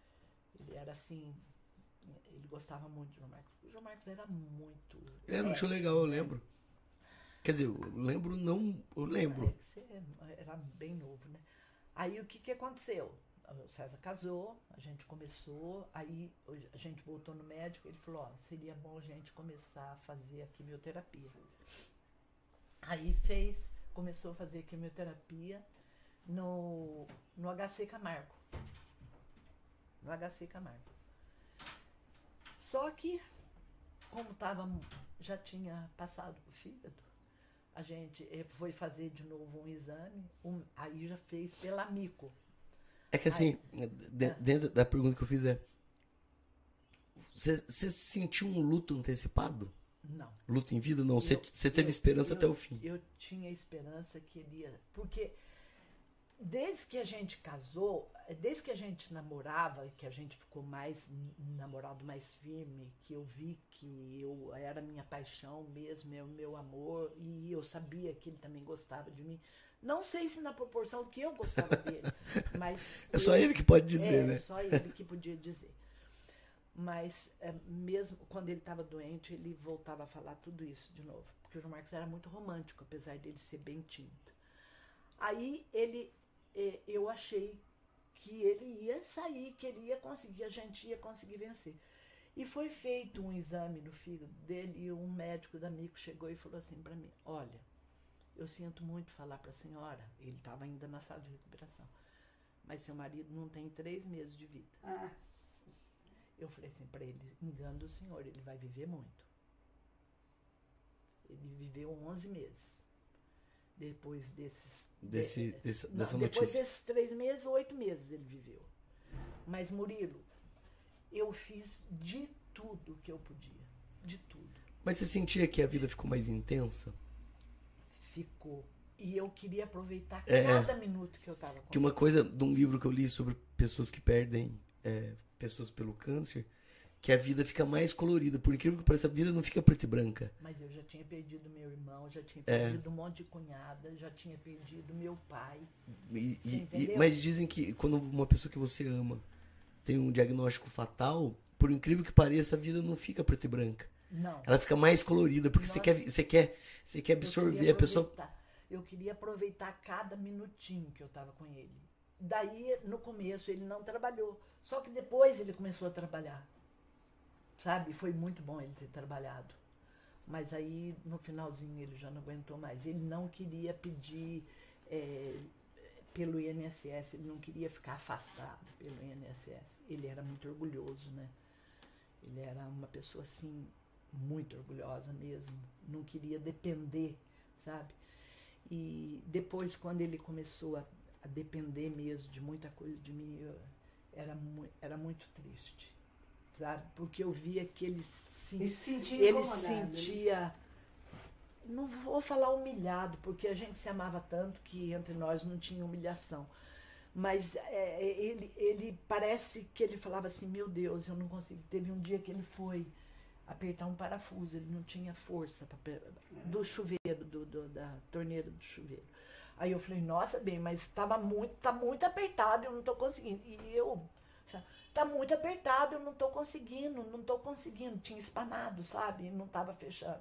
assim, ele gostava muito de João Marcos. O João Marcos era muito... Era um tio legal, eu lembro. Quer dizer, eu lembro, não... Eu lembro. Você era bem novo, né? Aí o que aconteceu? O César casou, a gente começou, aí a gente voltou no médico, ele falou, seria bom a gente começar a fazer a quimioterapia. Aí começou a fazer quimioterapia no HC Camargo. No HC Camargo. Só que, como já tinha passado o fígado, a gente foi fazer de novo um exame, aí já fez pela mico. É que assim, dentro da pergunta que eu fiz você sentiu um luto antecipado? Não. Luto em vida? Não, você teve esperança até o fim. Eu tinha esperança que ele ia... Porque desde que a gente casou, desde que a gente namorava, que a gente ficou namorado mais firme, que eu vi que eu era minha paixão mesmo, é o meu amor, e eu sabia que ele também gostava de mim. Não sei se na proporção que eu gostava dele, mas... É só ele que pode dizer, né? É só ele que podia dizer. Mas mesmo quando ele estava doente, ele voltava a falar tudo isso de novo. Porque o João Marcos era muito romântico, apesar dele ser bem tímido. Aí eu achei que ele ia sair, que ele ia conseguir, a gente ia conseguir vencer. E foi feito um exame no fígado dele e um médico da Mico chegou e falou assim para mim, olha, eu sinto muito falar para a senhora, ele estava ainda na sala de recuperação, mas seu marido não tem 3 meses de vida. Eu falei assim para ele, engano do senhor, ele vai viver muito. Ele viveu 11 meses. Depois dessa notícia. Depois desses 3 meses, 8 meses ele viveu. Mas, Murilo, eu fiz de tudo que eu podia. De tudo. Mas você sentia que a vida ficou mais intensa? Ficou. E eu queria aproveitar cada minuto que eu estava com que uma coisa de um livro que eu li sobre pessoas que perdem pessoas pelo câncer, que a vida fica mais colorida. Por incrível que pareça, a vida não fica preta e branca. Mas eu já tinha perdido meu irmão, já tinha perdido um monte de cunhada, já tinha perdido meu pai. Mas dizem que quando uma pessoa que você ama tem um diagnóstico fatal, por incrível que pareça, a vida não fica preta e branca. Não. Ela fica mais colorida, porque você quer absorver a pessoa. Eu queria aproveitar cada minutinho que eu estava com ele. Daí, no começo, ele não trabalhou. Só que depois ele começou a trabalhar. Sabe? Foi muito bom ele ter trabalhado. Mas aí, no finalzinho, ele já não aguentou mais. Ele não queria pedir pelo INSS, ele não queria ficar afastado pelo INSS. Ele era muito orgulhoso, né? Ele era uma pessoa, assim, muito orgulhosa mesmo. Não queria depender, sabe? E depois, quando ele começou a depender mesmo de muita coisa de mim, era muito triste, sabe? Porque eu via que ele se sentia, não vou falar humilhado, porque a gente se amava tanto que entre nós não tinha humilhação. Mas ele parece que ele falava assim, meu Deus, eu não consigo. Teve um dia que ele foi apertar um parafuso, ele não tinha força do chuveiro, da torneira do chuveiro. Aí eu falei, nossa, bem, mas tá muito apertado, eu não tô conseguindo. E tá muito apertado, eu não tô conseguindo. Tinha espanado, sabe? Não tava fechando.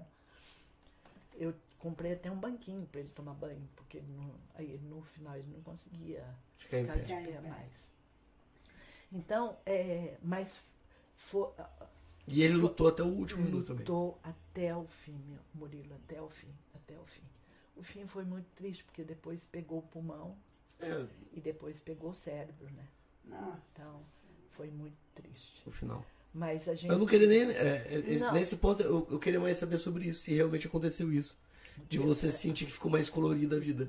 Eu comprei até um banquinho para ele tomar banho, porque aí no final ele não conseguia ficar de pé mais. Então, mas foi... E ele lutou até o último minuto também. Lutou até o fim, Murilo, até o fim. O fim foi muito triste, porque depois pegou o pulmão e depois pegou o cérebro, né? Nossa. Então, foi muito triste. O final. Mas a gente... Eu não queria nem... nesse ponto, eu queria mais saber sobre isso, se realmente aconteceu isso. De você sentir que ficou mais colorida a vida.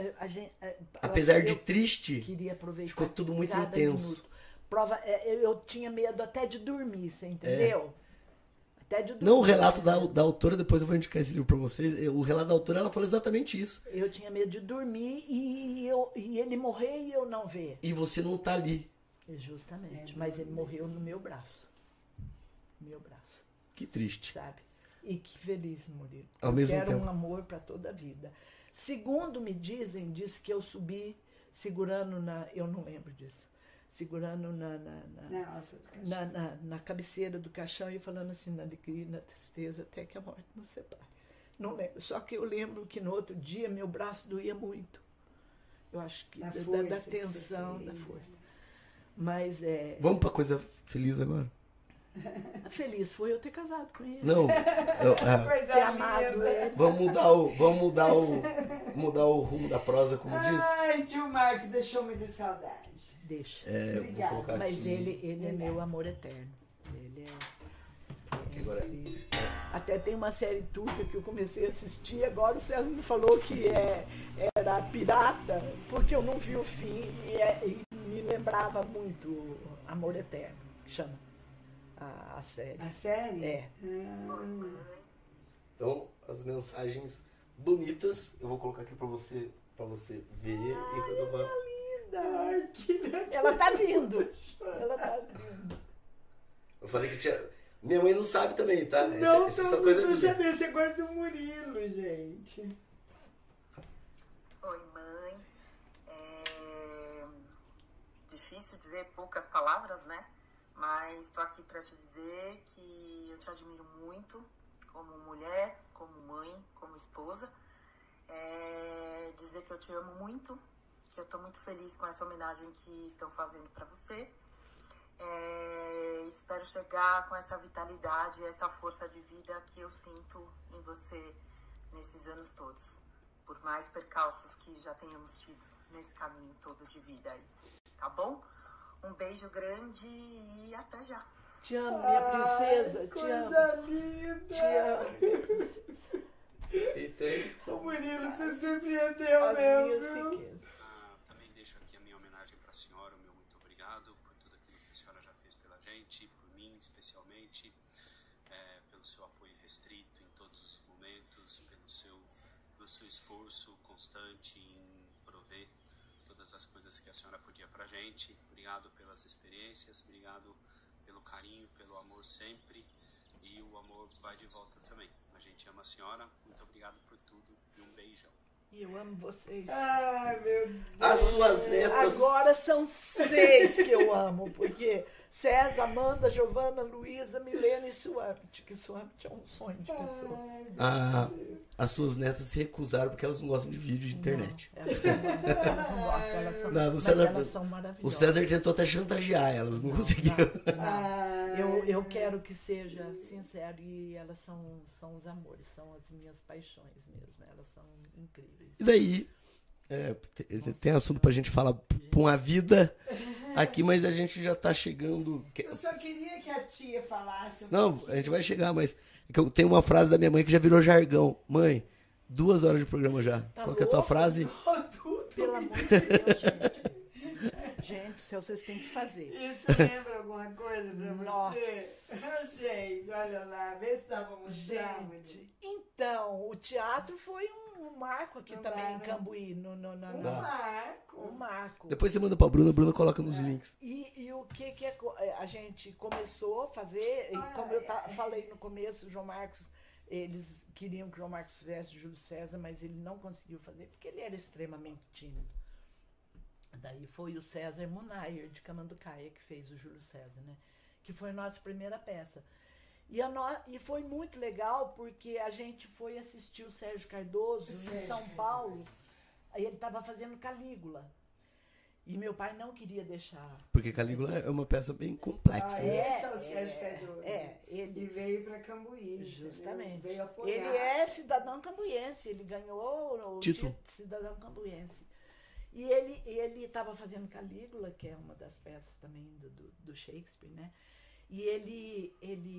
Apesar de triste, queria aproveitar, ficou tudo muito intenso. Eu tinha medo até de dormir, você entendeu? Até de dormir. Não, o relato da autora, depois eu vou indicar esse livro pra vocês. O relato da autora, ela fala exatamente isso. Eu tinha medo de dormir e ele morrer e eu não ver. E você não tá ali. Justamente, mas ele morreu no meu braço. Que triste. Sabe? E que feliz, Murilo. Ao mesmo tempo. Era um amor para toda a vida. Segundo me dizem, diz que eu subi segurando eu não lembro disso, segurando na cabeceira do caixão e falando assim, na alegria, na tristeza, até que a morte nos separe. Não lembro. Só que eu lembro que no outro dia meu braço doía muito. Eu acho que da tensão, da força. Mas Vamos pra coisa feliz agora? Feliz foi eu ter casado com ele. Não. Ter amado ele. Vamos mudar o rumo da prosa, como diz. Ai, tio Marcos deixou muita saudade. Deixa. Obrigada. Vou colocar Mas aqui. ele é meu amor eterno. Ele Agora, até tem uma série turca que eu comecei a assistir, agora o César me falou que era pirata, porque eu não vi o fim e me lembrava muito Amor Eterno, que chama a série. A série? É. Então, as mensagens bonitas, eu vou colocar aqui pra você ver. Enquanto eu vou... Linda! Ai, que legal. Ela tá vindo. Ela tá vindo. Eu falei que tinha... Minha mãe não sabe também, tá? Não, essa não coisa tô sabendo, você gosta do Murilo, gente. Oi, mãe. Difícil dizer poucas palavras, né? Mas estou aqui para te dizer que eu te admiro muito como mulher, como mãe, como esposa. Dizer que eu te amo muito, que eu estou muito feliz com essa homenagem que estão fazendo para você. Espero chegar com essa vitalidade, essa força de vida que eu sinto em você nesses anos todos. Por mais percalços que já tenhamos tido nesse caminho todo de vida aí. Tá bom? Um beijo grande e até já. Te amo, minha princesa. Te amo. Coisa linda. Te amo, minha princesa. E tem... O Murilo, você surpreendeu As mesmo, minhas viu? riquezas. Também deixo aqui a minha homenagem para a senhora, o meu muito obrigado por tudo aquilo que a senhora já fez pela gente, por mim especialmente, pelo seu apoio restrito em todos os momentos, pelo seu esforço constante em prover todas as coisas que a senhora podia pra gente. Obrigado pelas experiências, obrigado pelo carinho, pelo amor sempre, e o amor vai de volta também. A gente ama a senhora, muito obrigado por tudo e um beijão. E eu amo vocês. Ai, meu Deus. As suas netas... Agora são 6 que eu amo, porque César, Amanda, Giovana, Luísa, Milena e Suamte, que Suamte é um sonho de pessoa. As suas netas se recusaram porque elas não gostam de vídeo de internet. Não, elas não gostam, elas são, Não, mas César, elas são maravilhosas. o César tentou até chantagear, elas não conseguiram. Eu quero que seja sincero e elas são os amores, são as minhas paixões mesmo, elas são incríveis. E daí, tem assunto pra gente falar pra uma vida aqui, mas a gente já tá chegando... Eu só queria que a tia falasse. Não, a gente vai chegar, mas é que eu tenho uma frase da minha mãe que já virou jargão. Mãe, 2 horas de programa já. Tá Qual que é a tua frase? Pelo amor de Deus, gente. Gente, vocês têm que fazer. Isso lembra alguma coisa pra você? Nossa. Gente, olha lá, vê se dá pra mostrar. Gente, então, o teatro foi um marco aqui também em Cambuí. Um marco. Depois você manda pra Bruna, a Bruna coloca nos links. E o que a gente começou a fazer, e como eu falei no começo, o João Marcos, eles queriam que o João Marcos fizesse o Júlio César, mas ele não conseguiu fazer, porque ele era extremamente tímido. Daí foi o César Munayer, de Camanducaia, que fez o Júlio César, né? Que foi a nossa primeira peça. E foi muito legal, porque a gente foi assistir o Sérgio Cardoso em São Paulo. Aí ele estava fazendo Calígula. E meu pai não queria deixar. Porque Calígula é uma peça bem complexa. Esse é o Sérgio Cardoso. Ele E veio para Cambuí. Justamente. Veio apoiar. Ele é cidadão cambuiense. Ele ganhou o título de cidadão cambuiense. E ele estava fazendo Calígula, que é uma das peças também do Shakespeare, né? E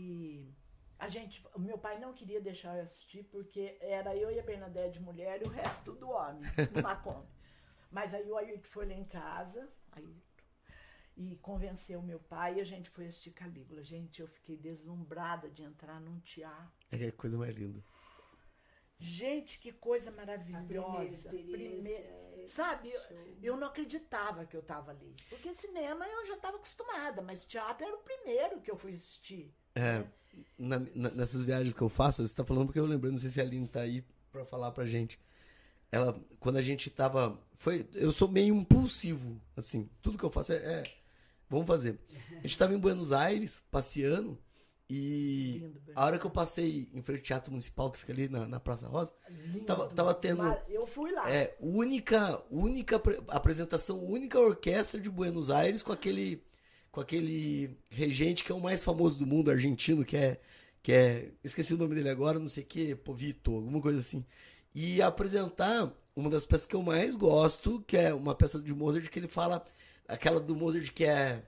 o meu pai não queria deixar eu assistir, porque era eu e a Bernadette mulher e o resto tudo homem, numa Kombi. Mas aí o Ayrton foi lá em casa, e convenceu meu pai, e a gente foi assistir Calígula. Gente, eu fiquei deslumbrada de entrar num teatro. É a coisa mais linda. Gente, que coisa maravilhosa. Sabe, eu não acreditava que eu estava ali. Porque cinema eu já estava acostumada, mas teatro era o primeiro que eu fui assistir. Nessas viagens que eu faço, você tá falando porque eu lembrei, não sei se a Aline tá aí pra falar pra gente. Quando a gente tava... eu sou meio impulsivo, assim. Tudo que eu faço vamos fazer. A gente tava em Buenos Aires, passeando, E lindo, a hora que eu passei em frente ao Teatro Municipal, que fica ali na Praça Rosa, tava tendo... Eu fui lá. Única apresentação, única orquestra de Buenos Aires com aquele regente que é o mais famoso do mundo, argentino, que é esqueci o nome dele agora, não sei o que, Povito, alguma coisa assim. E apresentar uma das peças que eu mais gosto, que é uma peça de Mozart, que ele fala, aquela do Mozart que é...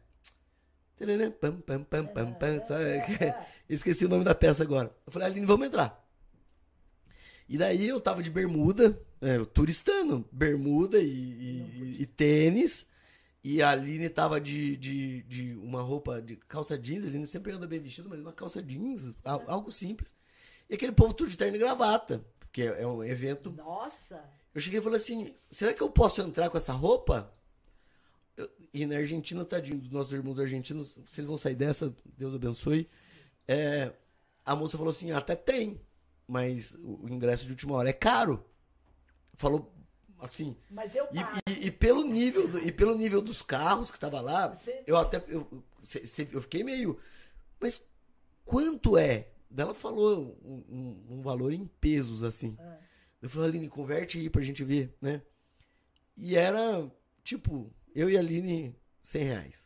Esqueci o nome da peça agora. Eu falei, Aline, vamos entrar. E daí eu tava de bermuda, turistando, bermuda e tênis. E a Aline tava de uma roupa de calça jeans. A Aline sempre anda bem vestida, mas uma calça jeans, algo simples. E aquele povo tudo de terno e gravata, porque é um evento. Nossa! Eu cheguei e falei assim, será que eu posso entrar com essa roupa? E na Argentina, tadinho, dos nossos irmãos argentinos, vocês vão sair dessa, Deus abençoe. A moça falou assim, até tem, mas o ingresso de última hora é caro. Falou assim. Mas eu e pelo nível dos carros que tava lá, eu fiquei meio, mas quanto é? Ela falou um valor em pesos, assim. Eu falei, Aline, converte aí pra gente ver, né? E era, tipo... Eu e a Aline, R$100.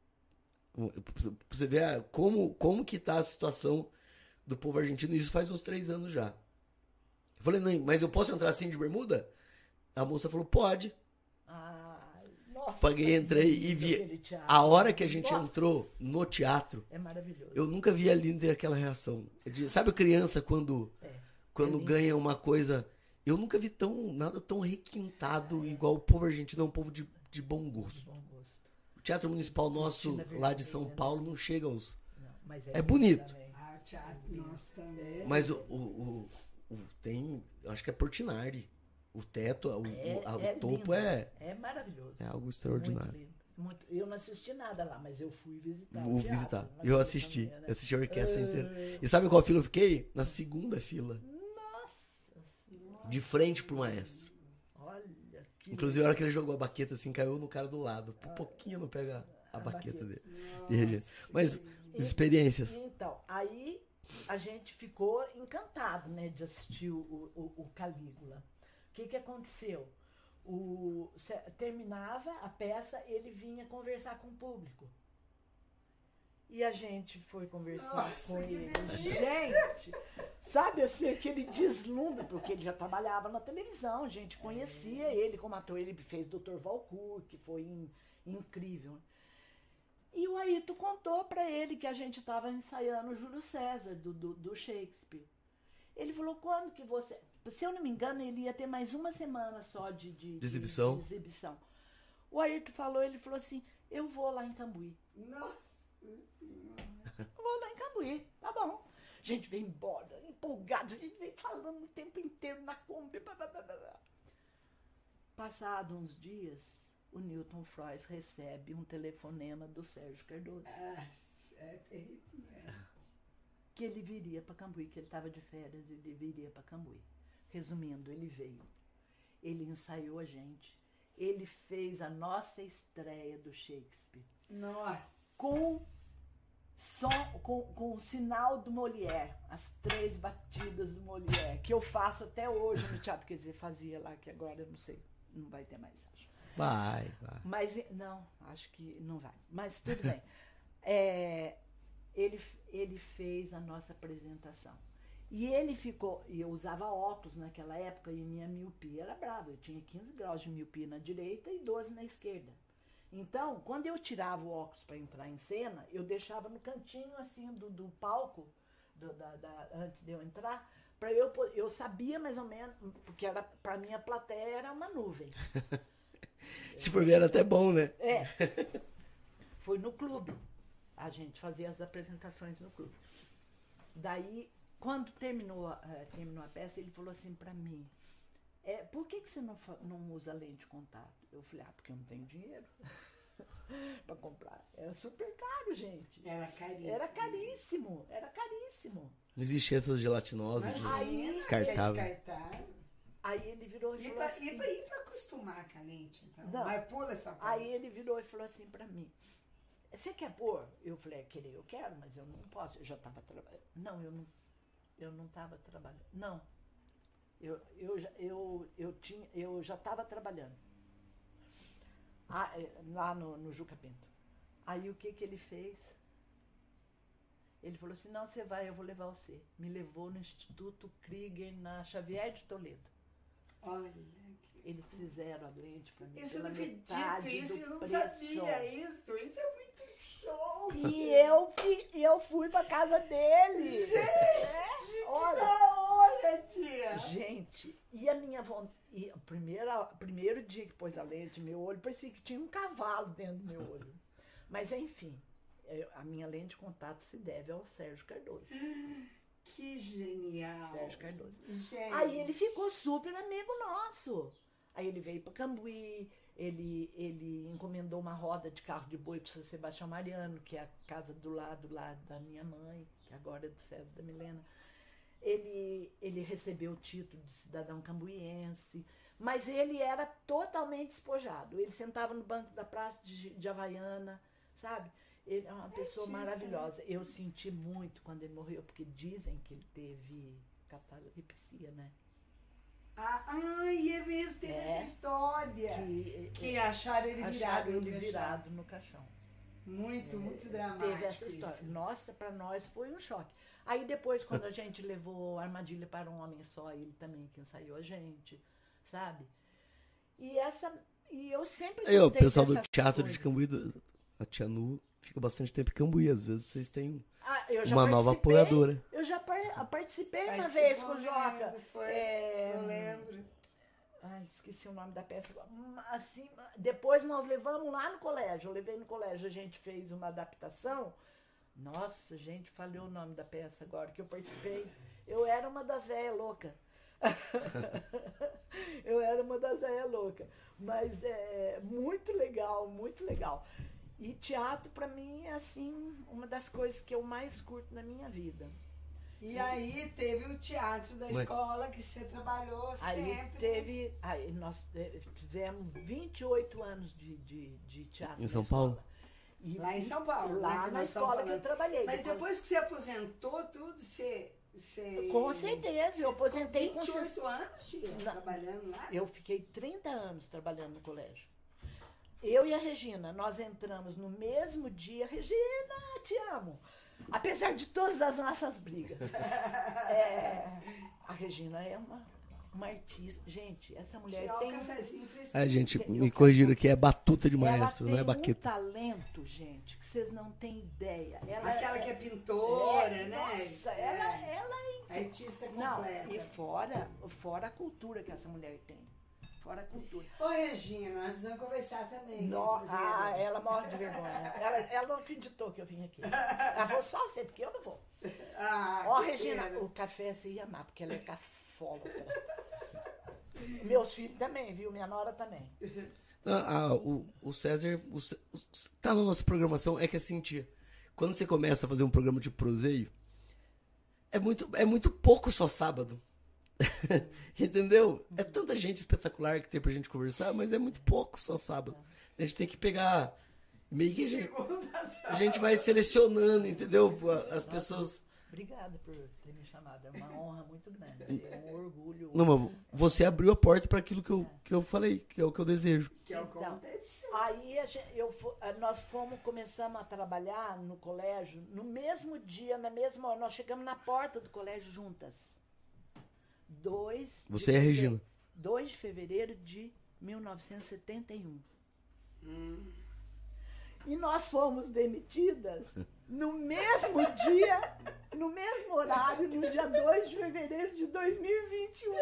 Pra você ver como que tá a situação do povo argentino. Isso faz uns 3 anos já. Eu falei, não, mas eu posso entrar assim de bermuda? A moça falou, pode. Nossa, paguei, entrei e vi. A hora que a gente entrou no teatro... É maravilhoso. Eu nunca vi a Aline ter aquela reação. Sabe a criança quando ganha uma coisa... Eu nunca vi nada tão requintado igual o povo argentino. É um povo de bom gosto. O Teatro Municipal nosso, lá de São Paulo, não chega aos... Não, mas é bonito. O teatro nosso também. Mas tem... Acho que é Portinari. O teto, o topo é maravilhoso. É algo extraordinário. Muito lindo. Muito. Eu não assisti nada lá, mas eu fui visitar. Vou visitar. Eu assisti. Né? Assisti a orquestra inteira. E sabe em qual fila eu fiquei? Na segunda fila. Nossa Senhora. De frente pro maestro. Olha. Inclusive, a hora que ele jogou a baqueta, assim, caiu no cara do lado. Por pouquinho não pega a baqueta dele. Mas, experiências. Então, aí a gente ficou encantado, né, de assistir o Calígula. O que aconteceu? Terminava a peça, ele vinha conversar com o público. E a gente foi conversar com ele. Gente, sabe assim, aquele deslumbre, porque ele já trabalhava na televisão, a gente conhecia ele como ator, ele fez Dr. Valcourt, que foi incrível. E o Ayrton contou para ele que a gente estava ensaiando o Júlio César, do Shakespeare. Ele falou, quando que você... Se eu não me engano, ele ia ter mais uma semana só de exibição. O Ayrton ele falou assim, eu vou lá em Cambuí. Nossa! Eu vou lá em Cambuí, tá bom. A gente veio embora, empolgado, a gente veio falando o tempo inteiro na Kombi. Passado uns dias, o Newton Frois recebe um telefonema do Sérgio Cardoso. É terrível. Que ele viria para Cambuí, que ele estava de férias, ele viria para Cambuí. Resumindo, ele veio. Ele ensaiou a gente. Ele fez a nossa estreia do Shakespeare. Nossa! Com o sinal do Molière, as 3 batidas do Molière, que eu faço até hoje no teatro, quer dizer, fazia lá, que agora eu não sei, não vai ter mais, acho. Vai. Mas, não, acho que não vai, mas tudo bem. Ele fez a nossa apresentação. E ele ficou, e eu usava óculos naquela época, e minha miopia era brava, eu tinha 15 graus de miopia na direita e 12 na esquerda. Então, quando eu tirava o óculos para entrar em cena, eu deixava no cantinho assim do palco, antes de eu entrar, para eu sabia mais ou menos, porque para mim a plateia era uma nuvem. Se for ver, era até bom, né? Foi no clube. A gente fazia as apresentações no clube. Daí, quando terminou a peça, ele falou assim para mim, por que você não usa lente de contato? Eu falei, porque eu não tenho dinheiro para comprar. Era super caro, gente. Era caríssimo. Era caríssimo. Não existia essas gelatinosas descartáveis. Aí ele virou e falou assim... E para acostumar com a lente, então? Não. Mas pula essa parte. Aí ele virou e falou assim para mim, você quer pôr? Eu falei, eu quero, mas eu não posso. Eu já estava trabalhando. Não, eu não estava trabalhando. Não. Eu já estava trabalhando. Lá no Juca Pinto. Aí o que ele fez? Ele falou assim, não, você vai, eu vou levar você. Me levou no Instituto Krieger, na Xavier de Toledo. Olha, eles fizeram a lente para mim. Isso eu não acredito, eu não preço. sabia isso. Isso é muito show. E eu fui pra casa dele. Gente, olha, que da hora, tia. Gente, e a minha vontade... E o primeiro dia que pôs a lente no meu olho, parecia que tinha um cavalo dentro do meu olho. Mas, enfim, a minha lente de contato se deve ao Sérgio Cardoso. Que genial. Sérgio Cardoso. Gente. Aí ele ficou super amigo nosso. Aí ele veio para Cambuí, ele encomendou uma roda de carro de boi para o Sebastião Mariano, que é a casa do lado lá da minha mãe, que agora é do César da Milena. Ele recebeu o título de cidadão cambuiense, mas ele era totalmente despojado. Ele sentava no banco da praça de Havaiana, sabe? Ele é uma pessoa maravilhosa. Eu senti muito quando ele morreu, porque dizem que ele teve catalepsia, né? É mesmo, teve essa história. Que acharam ele virado no caixão. Muito dramático. Teve essa história. Isso. Nossa, para nós foi um choque. Aí depois, quando a gente levou Armadilha para um Homem Só, ele também que ensaiou a gente, sabe? E eu sempre gostei o pessoal do dessas teatro coisas. de Cambuí, a Tia Nu, fica bastante tempo em Cambuí. Às vezes vocês têm uma nova apoiadora. Eu já participei uma vez com o Joca. Eu lembro. Ai, esqueci o nome da peça. Assim, depois nós levamos lá no colégio. Eu levei no colégio, a gente fez uma adaptação. Nossa, gente, falhou o nome da peça agora que eu participei. Eu era uma das velhas loucas. Mas é muito legal, muito legal. E teatro, para mim, é assim, uma das coisas que eu mais curto na minha vida. E aí teve o teatro da escola que você trabalhou sempre. Aí nós tivemos 28 anos de teatro. Em São Paulo? Lá em São Paulo. Lá na escola que eu trabalhei. Mas depois que você aposentou tudo, você... Com certeza, eu aposentei com 28 anos, tia, trabalhando lá? Eu fiquei 30 anos trabalhando no colégio. Eu e a Regina, nós entramos no mesmo dia. Regina, te amo. Apesar de todas as nossas brigas. A Regina é uma artista. Gente, essa mulher tem... gente, me corrigiram que é batuta de maestro, não é baqueta. Ela tem um talento, gente, que vocês não têm ideia. Aquela que é pintora, né? Nossa, ela é artista completa. Não, e fora a cultura que essa mulher tem. Fora a cultura. Ô, Regina, nós precisamos conversar também. Ela morre de vergonha. Ela não acreditou que eu vim aqui. Ela falou, só você, porque eu não vou. Regina, o café você ia amar, porque ela é cafólatra. Meus filhos também, viu? Minha nora também. O César, tá na nossa programação, é que assim, tia, quando você começa a fazer um programa de proseio, é muito pouco só sábado. Entendeu? É tanta gente espetacular que tem pra gente conversar, mas é muito pouco só sábado. A gente tem que pegar meio que a gente vai selecionando, entendeu? As pessoas. Obrigada por ter me chamado, é uma honra muito grande, é um orgulho. Não, mas você abriu a porta para aquilo que eu falei, que é o que eu desejo. Que é o que acontece. Aí nós começamos a trabalhar no colégio no mesmo dia, na mesma hora. Nós chegamos na porta do colégio juntas. Você é a Regina. 2 de fevereiro de 1971. E nós fomos demitidas no mesmo dia, no mesmo horário, no dia 2 de fevereiro de 2021.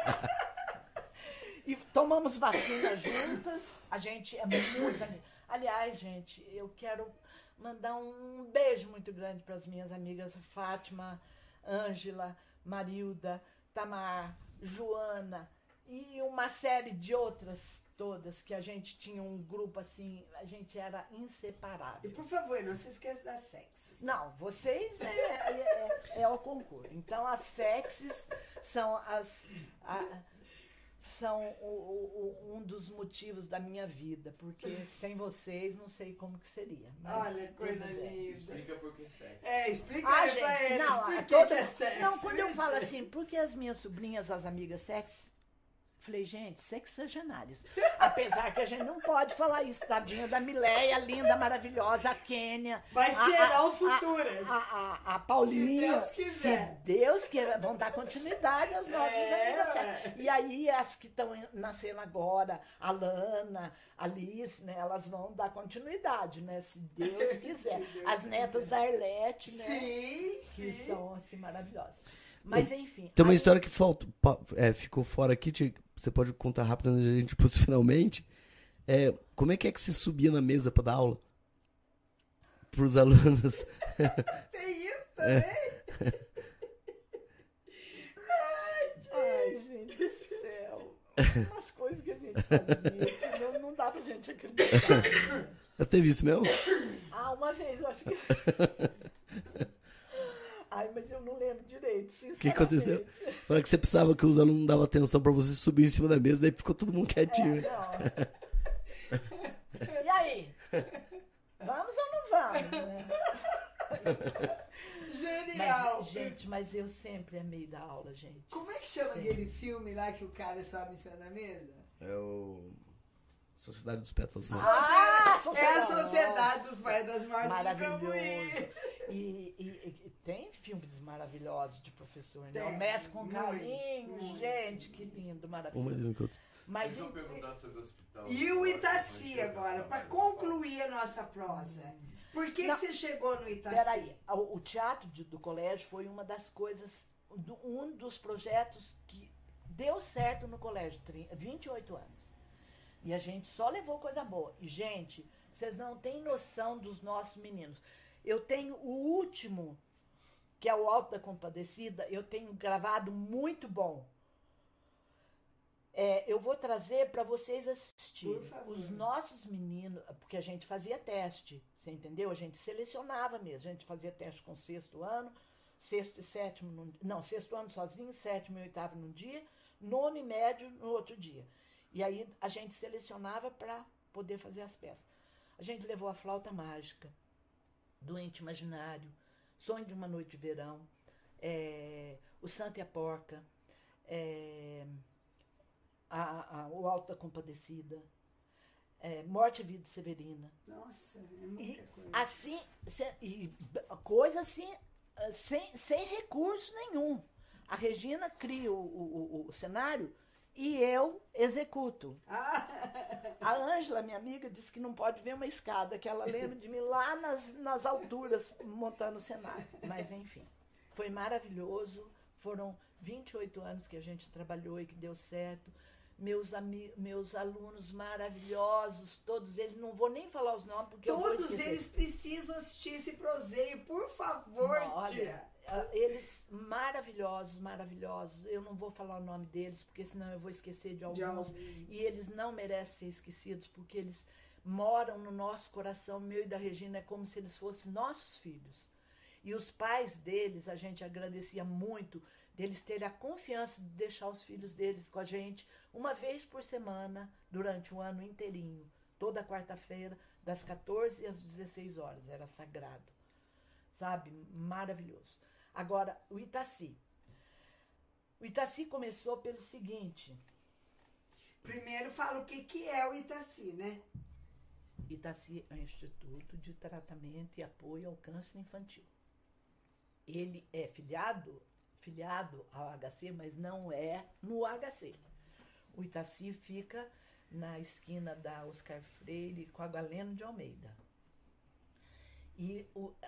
E tomamos vacina juntas. A gente é muito amiga. Aliás, gente, eu quero mandar um beijo muito grande para as minhas amigas Fátima, Ângela, Marilda, Tamar, Joana e uma série de outras todas, que a gente tinha um grupo assim, a gente era inseparável. E por favor, não se esqueça das sexys. Não, vocês é o concurso. Então as sexys são são um dos motivos da minha vida, porque sem vocês não sei como que seria. Olha, coisa linda. Explica por que sexo. Explica aí gente, pra eles não, por que é sexo. Não, quando eu falo assim, porque as minhas sobrinhas, as amigas sexy, falei, gente, sexagenárias. Apesar que a gente não pode falar isso, tadinha da Mileia, linda, maravilhosa, a Kênia. Mas serão futuras. A Paulinha. Se Deus quiser. Se Deus quiser, vão dar continuidade às nossas amigas sexy. E aí as que estão nascendo agora, a Lana, a Liz, né, elas vão dar continuidade, né? Se Deus quiser. As netas da Arlete, né? Sim, que são assim maravilhosas. Mas enfim. Tem uma história que ficou fora aqui, você pode contar rápido antes de a gente pôr finalmente. Como é que você subia na mesa para dar aula? Para os alunos. Tem isso também? Ai, gente do céu. Umas coisas que a gente fazia que não dá pra gente acreditar. Já teve isso mesmo? Uma vez, eu acho que... Ai, mas eu não lembro direito, sinceramente. O que aconteceu? Falaram que você precisava que os alunos não davam atenção pra você subir em cima da mesa, daí ficou todo mundo quietinho. E aí? Vamos ou não vamos? Né? Genial! Mas eu sempre amei dar aula, gente. Como é que chama aquele filme lá que o cara sobe em cima da mesa? É o... Sociedade dos Pétalas. É a Sociedade dos Pétalas Mortos. Maravilhoso. E tem filmes maravilhosos de professor, né? O Mestre com Carinho, gente, que lindo, maravilhoso. Mas Vocês vão perguntar sobre o hospital. E o Itaci agora, para concluir a nossa prosa. Por que você chegou no Itaci? Peraí, o teatro do colégio foi uma das coisas, um dos projetos que deu certo no colégio, 28 anos. E a gente só levou coisa boa. E, gente, vocês não têm noção dos nossos meninos. Eu tenho o último, que é o Alto da Compadecida, eu tenho gravado muito bom. Eu vou trazer para vocês assistirem. Por favor. Os nossos meninos, porque a gente fazia teste, você entendeu? A gente selecionava mesmo. A gente fazia teste com sexto ano, sexto e sétimo, sexto ano sozinho, sétimo e oitavo num dia, nono e médio no outro dia. E aí a gente selecionava para poder fazer as peças. A gente levou a Flauta Mágica, Doente Imaginário, Sonho de uma Noite de Verão, o Santa e a Porca, o Alto da Compadecida, Morte e Vida de Severina. Nossa, é muita coisa. Assim, coisa assim, sem recurso nenhum. A Regina cria o cenário e eu executo. A Ângela, minha amiga, disse que não pode ver uma escada, que ela lembra de mim lá nas alturas, montando o cenário. Mas, enfim, foi maravilhoso. Foram 28 anos que a gente trabalhou e que deu certo. Meus alunos maravilhosos, todos eles, não vou nem falar os nomes, porque todos eu vou esquecer. Eles precisam assistir esse proseio, por favor, tia. Eles maravilhosos. Eu não vou falar o nome deles, porque senão eu vou esquecer de alguns. E eles não merecem ser esquecidos, porque eles moram no nosso coração, meu e da Regina, é como se eles fossem nossos filhos. E os pais deles, a gente agradecia muito deles terem a confiança de deixar os filhos deles com a gente uma vez por semana, durante o ano inteirinho. Toda quarta-feira, das 14 às 16 horas. Era sagrado. Sabe? Maravilhoso. Agora, o Itaci. O Itaci começou pelo seguinte. Primeiro fala o que é o Itaci, né? Itaci é um Instituto de Tratamento e Apoio ao Câncer Infantil. Ele é filiado ao HC, mas não é no HC. O Itaci fica na esquina da Oscar Freire com a Galeno de Almeida. E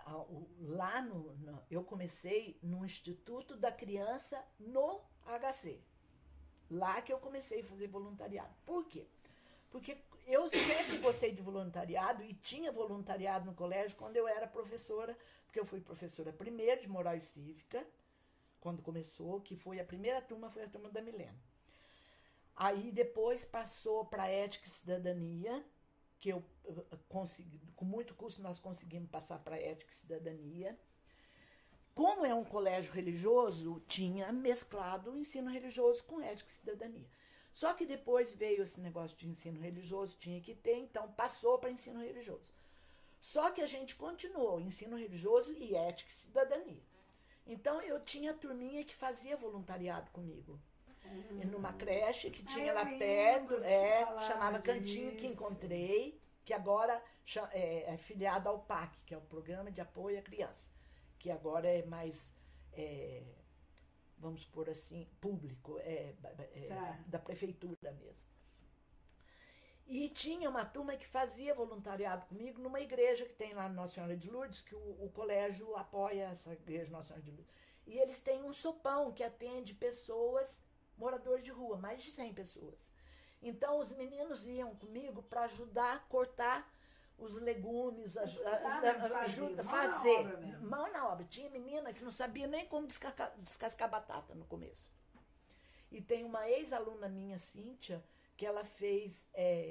eu comecei no Instituto da Criança no HC. Lá que eu comecei a fazer voluntariado. Por quê? Porque eu sempre gostei de voluntariado e tinha voluntariado no colégio quando eu era professora, porque eu fui professora primeiro de Moral e Cívica, quando começou, que foi a primeira turma, foi a turma da Milena. Aí depois passou para Ética e Cidadania, que eu consegui, com muito custo nós conseguimos passar para Ética e Cidadania. Como é um colégio religioso, tinha mesclado o ensino religioso com Ética e Cidadania. Só que depois veio esse negócio de ensino religioso, tinha que ter, então passou para ensino religioso. Só que a gente continuou ensino religioso e ética e cidadania. Então eu tinha turminha que fazia voluntariado comigo. Numa creche que tinha lá perto, chamava Cantinho que Encontrei, que agora é filiado ao PAC, que é o Programa de Apoio à Criança, que agora é mais, vamos por assim, público, da prefeitura mesmo. E tinha uma turma que fazia voluntariado comigo numa igreja que tem lá na Nossa Senhora de Lourdes, que o colégio apoia essa igreja Nossa Senhora de Lourdes. E eles têm um sopão que atende pessoas, moradores de rua, mais de 100 pessoas. Então, os meninos iam comigo para ajudar a cortar os legumes, fazer. Mão na obra. Tinha menina que não sabia nem como descascar batata no começo. E tem uma ex-aluna minha, Cíntia, que ela fez...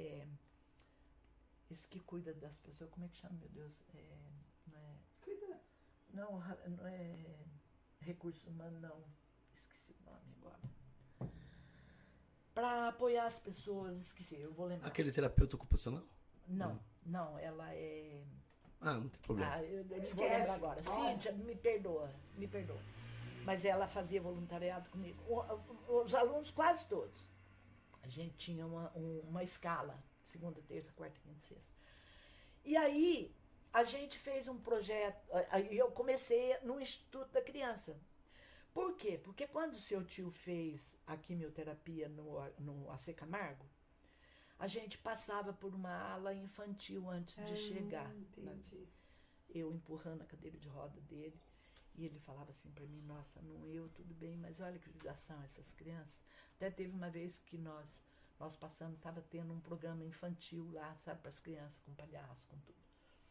esse que cuida das pessoas, como é que chama, meu Deus? Cuida. Não é recurso humano, não. Esqueci o nome agora. Para apoiar as pessoas, esqueci, eu vou lembrar. Aquele terapeuta ocupacional? Não, ela é... não tem problema. Eu vou lembrar agora. Cíntia, me perdoa. Mas ela fazia voluntariado comigo. Os alunos, quase todos. A gente tinha uma escala, segunda, terça, quarta, quinta, sexta. E aí, a gente fez um projeto, aí eu comecei no Instituto da Criança. Por quê? Porque quando o seu tio fez a quimioterapia no AC Camargo, a gente passava por uma ala infantil antes de chegar. Entendi. Eu empurrando a cadeira de roda dele, e ele falava assim para mim, nossa, não eu, tudo bem, mas olha que judiação essas crianças. Até teve uma vez que nós passamos, estava tendo um programa infantil lá, sabe, para as crianças, com palhaço, com tudo.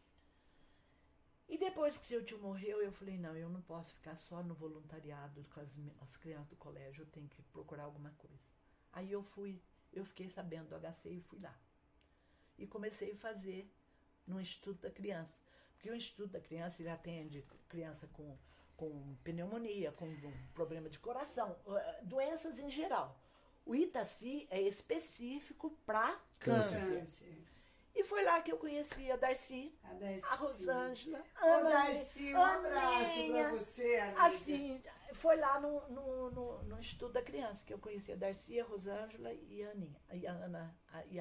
E depois que seu tio morreu, eu falei, não, eu não posso ficar só no voluntariado com as crianças do colégio, eu tenho que procurar alguma coisa. Aí eu fiquei sabendo do HC e fui lá. E comecei a fazer no Instituto da Criança. Porque o Instituto da Criança, ele atende criança com pneumonia, com problema de coração, doenças em geral. O Itaci é específico para câncer. E foi lá que eu conheci a Darcy, a Rosângela, a Ana. Darcy, um abraço para você, amiga. Assim, foi lá no Instituto da Criança que eu conheci a Darcy, a Rosângela e a Aninha, a Ana.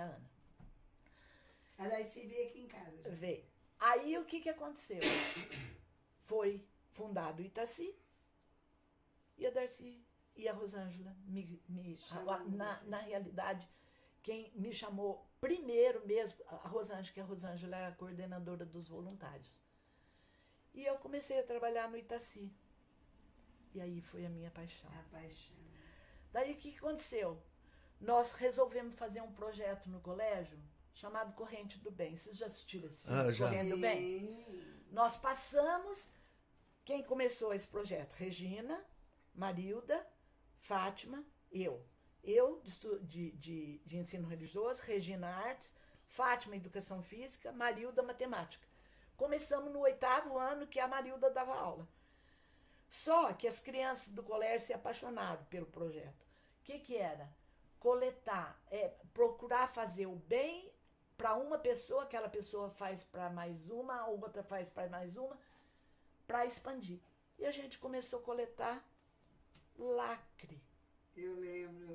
A Darcy veio aqui em casa. Veio. Aí o que aconteceu? Foi fundado o Itaci e a Darcy e a Rosângela na realidade, quem me chamou primeiro mesmo, a Rosângela, que a Rosângela era a coordenadora dos voluntários. E eu comecei a trabalhar no Itaci. E aí foi a minha paixão. Daí o que aconteceu? Nós resolvemos fazer um projeto no colégio chamado Corrente do Bem. Vocês já assistiram esse filme? Já. Corrente do Bem? Nós passamos... Quem começou esse projeto? Regina, Marilda, Fátima, eu. Eu, de ensino religioso, Regina Artes, Fátima, Educação Física, Marilda, Matemática. Começamos no 8º ano que a Marilda dava aula. Só que as crianças do colégio se apaixonaram pelo projeto. O que era? Coletar, procurar fazer o bem para uma pessoa, aquela pessoa faz para mais uma, a outra faz para mais uma, para expandir. E a gente começou a coletar lacre. Eu lembro.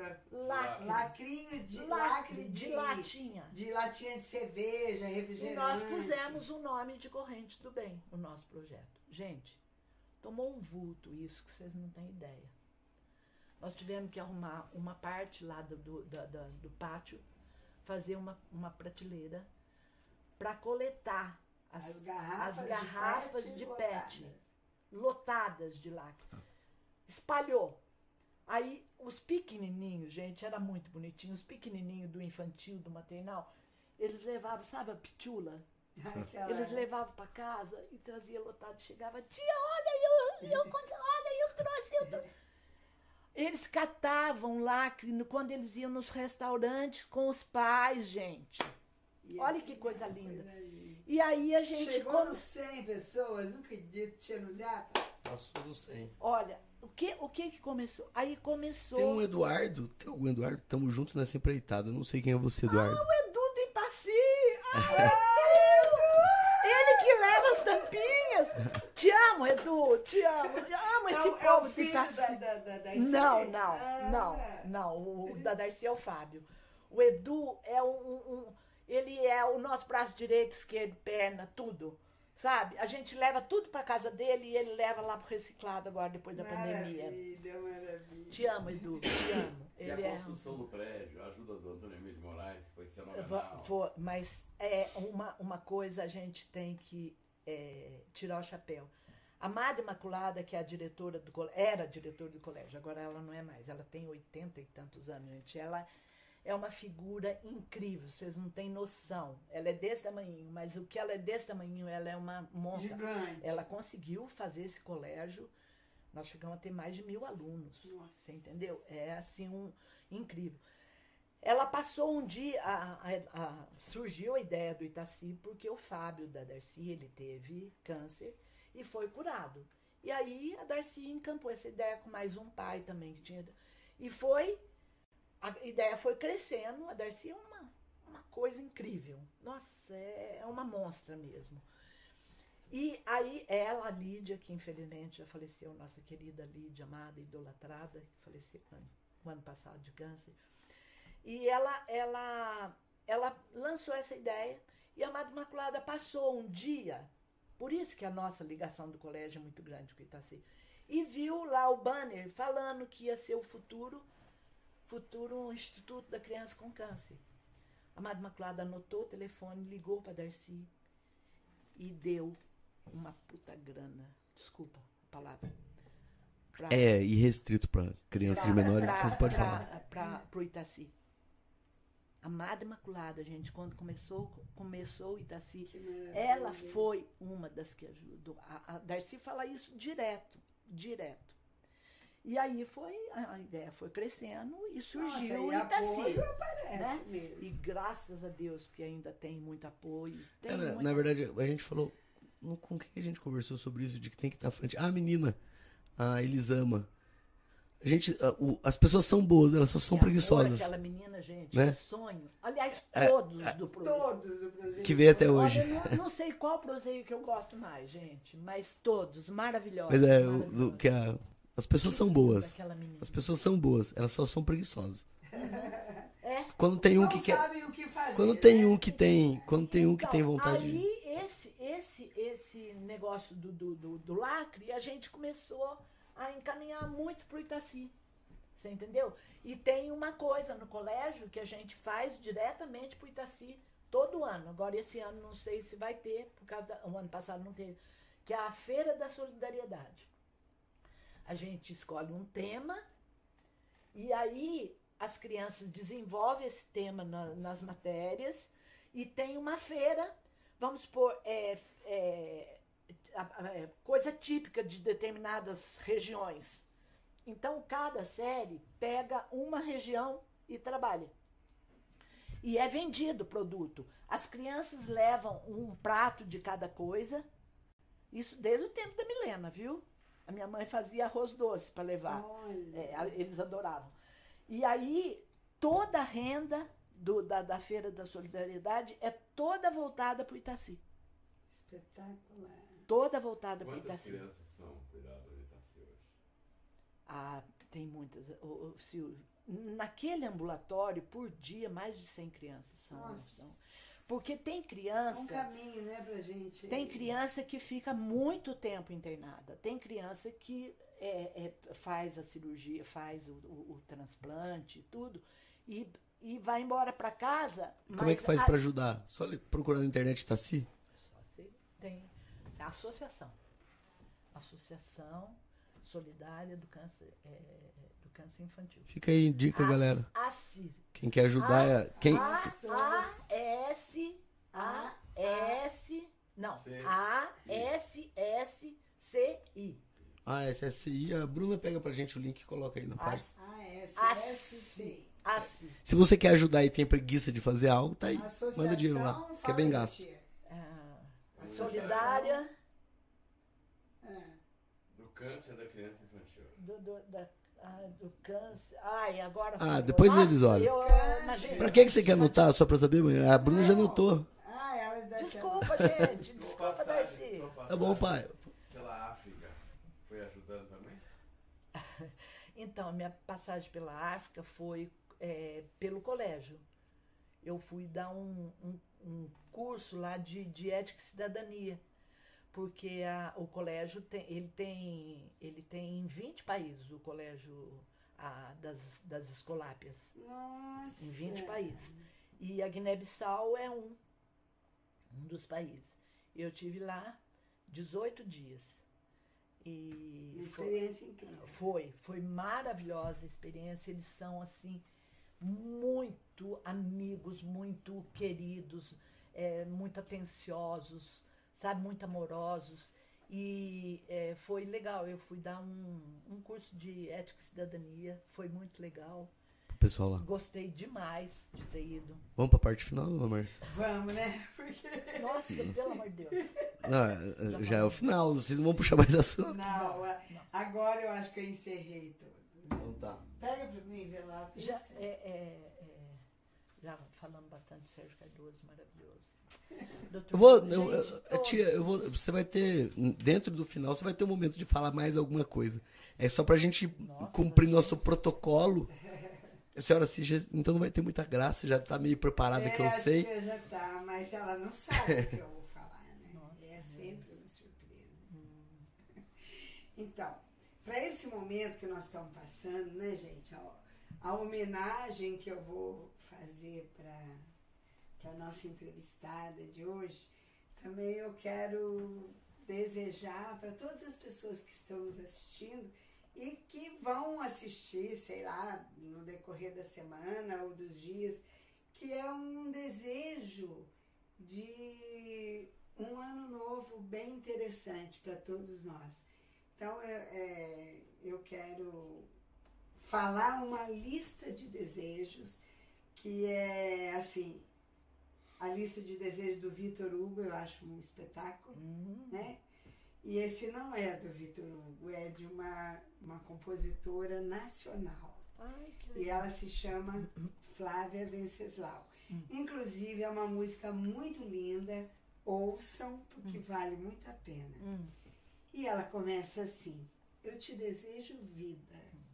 Lacre de latinha. De latinha de cerveja, refrigerante. E nós pusemos o nome de Corrente do Bem no nosso projeto. Gente, tomou um vulto isso que vocês não têm ideia. Nós tivemos que arrumar uma parte lá do pátio, fazer uma prateleira para coletar as garrafas de PET lotadas de lacre. Espalhou. Aí, os pequenininhos, gente, era muito bonitinho, os pequenininhos do infantil, do maternal, eles levavam, sabe a pitula? Eles levavam para casa e traziam lotado. Chegava, tia, olha, eu trouxe. Eles catavam lacre quando eles iam nos restaurantes com os pais, gente. Olha que coisa linda. E aí a gente... Chegou nos 100 pessoas, não acredito, tia Nuzeta. Passou do 100. Olha, o que começou? Aí começou... Tem um Eduardo. Tem algum Eduardo? Tamo junto nessa empreitada. Não sei quem é você, Eduardo. Ah, o Edu do Itaci! Ele que leva as tampinhas. Te amo, Edu. Te amo. Eu amo esse povo do Itaci. Da Darcy? Não. O da Darcy é o Fábio. O Edu é ele é o nosso braço direito, esquerdo, perna, tudo. Sabe? A gente leva tudo pra casa dele e ele leva lá pro reciclado agora, depois da pandemia. Maravilha. Te amo, Edu. Te amo. E Ele a construção do prédio, a ajuda do Antônio Emílio Moraes, que foi fenomenal. Mas uma coisa a gente tem que tirar o chapéu. A Madre Imaculada, que é a diretora do colégio, era diretora do colégio, agora ela não é mais. Ela tem 80 e tantos anos, gente. Ela é uma figura incrível, vocês não têm noção. Ela é desse tamanho, mas o que ela é desse tamanho, ela é uma monstra. Gigante. Ela conseguiu fazer esse colégio, nós chegamos a ter mais de 1000 alunos. Nossa. Você entendeu? É assim, incrível. Ela passou um dia, surgiu a ideia do Itaci, porque o Fábio da Darcy, ele teve câncer e foi curado. E aí a Darcy encampou essa ideia com mais um pai também que tinha. E a ideia foi crescendo. A Darcy é uma coisa incrível. Nossa, é uma monstra mesmo. E aí ela, a Lídia, que infelizmente já faleceu, nossa querida Lídia, amada, idolatrada, que faleceu no ano passado de câncer. E ela lançou essa ideia e a Madre Imaculada passou um dia, por isso que a nossa ligação do colégio é muito grande com o Itaci, e viu lá o banner falando que ia ser o futuro Instituto da Criança com Câncer. A Madre Imaculada anotou o telefone, ligou para Darcy e deu uma puta grana, desculpa a palavra. É irrestrito para crianças de menores, então você pode falar. Pro Itaci. A Madre Imaculada, gente, quando começou o Itaci, ela foi uma das que ajudou. A Darcy fala isso direto. E aí a ideia foi crescendo e surgiu o Itaci. Aparece mesmo. E graças a Deus que ainda tem muito apoio. Na verdade, a gente falou, com quem a gente conversou sobre isso, de que tem que estar à frente? A menina, a Elisama. As pessoas são boas, elas só são preguiçosas. Aquela menina, gente, né? É sonho. Aliás, todos do Proseio. Que veio até hoje. Olha, não sei qual Proseio que eu gosto mais, gente, mas todos, maravilhosos. Mas as pessoas são boas. As pessoas são boas, elas só são preguiçosas. Quando tem um que quer. Sabem o que fazer, quando tem um que tem vontade. Aí esse negócio do lacre, a gente começou a encaminhar muito pro Itaci. Você entendeu? E tem uma coisa no colégio que a gente faz diretamente pro Itaci todo ano. Agora esse ano não sei se vai ter, o ano passado não teve, que é a Feira da Solidariedade. A gente escolhe um tema e aí as crianças desenvolvem esse tema nas matérias e tem uma feira, vamos supor, coisa típica de determinadas regiões. Então, cada série pega uma região e trabalha. E é vendido o produto. As crianças levam um prato de cada coisa. Isso desde o tempo da Milena, viu? A minha mãe fazia arroz doce para levar. Eles adoravam. E aí, toda a renda da Feira da Solidariedade é toda voltada para o Itaci. Espetacular. Toda voltada para o Itaci. Quantas crianças são cuidadas do Itaci hoje? Tem muitas. Silvio, naquele ambulatório, por dia, mais de 100 crianças são. Porque tem criança... É um caminho, né, pra gente... Tem criança que fica muito tempo internada. Tem criança que faz a cirurgia, faz o transplante, tudo, e vai embora para casa. Como é que faz para ajudar? Só procurando na internet Itaci? Tem a associação Solidária do Câncer Infantil. Fica aí, dica, galera. Quem quer ajudar ASSCI. ASSCI. A Bruna pega pra gente o link e coloca aí na página. ASSCI. Se você quer ajudar e tem preguiça de fazer algo, tá aí. Manda dinheiro lá, que é bem gasto. Solidária. Do câncer da criança infantil. Do câncer. Ai, agora... depois eles olham. Pra que você quer anotar? Só pra saber, mãe? A Bruna já anotou. Desculpa, gente. Desculpa, Darcy. Tá bom, pai. Pela África, foi ajudando também? Então, minha passagem pela África foi pelo colégio. Eu fui dar um curso lá de ética e cidadania. Porque o colégio ele tem 20 países, o colégio das Escolápias. Nossa! Em 20 países. E a Guiné-Bissau é um dos países. Eu tive lá 18 dias. E uma experiência incrível. Foi maravilhosa a experiência. Eles são, assim, muito amigos, muito queridos, muito atenciosos, sabe, muito amorosos. E foi legal. Eu fui dar um curso de ética e cidadania. Foi muito legal. Pessoal lá. Gostei demais de ter ido. Vamos pra parte final, Márcia? Vamos, né? Porque... Nossa, pelo amor de Deus. Não, já é o final, vocês não vão puxar mais assunto. Não, agora eu acho que eu encerrei tudo. Então tá. Pega pra mim, vê lá. Já falando bastante de Sérgio Cardoso, maravilhoso. Tia, você vai ter, dentro do final, você vai ter um momento de falar mais alguma coisa. É só pra gente cumprir nosso protocolo. A senhora, então não vai ter muita graça, já tá meio preparada que eu sei. Que já tá, mas ela não sabe o que eu vou falar, né? É sempre uma surpresa. Então, para esse momento que nós estamos passando, né, gente? A homenagem que eu vou fazer para nossa entrevistada de hoje, também eu quero desejar para todas as pessoas que estão nos assistindo e que vão assistir, sei lá, no decorrer da semana ou dos dias, que é um desejo de um ano novo bem interessante para todos nós. Então, eu quero falar uma lista de desejos, que é, assim, a lista de desejos do Victor Hugo, eu acho um espetáculo, né? E esse não é do Victor Hugo, é de uma compositora nacional. Ai, e ela se chama Flávia Venceslau. Inclusive, é uma música muito linda, ouçam, porque vale muito a pena. E ela começa assim: eu te desejo vida.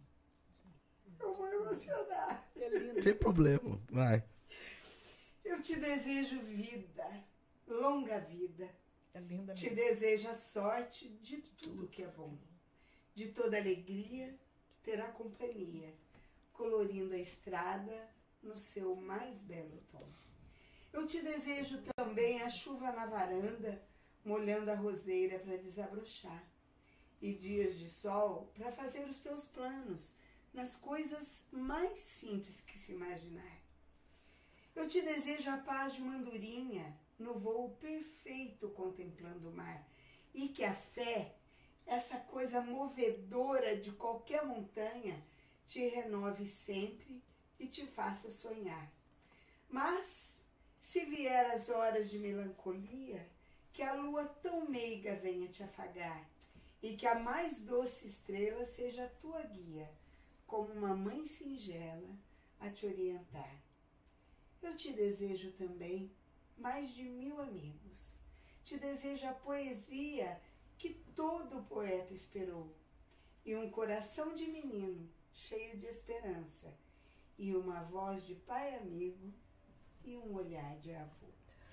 Eu vou emocionar. Não tem problema, vai. Eu te desejo vida, longa vida. É linda te mesmo. desejo a sorte de tudo que é bom. De toda alegria, terá companhia, colorindo a estrada no seu mais belo tom. Eu te desejo também a chuva na varanda, molhando a roseira para desabrochar. E dias de sol para fazer os teus planos, nas coisas mais simples que se imaginar. Eu te desejo a paz de uma andorinha, no voo perfeito contemplando o mar. E que a fé, essa coisa movedora de qualquer montanha, te renove sempre e te faça sonhar. Mas, se vier as horas de melancolia, que a lua tão meiga venha te afagar, e que a mais doce estrela seja a tua guia, como uma mãe singela a te orientar. Eu te desejo também mais de 1000 amigos. Te desejo a poesia que todo poeta esperou, e um coração de menino cheio de esperança, e uma voz de pai amigo, e um olhar de avô.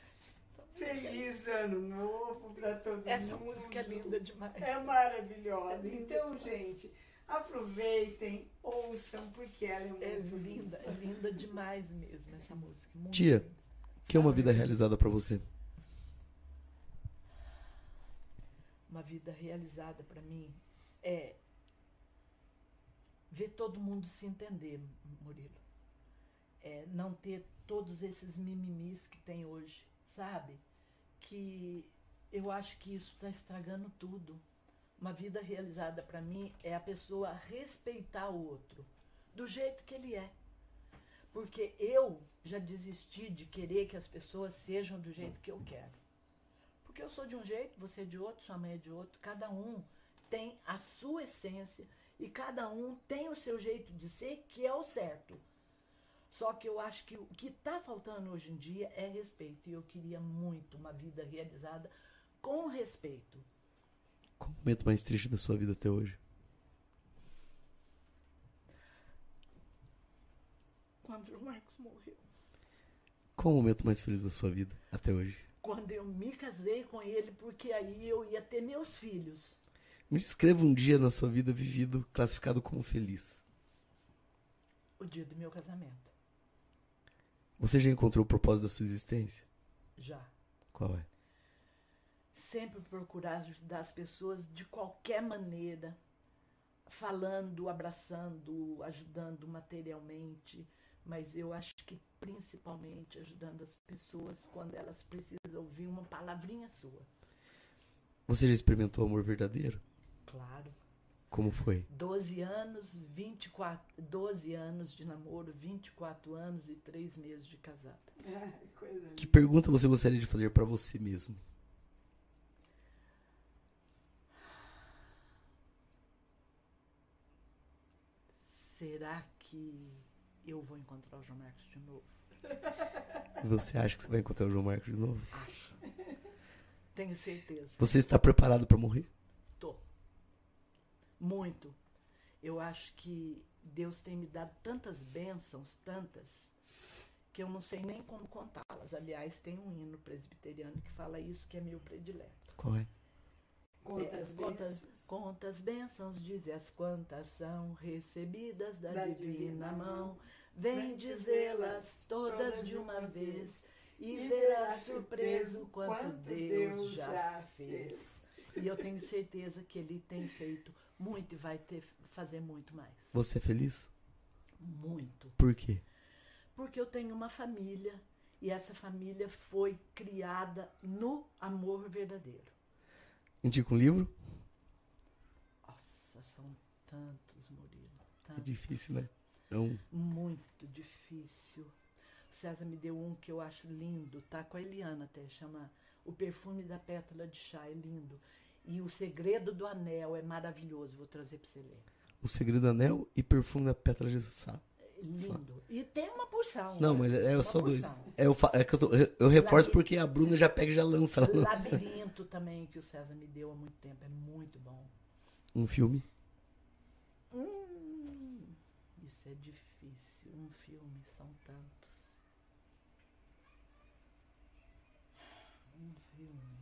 Feliz ano novo para todo mundo. Essa música é linda demais. É maravilhosa. Então, gente, aproveitem, ouçam, porque ela é muito linda. É linda demais mesmo essa música. Muito Tia, linda. o que é uma vida realizada para você? Uma vida realizada para mim é ver todo mundo se entender, Murilo. É não ter todos esses mimimis que tem hoje, sabe? Que eu acho que isso está estragando tudo. Uma vida realizada para mim é a pessoa respeitar o outro do jeito que ele é. Porque eu já desisti de querer que as pessoas sejam do jeito que eu quero. Porque eu sou de um jeito, você é de outro, sua mãe é de outro. Cada um tem a sua essência e cada um tem o seu jeito de ser, que é o certo. Só que eu acho que o que está faltando hoje em dia é respeito. E eu queria muito uma vida realizada com respeito. Qual o momento mais triste da sua vida até hoje? Quando o Marcos morreu. Qual o momento mais feliz da sua vida até hoje? Quando eu me casei com ele, porque aí eu ia ter meus filhos. Me descreva um dia na sua vida vivido, classificado como feliz. O dia do meu casamento. Você já encontrou o propósito da sua existência? Já. Qual é? Sempre procurar ajudar as pessoas de qualquer maneira. Falando, abraçando, ajudando materialmente. Mas eu acho que principalmente ajudando as pessoas quando elas precisam ouvir uma palavrinha sua. Você já experimentou amor verdadeiro? Claro. Como foi? 12 anos de namoro, 24 anos e 3 meses de casada. Que pergunta você gostaria de fazer para você mesmo? Será que eu vou encontrar o João Marcos de novo? Você acha que você vai encontrar o João Marcos de novo? Acho. Tenho certeza. Você está preparado para morrer? Tô. Muito. Eu acho que Deus tem me dado tantas bênçãos, tantas, que eu não sei nem como contá-las. Aliás, tem um hino presbiteriano que fala isso, que é meu predileto. Qual é? Quantas bênçãos, dizes quantas são recebidas da divina mão. Vem dizê-las todas de uma vez e verás surpreso quanto Deus já fez. E eu tenho certeza que Ele tem feito muito e vai fazer muito mais. Você é feliz? Muito. Por quê? Porque eu tenho uma família e essa família foi criada no amor verdadeiro. Indica um livro? Nossa, são tantos, Murilo. Tantos. É difícil, né? Muito difícil. O César me deu um que eu acho lindo, tá com a Eliana até, chama O Perfume da Pétala de Chá, é lindo. E O Segredo do Anel é maravilhoso, vou trazer para você ler. O Segredo do Anel e Perfume da Pétala de Chá. Lindo. E tem uma porção. Não, mas é só dois. É que eu reforço porque a Bruna já pega e já lança. Labirinto também, que o César me deu há muito tempo, é muito bom. Um filme? Isso é difícil. Um filme, são tantos. Um filme.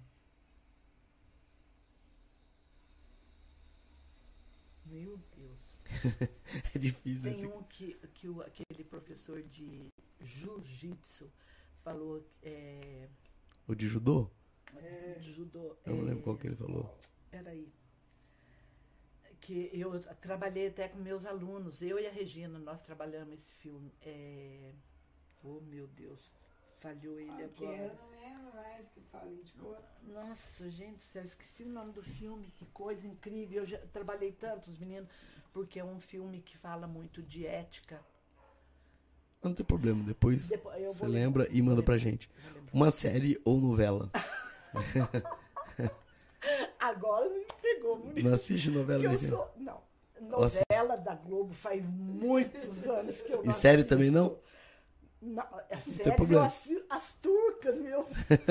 Meu Deus. É difícil. Tem um que aquele professor de jiu-jitsu falou. O de judô? De judô. Eu não lembro qual que ele falou. Peraí. Que eu trabalhei até com meus alunos, eu e a Regina, nós trabalhamos esse filme. Oh, meu Deus, falhou ele agora. Eu não lembro mais que fala de cor. Nossa, gente do céu, esqueci o nome do filme, que coisa incrível. Eu já trabalhei tantos, meninos, porque é um filme que fala muito de ética. Não tem problema, depois você lembra e manda pra gente. Uma série ou novela? Agora você me pegou, bonito. Não assiste novela? Não. Novela da Globo faz muitos anos que eu não E série assisto. também não? Não, séries eu assisto as turcas, meu.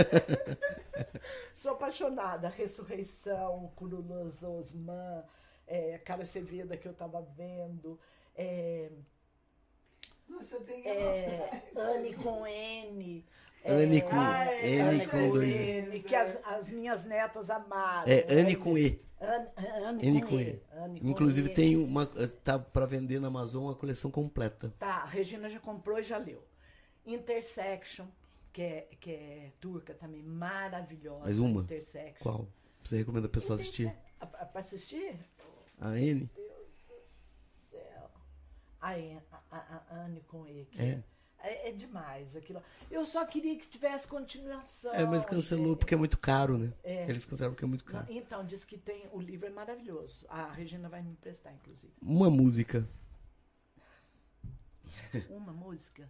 Sou apaixonada. Ressurreição, Curulos Osman, Cara Seveda, que eu tava vendo. Nossa, tem Anne com N. Anne com dois N. Que as minhas netas amaram. Anne com E. Anne com E. Inclusive tem uma. Tá pra vender na Amazon uma coleção completa. Tá, a Regina já comprou e já leu. Intersection, que é turca também, maravilhosa. Mais uma? Intersection. Qual? Você recomenda a pessoa assistir? Pra assistir? A Anne? Meu Deus do céu. A Anne com E. É demais aquilo. Eu só queria que tivesse continuação. Mas cancelou porque é muito caro, né? Eles cancelaram porque é muito caro. Então, diz que tem. O livro é maravilhoso. A Regina vai me emprestar, inclusive. Uma música. Uma música?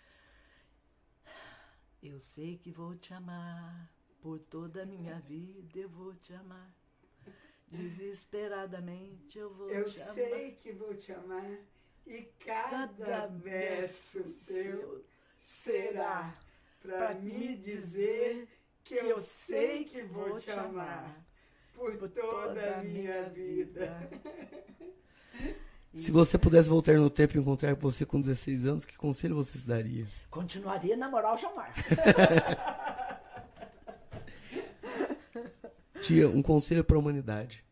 Eu sei que vou te amar. Por toda a minha vida eu vou te amar. Desesperadamente eu vou eu te amar. Eu sei que vou te amar. E cada verso seu será para me dizer que eu sei que vou te amar por toda a minha vida. Se você pudesse voltar no tempo e encontrar você com 16 anos, que conselho você se daria? Continuaria a namorar o João Marcos. Tia, um conselho para a humanidade.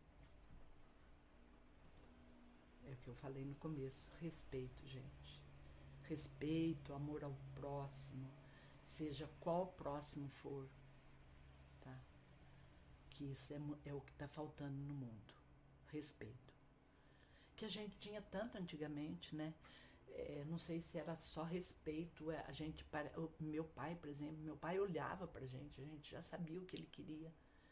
É o que eu falei no começo. Respeito, gente. Respeito, amor ao próximo. Seja qual próximo for. Tá? Que isso é o que está faltando no mundo. Respeito. Que a gente tinha tanto antigamente, né? Não sei se era só respeito. Meu pai, por exemplo, meu pai olhava pra gente, a gente já sabia o que ele queria.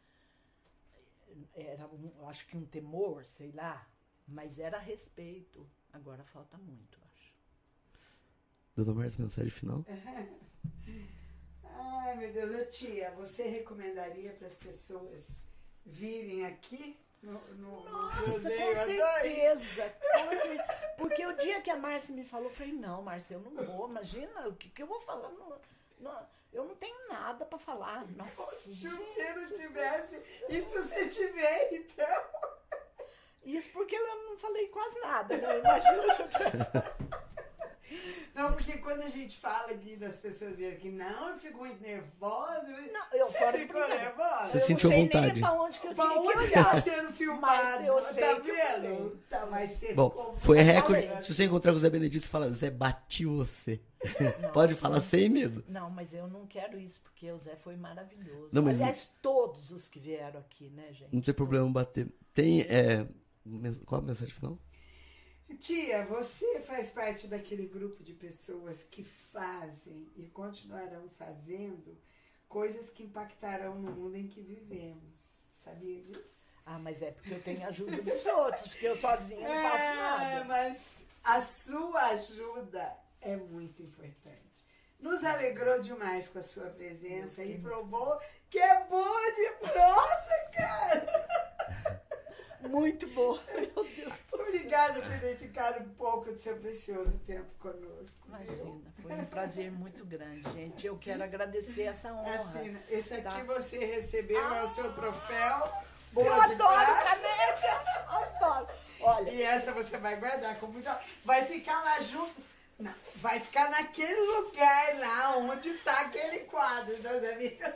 Era, acho que um temor, sei lá, mas era respeito. Agora falta muito, acho. Dona Márcia, mensagem final? Ai, meu Deus, tia, você recomendaria para as pessoas virem aqui? Nossa, com certeza. Porque o dia que a Márcia me falou, eu falei, não, Márcia, eu não vou. Imagina, o que eu vou falar? Eu não tenho nada pra falar. Nossa, se você não tivesse, e se você tiver, então? Isso porque eu não falei quase nada, né? Imagina se eu tivesse... Não, porque quando a gente fala aqui das pessoas virem aqui, não, eu fico muito nervosa. Não, eu você ficou nervosa? Você sentiu vontade? Pra onde que eu pra tinha onde que olhar. tá sendo filmado? Eu sei tá que vendo? Tá, mas você bom, foi recorde. Se você encontrar com o Zé Benedito, você fala, Zé, bati você. Nossa. Pode falar sem medo. Não, mas eu não quero isso, porque o Zé foi maravilhoso. Não, mas aliás, todos os que vieram aqui, né, gente? Não tem problema bater. Tem, qual a mensagem final? Tia, você faz parte daquele grupo de pessoas que fazem e continuarão fazendo coisas que impactarão no mundo em que vivemos. Sabia disso? Ah, mas é porque eu tenho a ajuda dos outros, porque eu sozinha não faço nada. Mas a sua ajuda é muito importante. Nos alegrou demais com a sua presença e provou que é boa de prosa, cara! Muito bom, meu Deus. Obrigada por dedicar um pouco do seu precioso tempo conosco. Imagina, foi um prazer muito grande, gente. Eu quero agradecer essa honra. Assim, esse aqui você recebeu, é o seu troféu. Eu adoro caneca! Adoro! Olha, e essa você vai guardar com muita... Vai ficar lá junto... Não, vai ficar naquele lugar lá onde está aquele quadro das amigas.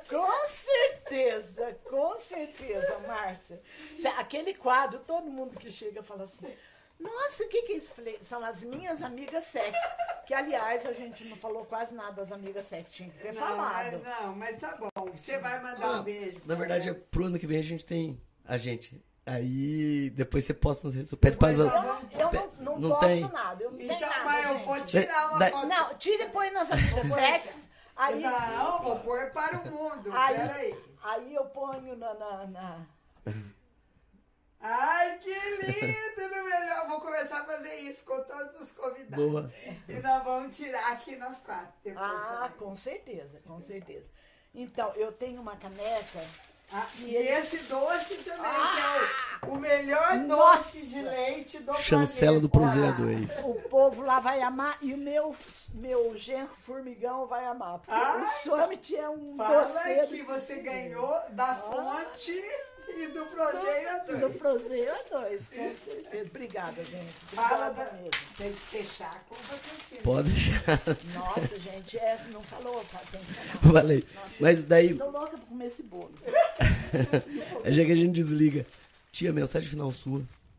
Com certeza, Márcia. Aquele quadro, todo mundo que chega fala assim, nossa, o que é isso? Falei, são as minhas amigas sexy. Que, aliás, a gente não falou quase nada das amigas sexy, tinha que ter falado. Mas tá bom, você vai mandar um beijo. Na verdade, pro ano que vem a gente tem a gente... Aí, depois você posta nas redes sociais. Pede eu não posto nada. Eu não tenho nada, mas eu vou tirar uma foto. Não, tira e põe nas amigas sexy. Aí, não, vou pôr para o mundo. Peraí. Aí eu ponho na... Ai, que lindo! No melhor, vou começar a fazer isso com todos os convidados. Boa. E nós vamos tirar aqui nós quatro. Com certeza, com certeza. Então, eu tenho uma caneca... e esse doce também, que é o melhor doce de leite do Chancela do Cruzeiro 2. O povo lá vai amar e o meu genro formigão vai amar. Porque o Summit é um doceiro. Fala que você ganhou da fonte e do Proseia 2. Do Proseia 2, com certeza. Obrigada, gente. Mesmo. Tem que fechar com o patrocínio. Pode deixar. Nossa, gente, não falou, tem que falar. Falei. Nossa, mas daí... Tô louca pra comer esse bolo. É já que a gente desliga. Tia, mensagem final sua.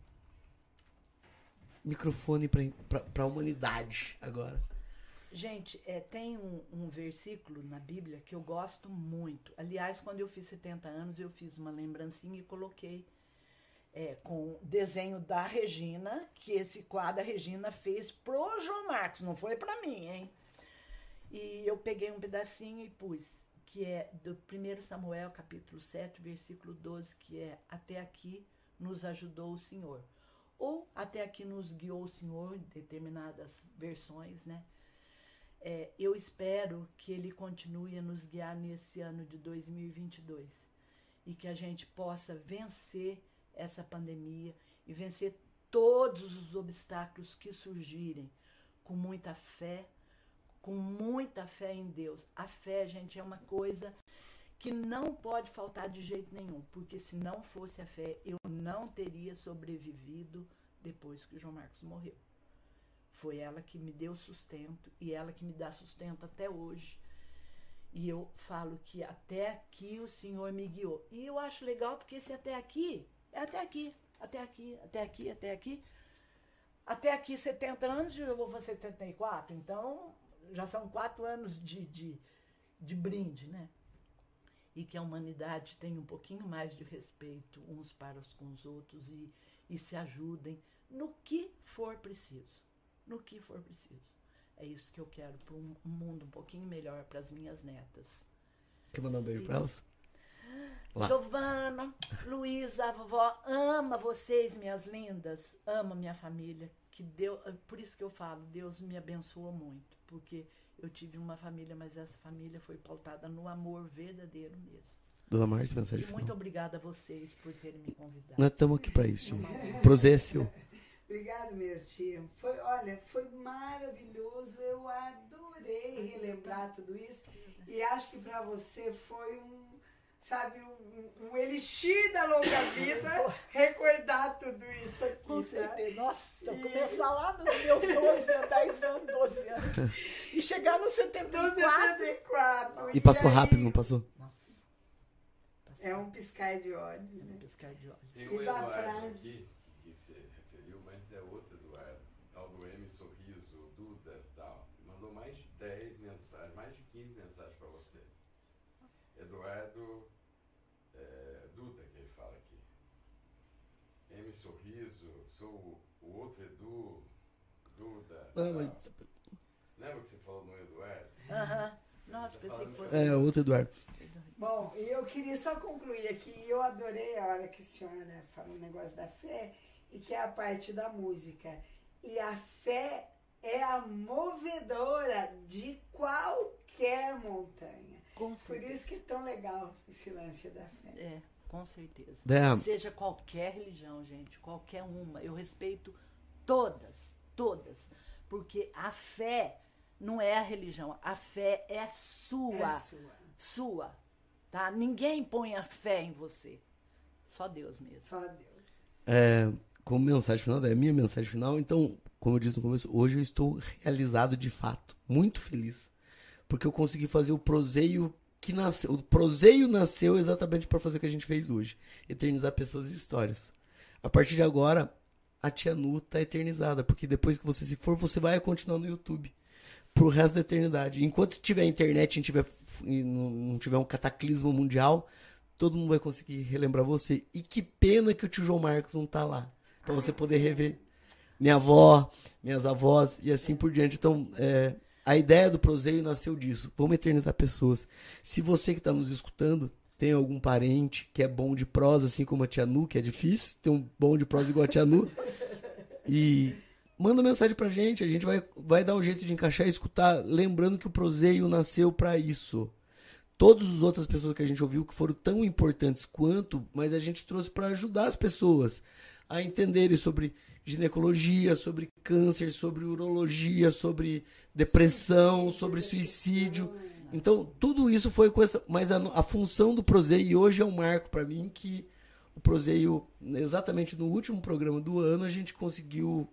Microfone pra humanidade agora. Gente, tem um versículo na Bíblia que eu gosto muito. Aliás, quando eu fiz 70 anos, eu fiz uma lembrancinha e coloquei com o desenho da Regina, que esse quadro a Regina fez pro João Marcos, não foi pra mim, hein? E eu peguei um pedacinho e pus, que é do 1 Samuel, capítulo 7, versículo 12, que é: até aqui nos ajudou o Senhor. Ou até aqui nos guiou o Senhor, em determinadas versões, né? Eu espero que Ele continue a nos guiar nesse ano de 2022 e que a gente possa vencer essa pandemia e vencer todos os obstáculos que surgirem com muita fé em Deus. A fé, gente, é uma coisa que não pode faltar de jeito nenhum, porque se não fosse a fé, eu não teria sobrevivido depois que o João Marcos morreu. Foi ela que me deu sustento e ela que me dá sustento até hoje. E eu falo que até aqui o Senhor me guiou. E eu acho legal porque esse até aqui é até aqui, até aqui, até aqui, até aqui. Até aqui 70 anos, eu vou fazer 74, então já são 4 anos de brinde, né? E que a humanidade tenha um pouquinho mais de respeito uns para com os outros e se ajudem no que for preciso. No que for preciso. É isso que eu quero para um mundo um pouquinho melhor para as minhas netas. Quer mandar um beijo para elas? Lá. Giovana, Luísa, a vovó ama vocês, minhas lindas. Ama minha família. Que Deus, por isso que eu falo, Deus me abençoou muito. Porque eu tive uma família, mas essa família foi pautada no amor verdadeiro mesmo. Dona Márcia, mensagem final. Muito obrigada a vocês por terem me convidado. Nós estamos aqui para isso, tia. O projeto é seu. Obrigado mesmo, tia. Foi maravilhoso. Eu adorei relembrar tudo isso. E acho que para você foi um elixir da longa vida recordar tudo isso aqui. Com certeza. Nossa, começar lá nos meus 12 anos, 10 anos, 12 anos. E chegar no 74. E passou rápido, não passou? Nossa. É um piscar de olhos. É um piscar de olhos. Tem um Eduardo aqui, que você referiu, mas é outro Eduardo. Tal do M Sorriso, Duda e tal. Mandou mais de 10 mensagens, mais de 15 mensagens para você. Eduardo Duda, que ele fala aqui. M Sorriso, sou o outro Edu, Duda. Não, mas... Lembra que você falou no Eduardo? Aham. Nossa, pensei que fosse... É, outro Eduardo. Bom, e eu queria só concluir aqui, eu adorei a hora que a senhora falou o negócio da fé, e que é a parte da música. E a fé é a movedora de qualquer montanha. Por isso que é tão legal esse lance da fé. É, com certeza. É. Seja qualquer religião, gente, qualquer uma. Eu respeito todas. Porque a fé não é a religião, a fé é sua. Sua. Tá? Ninguém põe a fé em você. Só Deus mesmo. Só Deus. Como mensagem final, é a minha mensagem final. Então, como eu disse no começo, hoje eu estou realizado de fato. Muito feliz. Porque eu consegui fazer o proseio que nasceu. O proseio nasceu exatamente para fazer o que a gente fez hoje. Eternizar pessoas e histórias. A partir de agora, a Tia Nu tá eternizada. Porque depois que você se for, você vai continuar no YouTube. Pro resto da eternidade. Enquanto tiver internet e não tiver um cataclismo mundial, todo mundo vai conseguir relembrar você. E que pena que o tio João Marcos não tá lá. Pra você poder rever minha avó, minhas avós e assim por diante. Então, a ideia do proseio nasceu disso. Vamos eternizar pessoas. Se você que está nos escutando tem algum parente que é bom de prosa, assim como a Tia Nu, que é difícil ter um bom de prosa igual a Tia Nu, e manda mensagem pra gente. A gente vai dar um jeito de encaixar e escutar. Lembrando que o proseio nasceu para isso. Todas as outras pessoas que a gente ouviu que foram tão importantes quanto, mas a gente trouxe para ajudar as pessoas a entenderem sobre ginecologia, sobre câncer, sobre urologia, sobre depressão, sobre suicídio. Então, tudo isso foi com essa... Mas a função do proseio hoje é um marco para mim, que o proseio, exatamente no último programa do ano, a gente conseguiu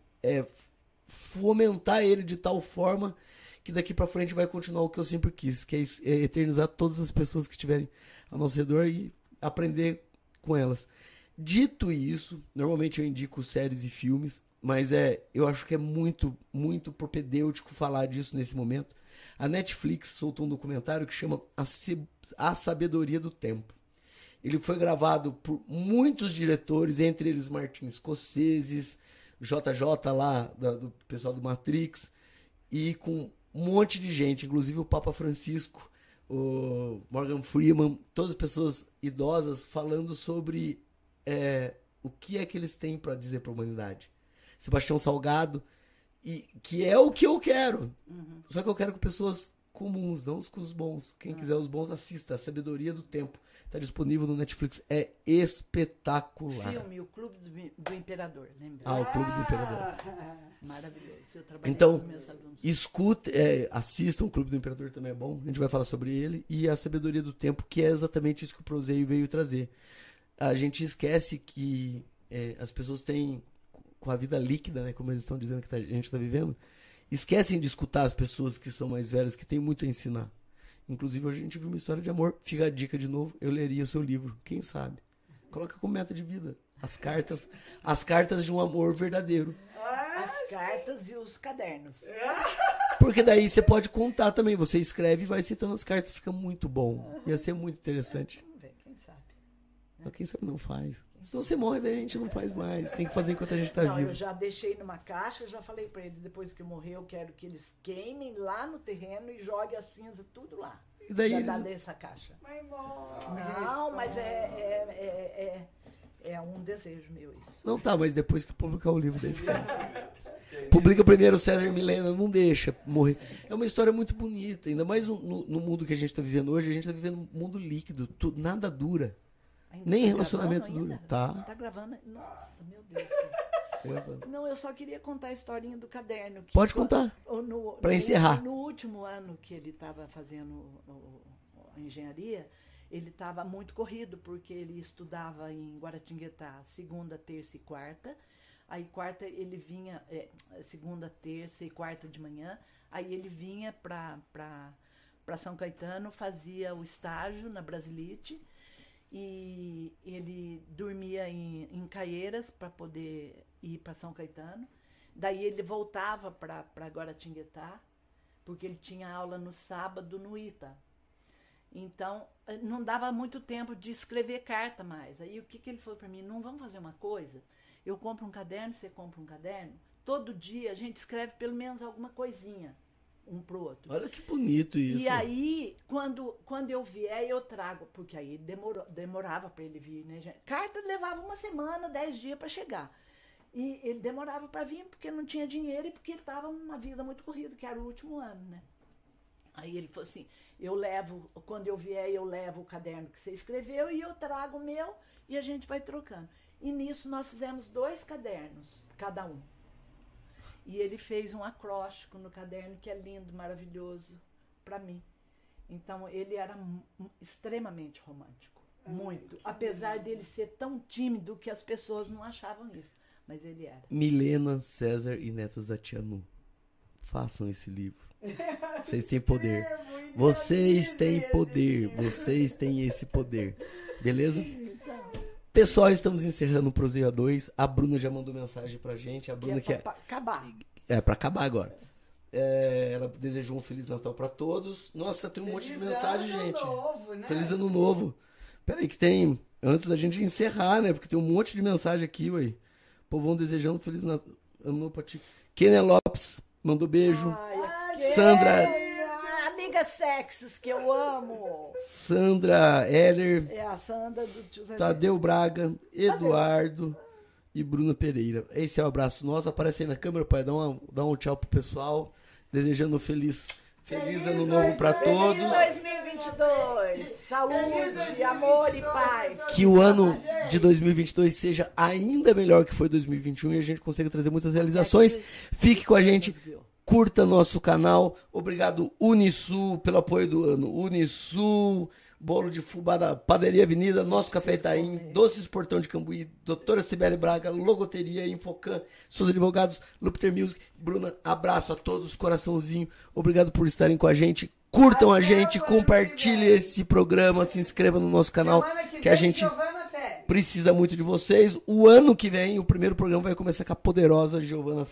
fomentar ele de tal forma que daqui para frente vai continuar o que eu sempre quis, que é eternizar todas as pessoas que estiverem ao nosso redor e aprender com elas. Dito isso, normalmente eu indico séries e filmes, mas eu acho que é muito, muito propedêutico falar disso nesse momento. A Netflix soltou um documentário que chama A Sabedoria do Tempo. Ele foi gravado por muitos diretores, entre eles Martin Scorsese, JJ lá, do pessoal do Matrix, e com um monte de gente, inclusive o Papa Francisco, o Morgan Freeman, todas as pessoas idosas falando sobre o que é que eles têm para dizer para a humanidade. Sebastião Salgado, e que é o que eu quero. Só que eu quero com pessoas comuns, não os bons. Quem quiser os bons, assista. A Sabedoria do Tempo. Está disponível no Netflix. É espetacular. Filme, O Clube do Imperador, lembra? O Clube do Imperador. Maravilhoso. Eu trabalhei Então, com meus alunos. escuta, assistam. O Clube do Imperador também é bom. A gente vai falar sobre ele. E A Sabedoria do Tempo, que é exatamente isso que o Proseio veio trazer. A gente esquece que as pessoas têm, com a vida líquida, né, como eles estão dizendo que a gente está vivendo, esquecem de escutar as pessoas que são mais velhas, que têm muito a ensinar. Inclusive, hoje a gente viu uma história de amor. Fica a dica de novo, eu leria o seu livro. Quem sabe? Coloca como meta de vida. As cartas de um amor verdadeiro. As cartas e os cadernos. Porque daí você pode contar também. Você escreve e vai citando as cartas. Fica muito bom. Ia ser muito interessante. Vamos ver, quem sabe. Mas quem sabe não faz. Senão você morre, daí a gente não faz mais. Tem que fazer enquanto a gente tá vivo. Eu já deixei numa caixa, já falei pra eles, depois que eu morrer, eu quero que eles queimem lá no terreno e joguem a cinza tudo lá. E daí eles... dessa caixa. Não, mas é um desejo meu isso. Não tá, mas depois que publicar o livro daí fica... Publica primeiro o César Milena, não deixa morrer. É uma história muito bonita, ainda mais no mundo que a gente tá vivendo hoje. A gente tá vivendo um mundo líquido, nada dura. Ainda nem tá relacionamento dura. Tá. Tá gravando? Nossa, meu Deus do céu. Não, eu só queria contar a historinha do caderno. Pode contar. Para encerrar. No último ano que ele estava fazendo a engenharia, ele estava muito corrido, porque ele estudava em Guaratinguetá segunda, terça e quarta. Aí quarta ele vinha, segunda, terça e quarta de manhã. Aí ele vinha para São Caetano, fazia o estágio na Brasilite. E ele dormia em Caieiras para poder ir para São Caetano. Daí ele voltava para Guaratinguetá, porque ele tinha aula no sábado no ITA. Então, não dava muito tempo de escrever carta mais. Aí o que ele falou para mim? Não vamos fazer uma coisa? Eu compro um caderno, você compra um caderno. Todo dia a gente escreve pelo menos alguma coisinha. Um pro outro. Olha que bonito isso. E aí, quando eu vier, eu trago, porque aí demorava para ele vir, né, gente? Carta levava uma semana, 10 dias para chegar. E ele demorava para vir porque não tinha dinheiro e porque ele estava numa vida muito corrida, que era o último ano, né? Aí ele falou assim, quando eu vier, eu levo o caderno que você escreveu e eu trago o meu e a gente vai trocando. E nisso nós fizemos 2 cadernos, cada um. E ele fez um acróstico no caderno que é lindo, maravilhoso para mim. Então, ele era extremamente romântico. Muito. Apesar dele ser tão tímido que as pessoas não achavam isso. Mas ele era. Milena, César e Netas da Tia Nu. Façam esse livro. Vocês têm poder. Vocês têm poder. Vocês têm esse poder. Beleza? Pessoal, estamos encerrando o Proseio A2. A Bruna já mandou mensagem pra gente. A Bruna pra acabar. Pra acabar agora. Ela desejou um Feliz Natal pra todos. Nossa, tem um monte de mensagem, gente. Novo, né? Feliz Ano Novo. Peraí que tem... Antes da gente encerrar, né? Porque tem um monte de mensagem aqui, ué. O povão desejando Feliz Natal. Ano Novo pra ti. Kenia Lopes mandou beijo. Sandra... Amigas sexys que eu amo. Sandra Heller. É a Sandra do tio Zé. Tadeu Braga, Eduardo e Bruna Pereira. Esse é o abraço nosso. Aparece aí na câmera, pai. Dá um tchau pro pessoal. Desejando feliz ano novo pra todos. Feliz 2022. Saúde, amor e paz. Que o ano de 2022 seja ainda melhor que foi 2021 e a gente consiga trazer muitas realizações. Fique com a gente. Curta nosso canal. Obrigado, Unisul, pelo apoio do ano. Unisul, Bolo de Fubá da Padaria Avenida, Nosso Café Itaim, Doces Portão de Cambuí, Doutora Cibele Braga, Logoteria, Infocan, seus advogados, Lupiter Music. Bruna, abraço a todos, coraçãozinho. Obrigado por estarem com a gente. Curtam a gente, compartilhem esse programa, se inscreva no nosso canal, que a gente precisa muito de vocês. O ano que vem, o primeiro programa vai começar com a poderosa Giovana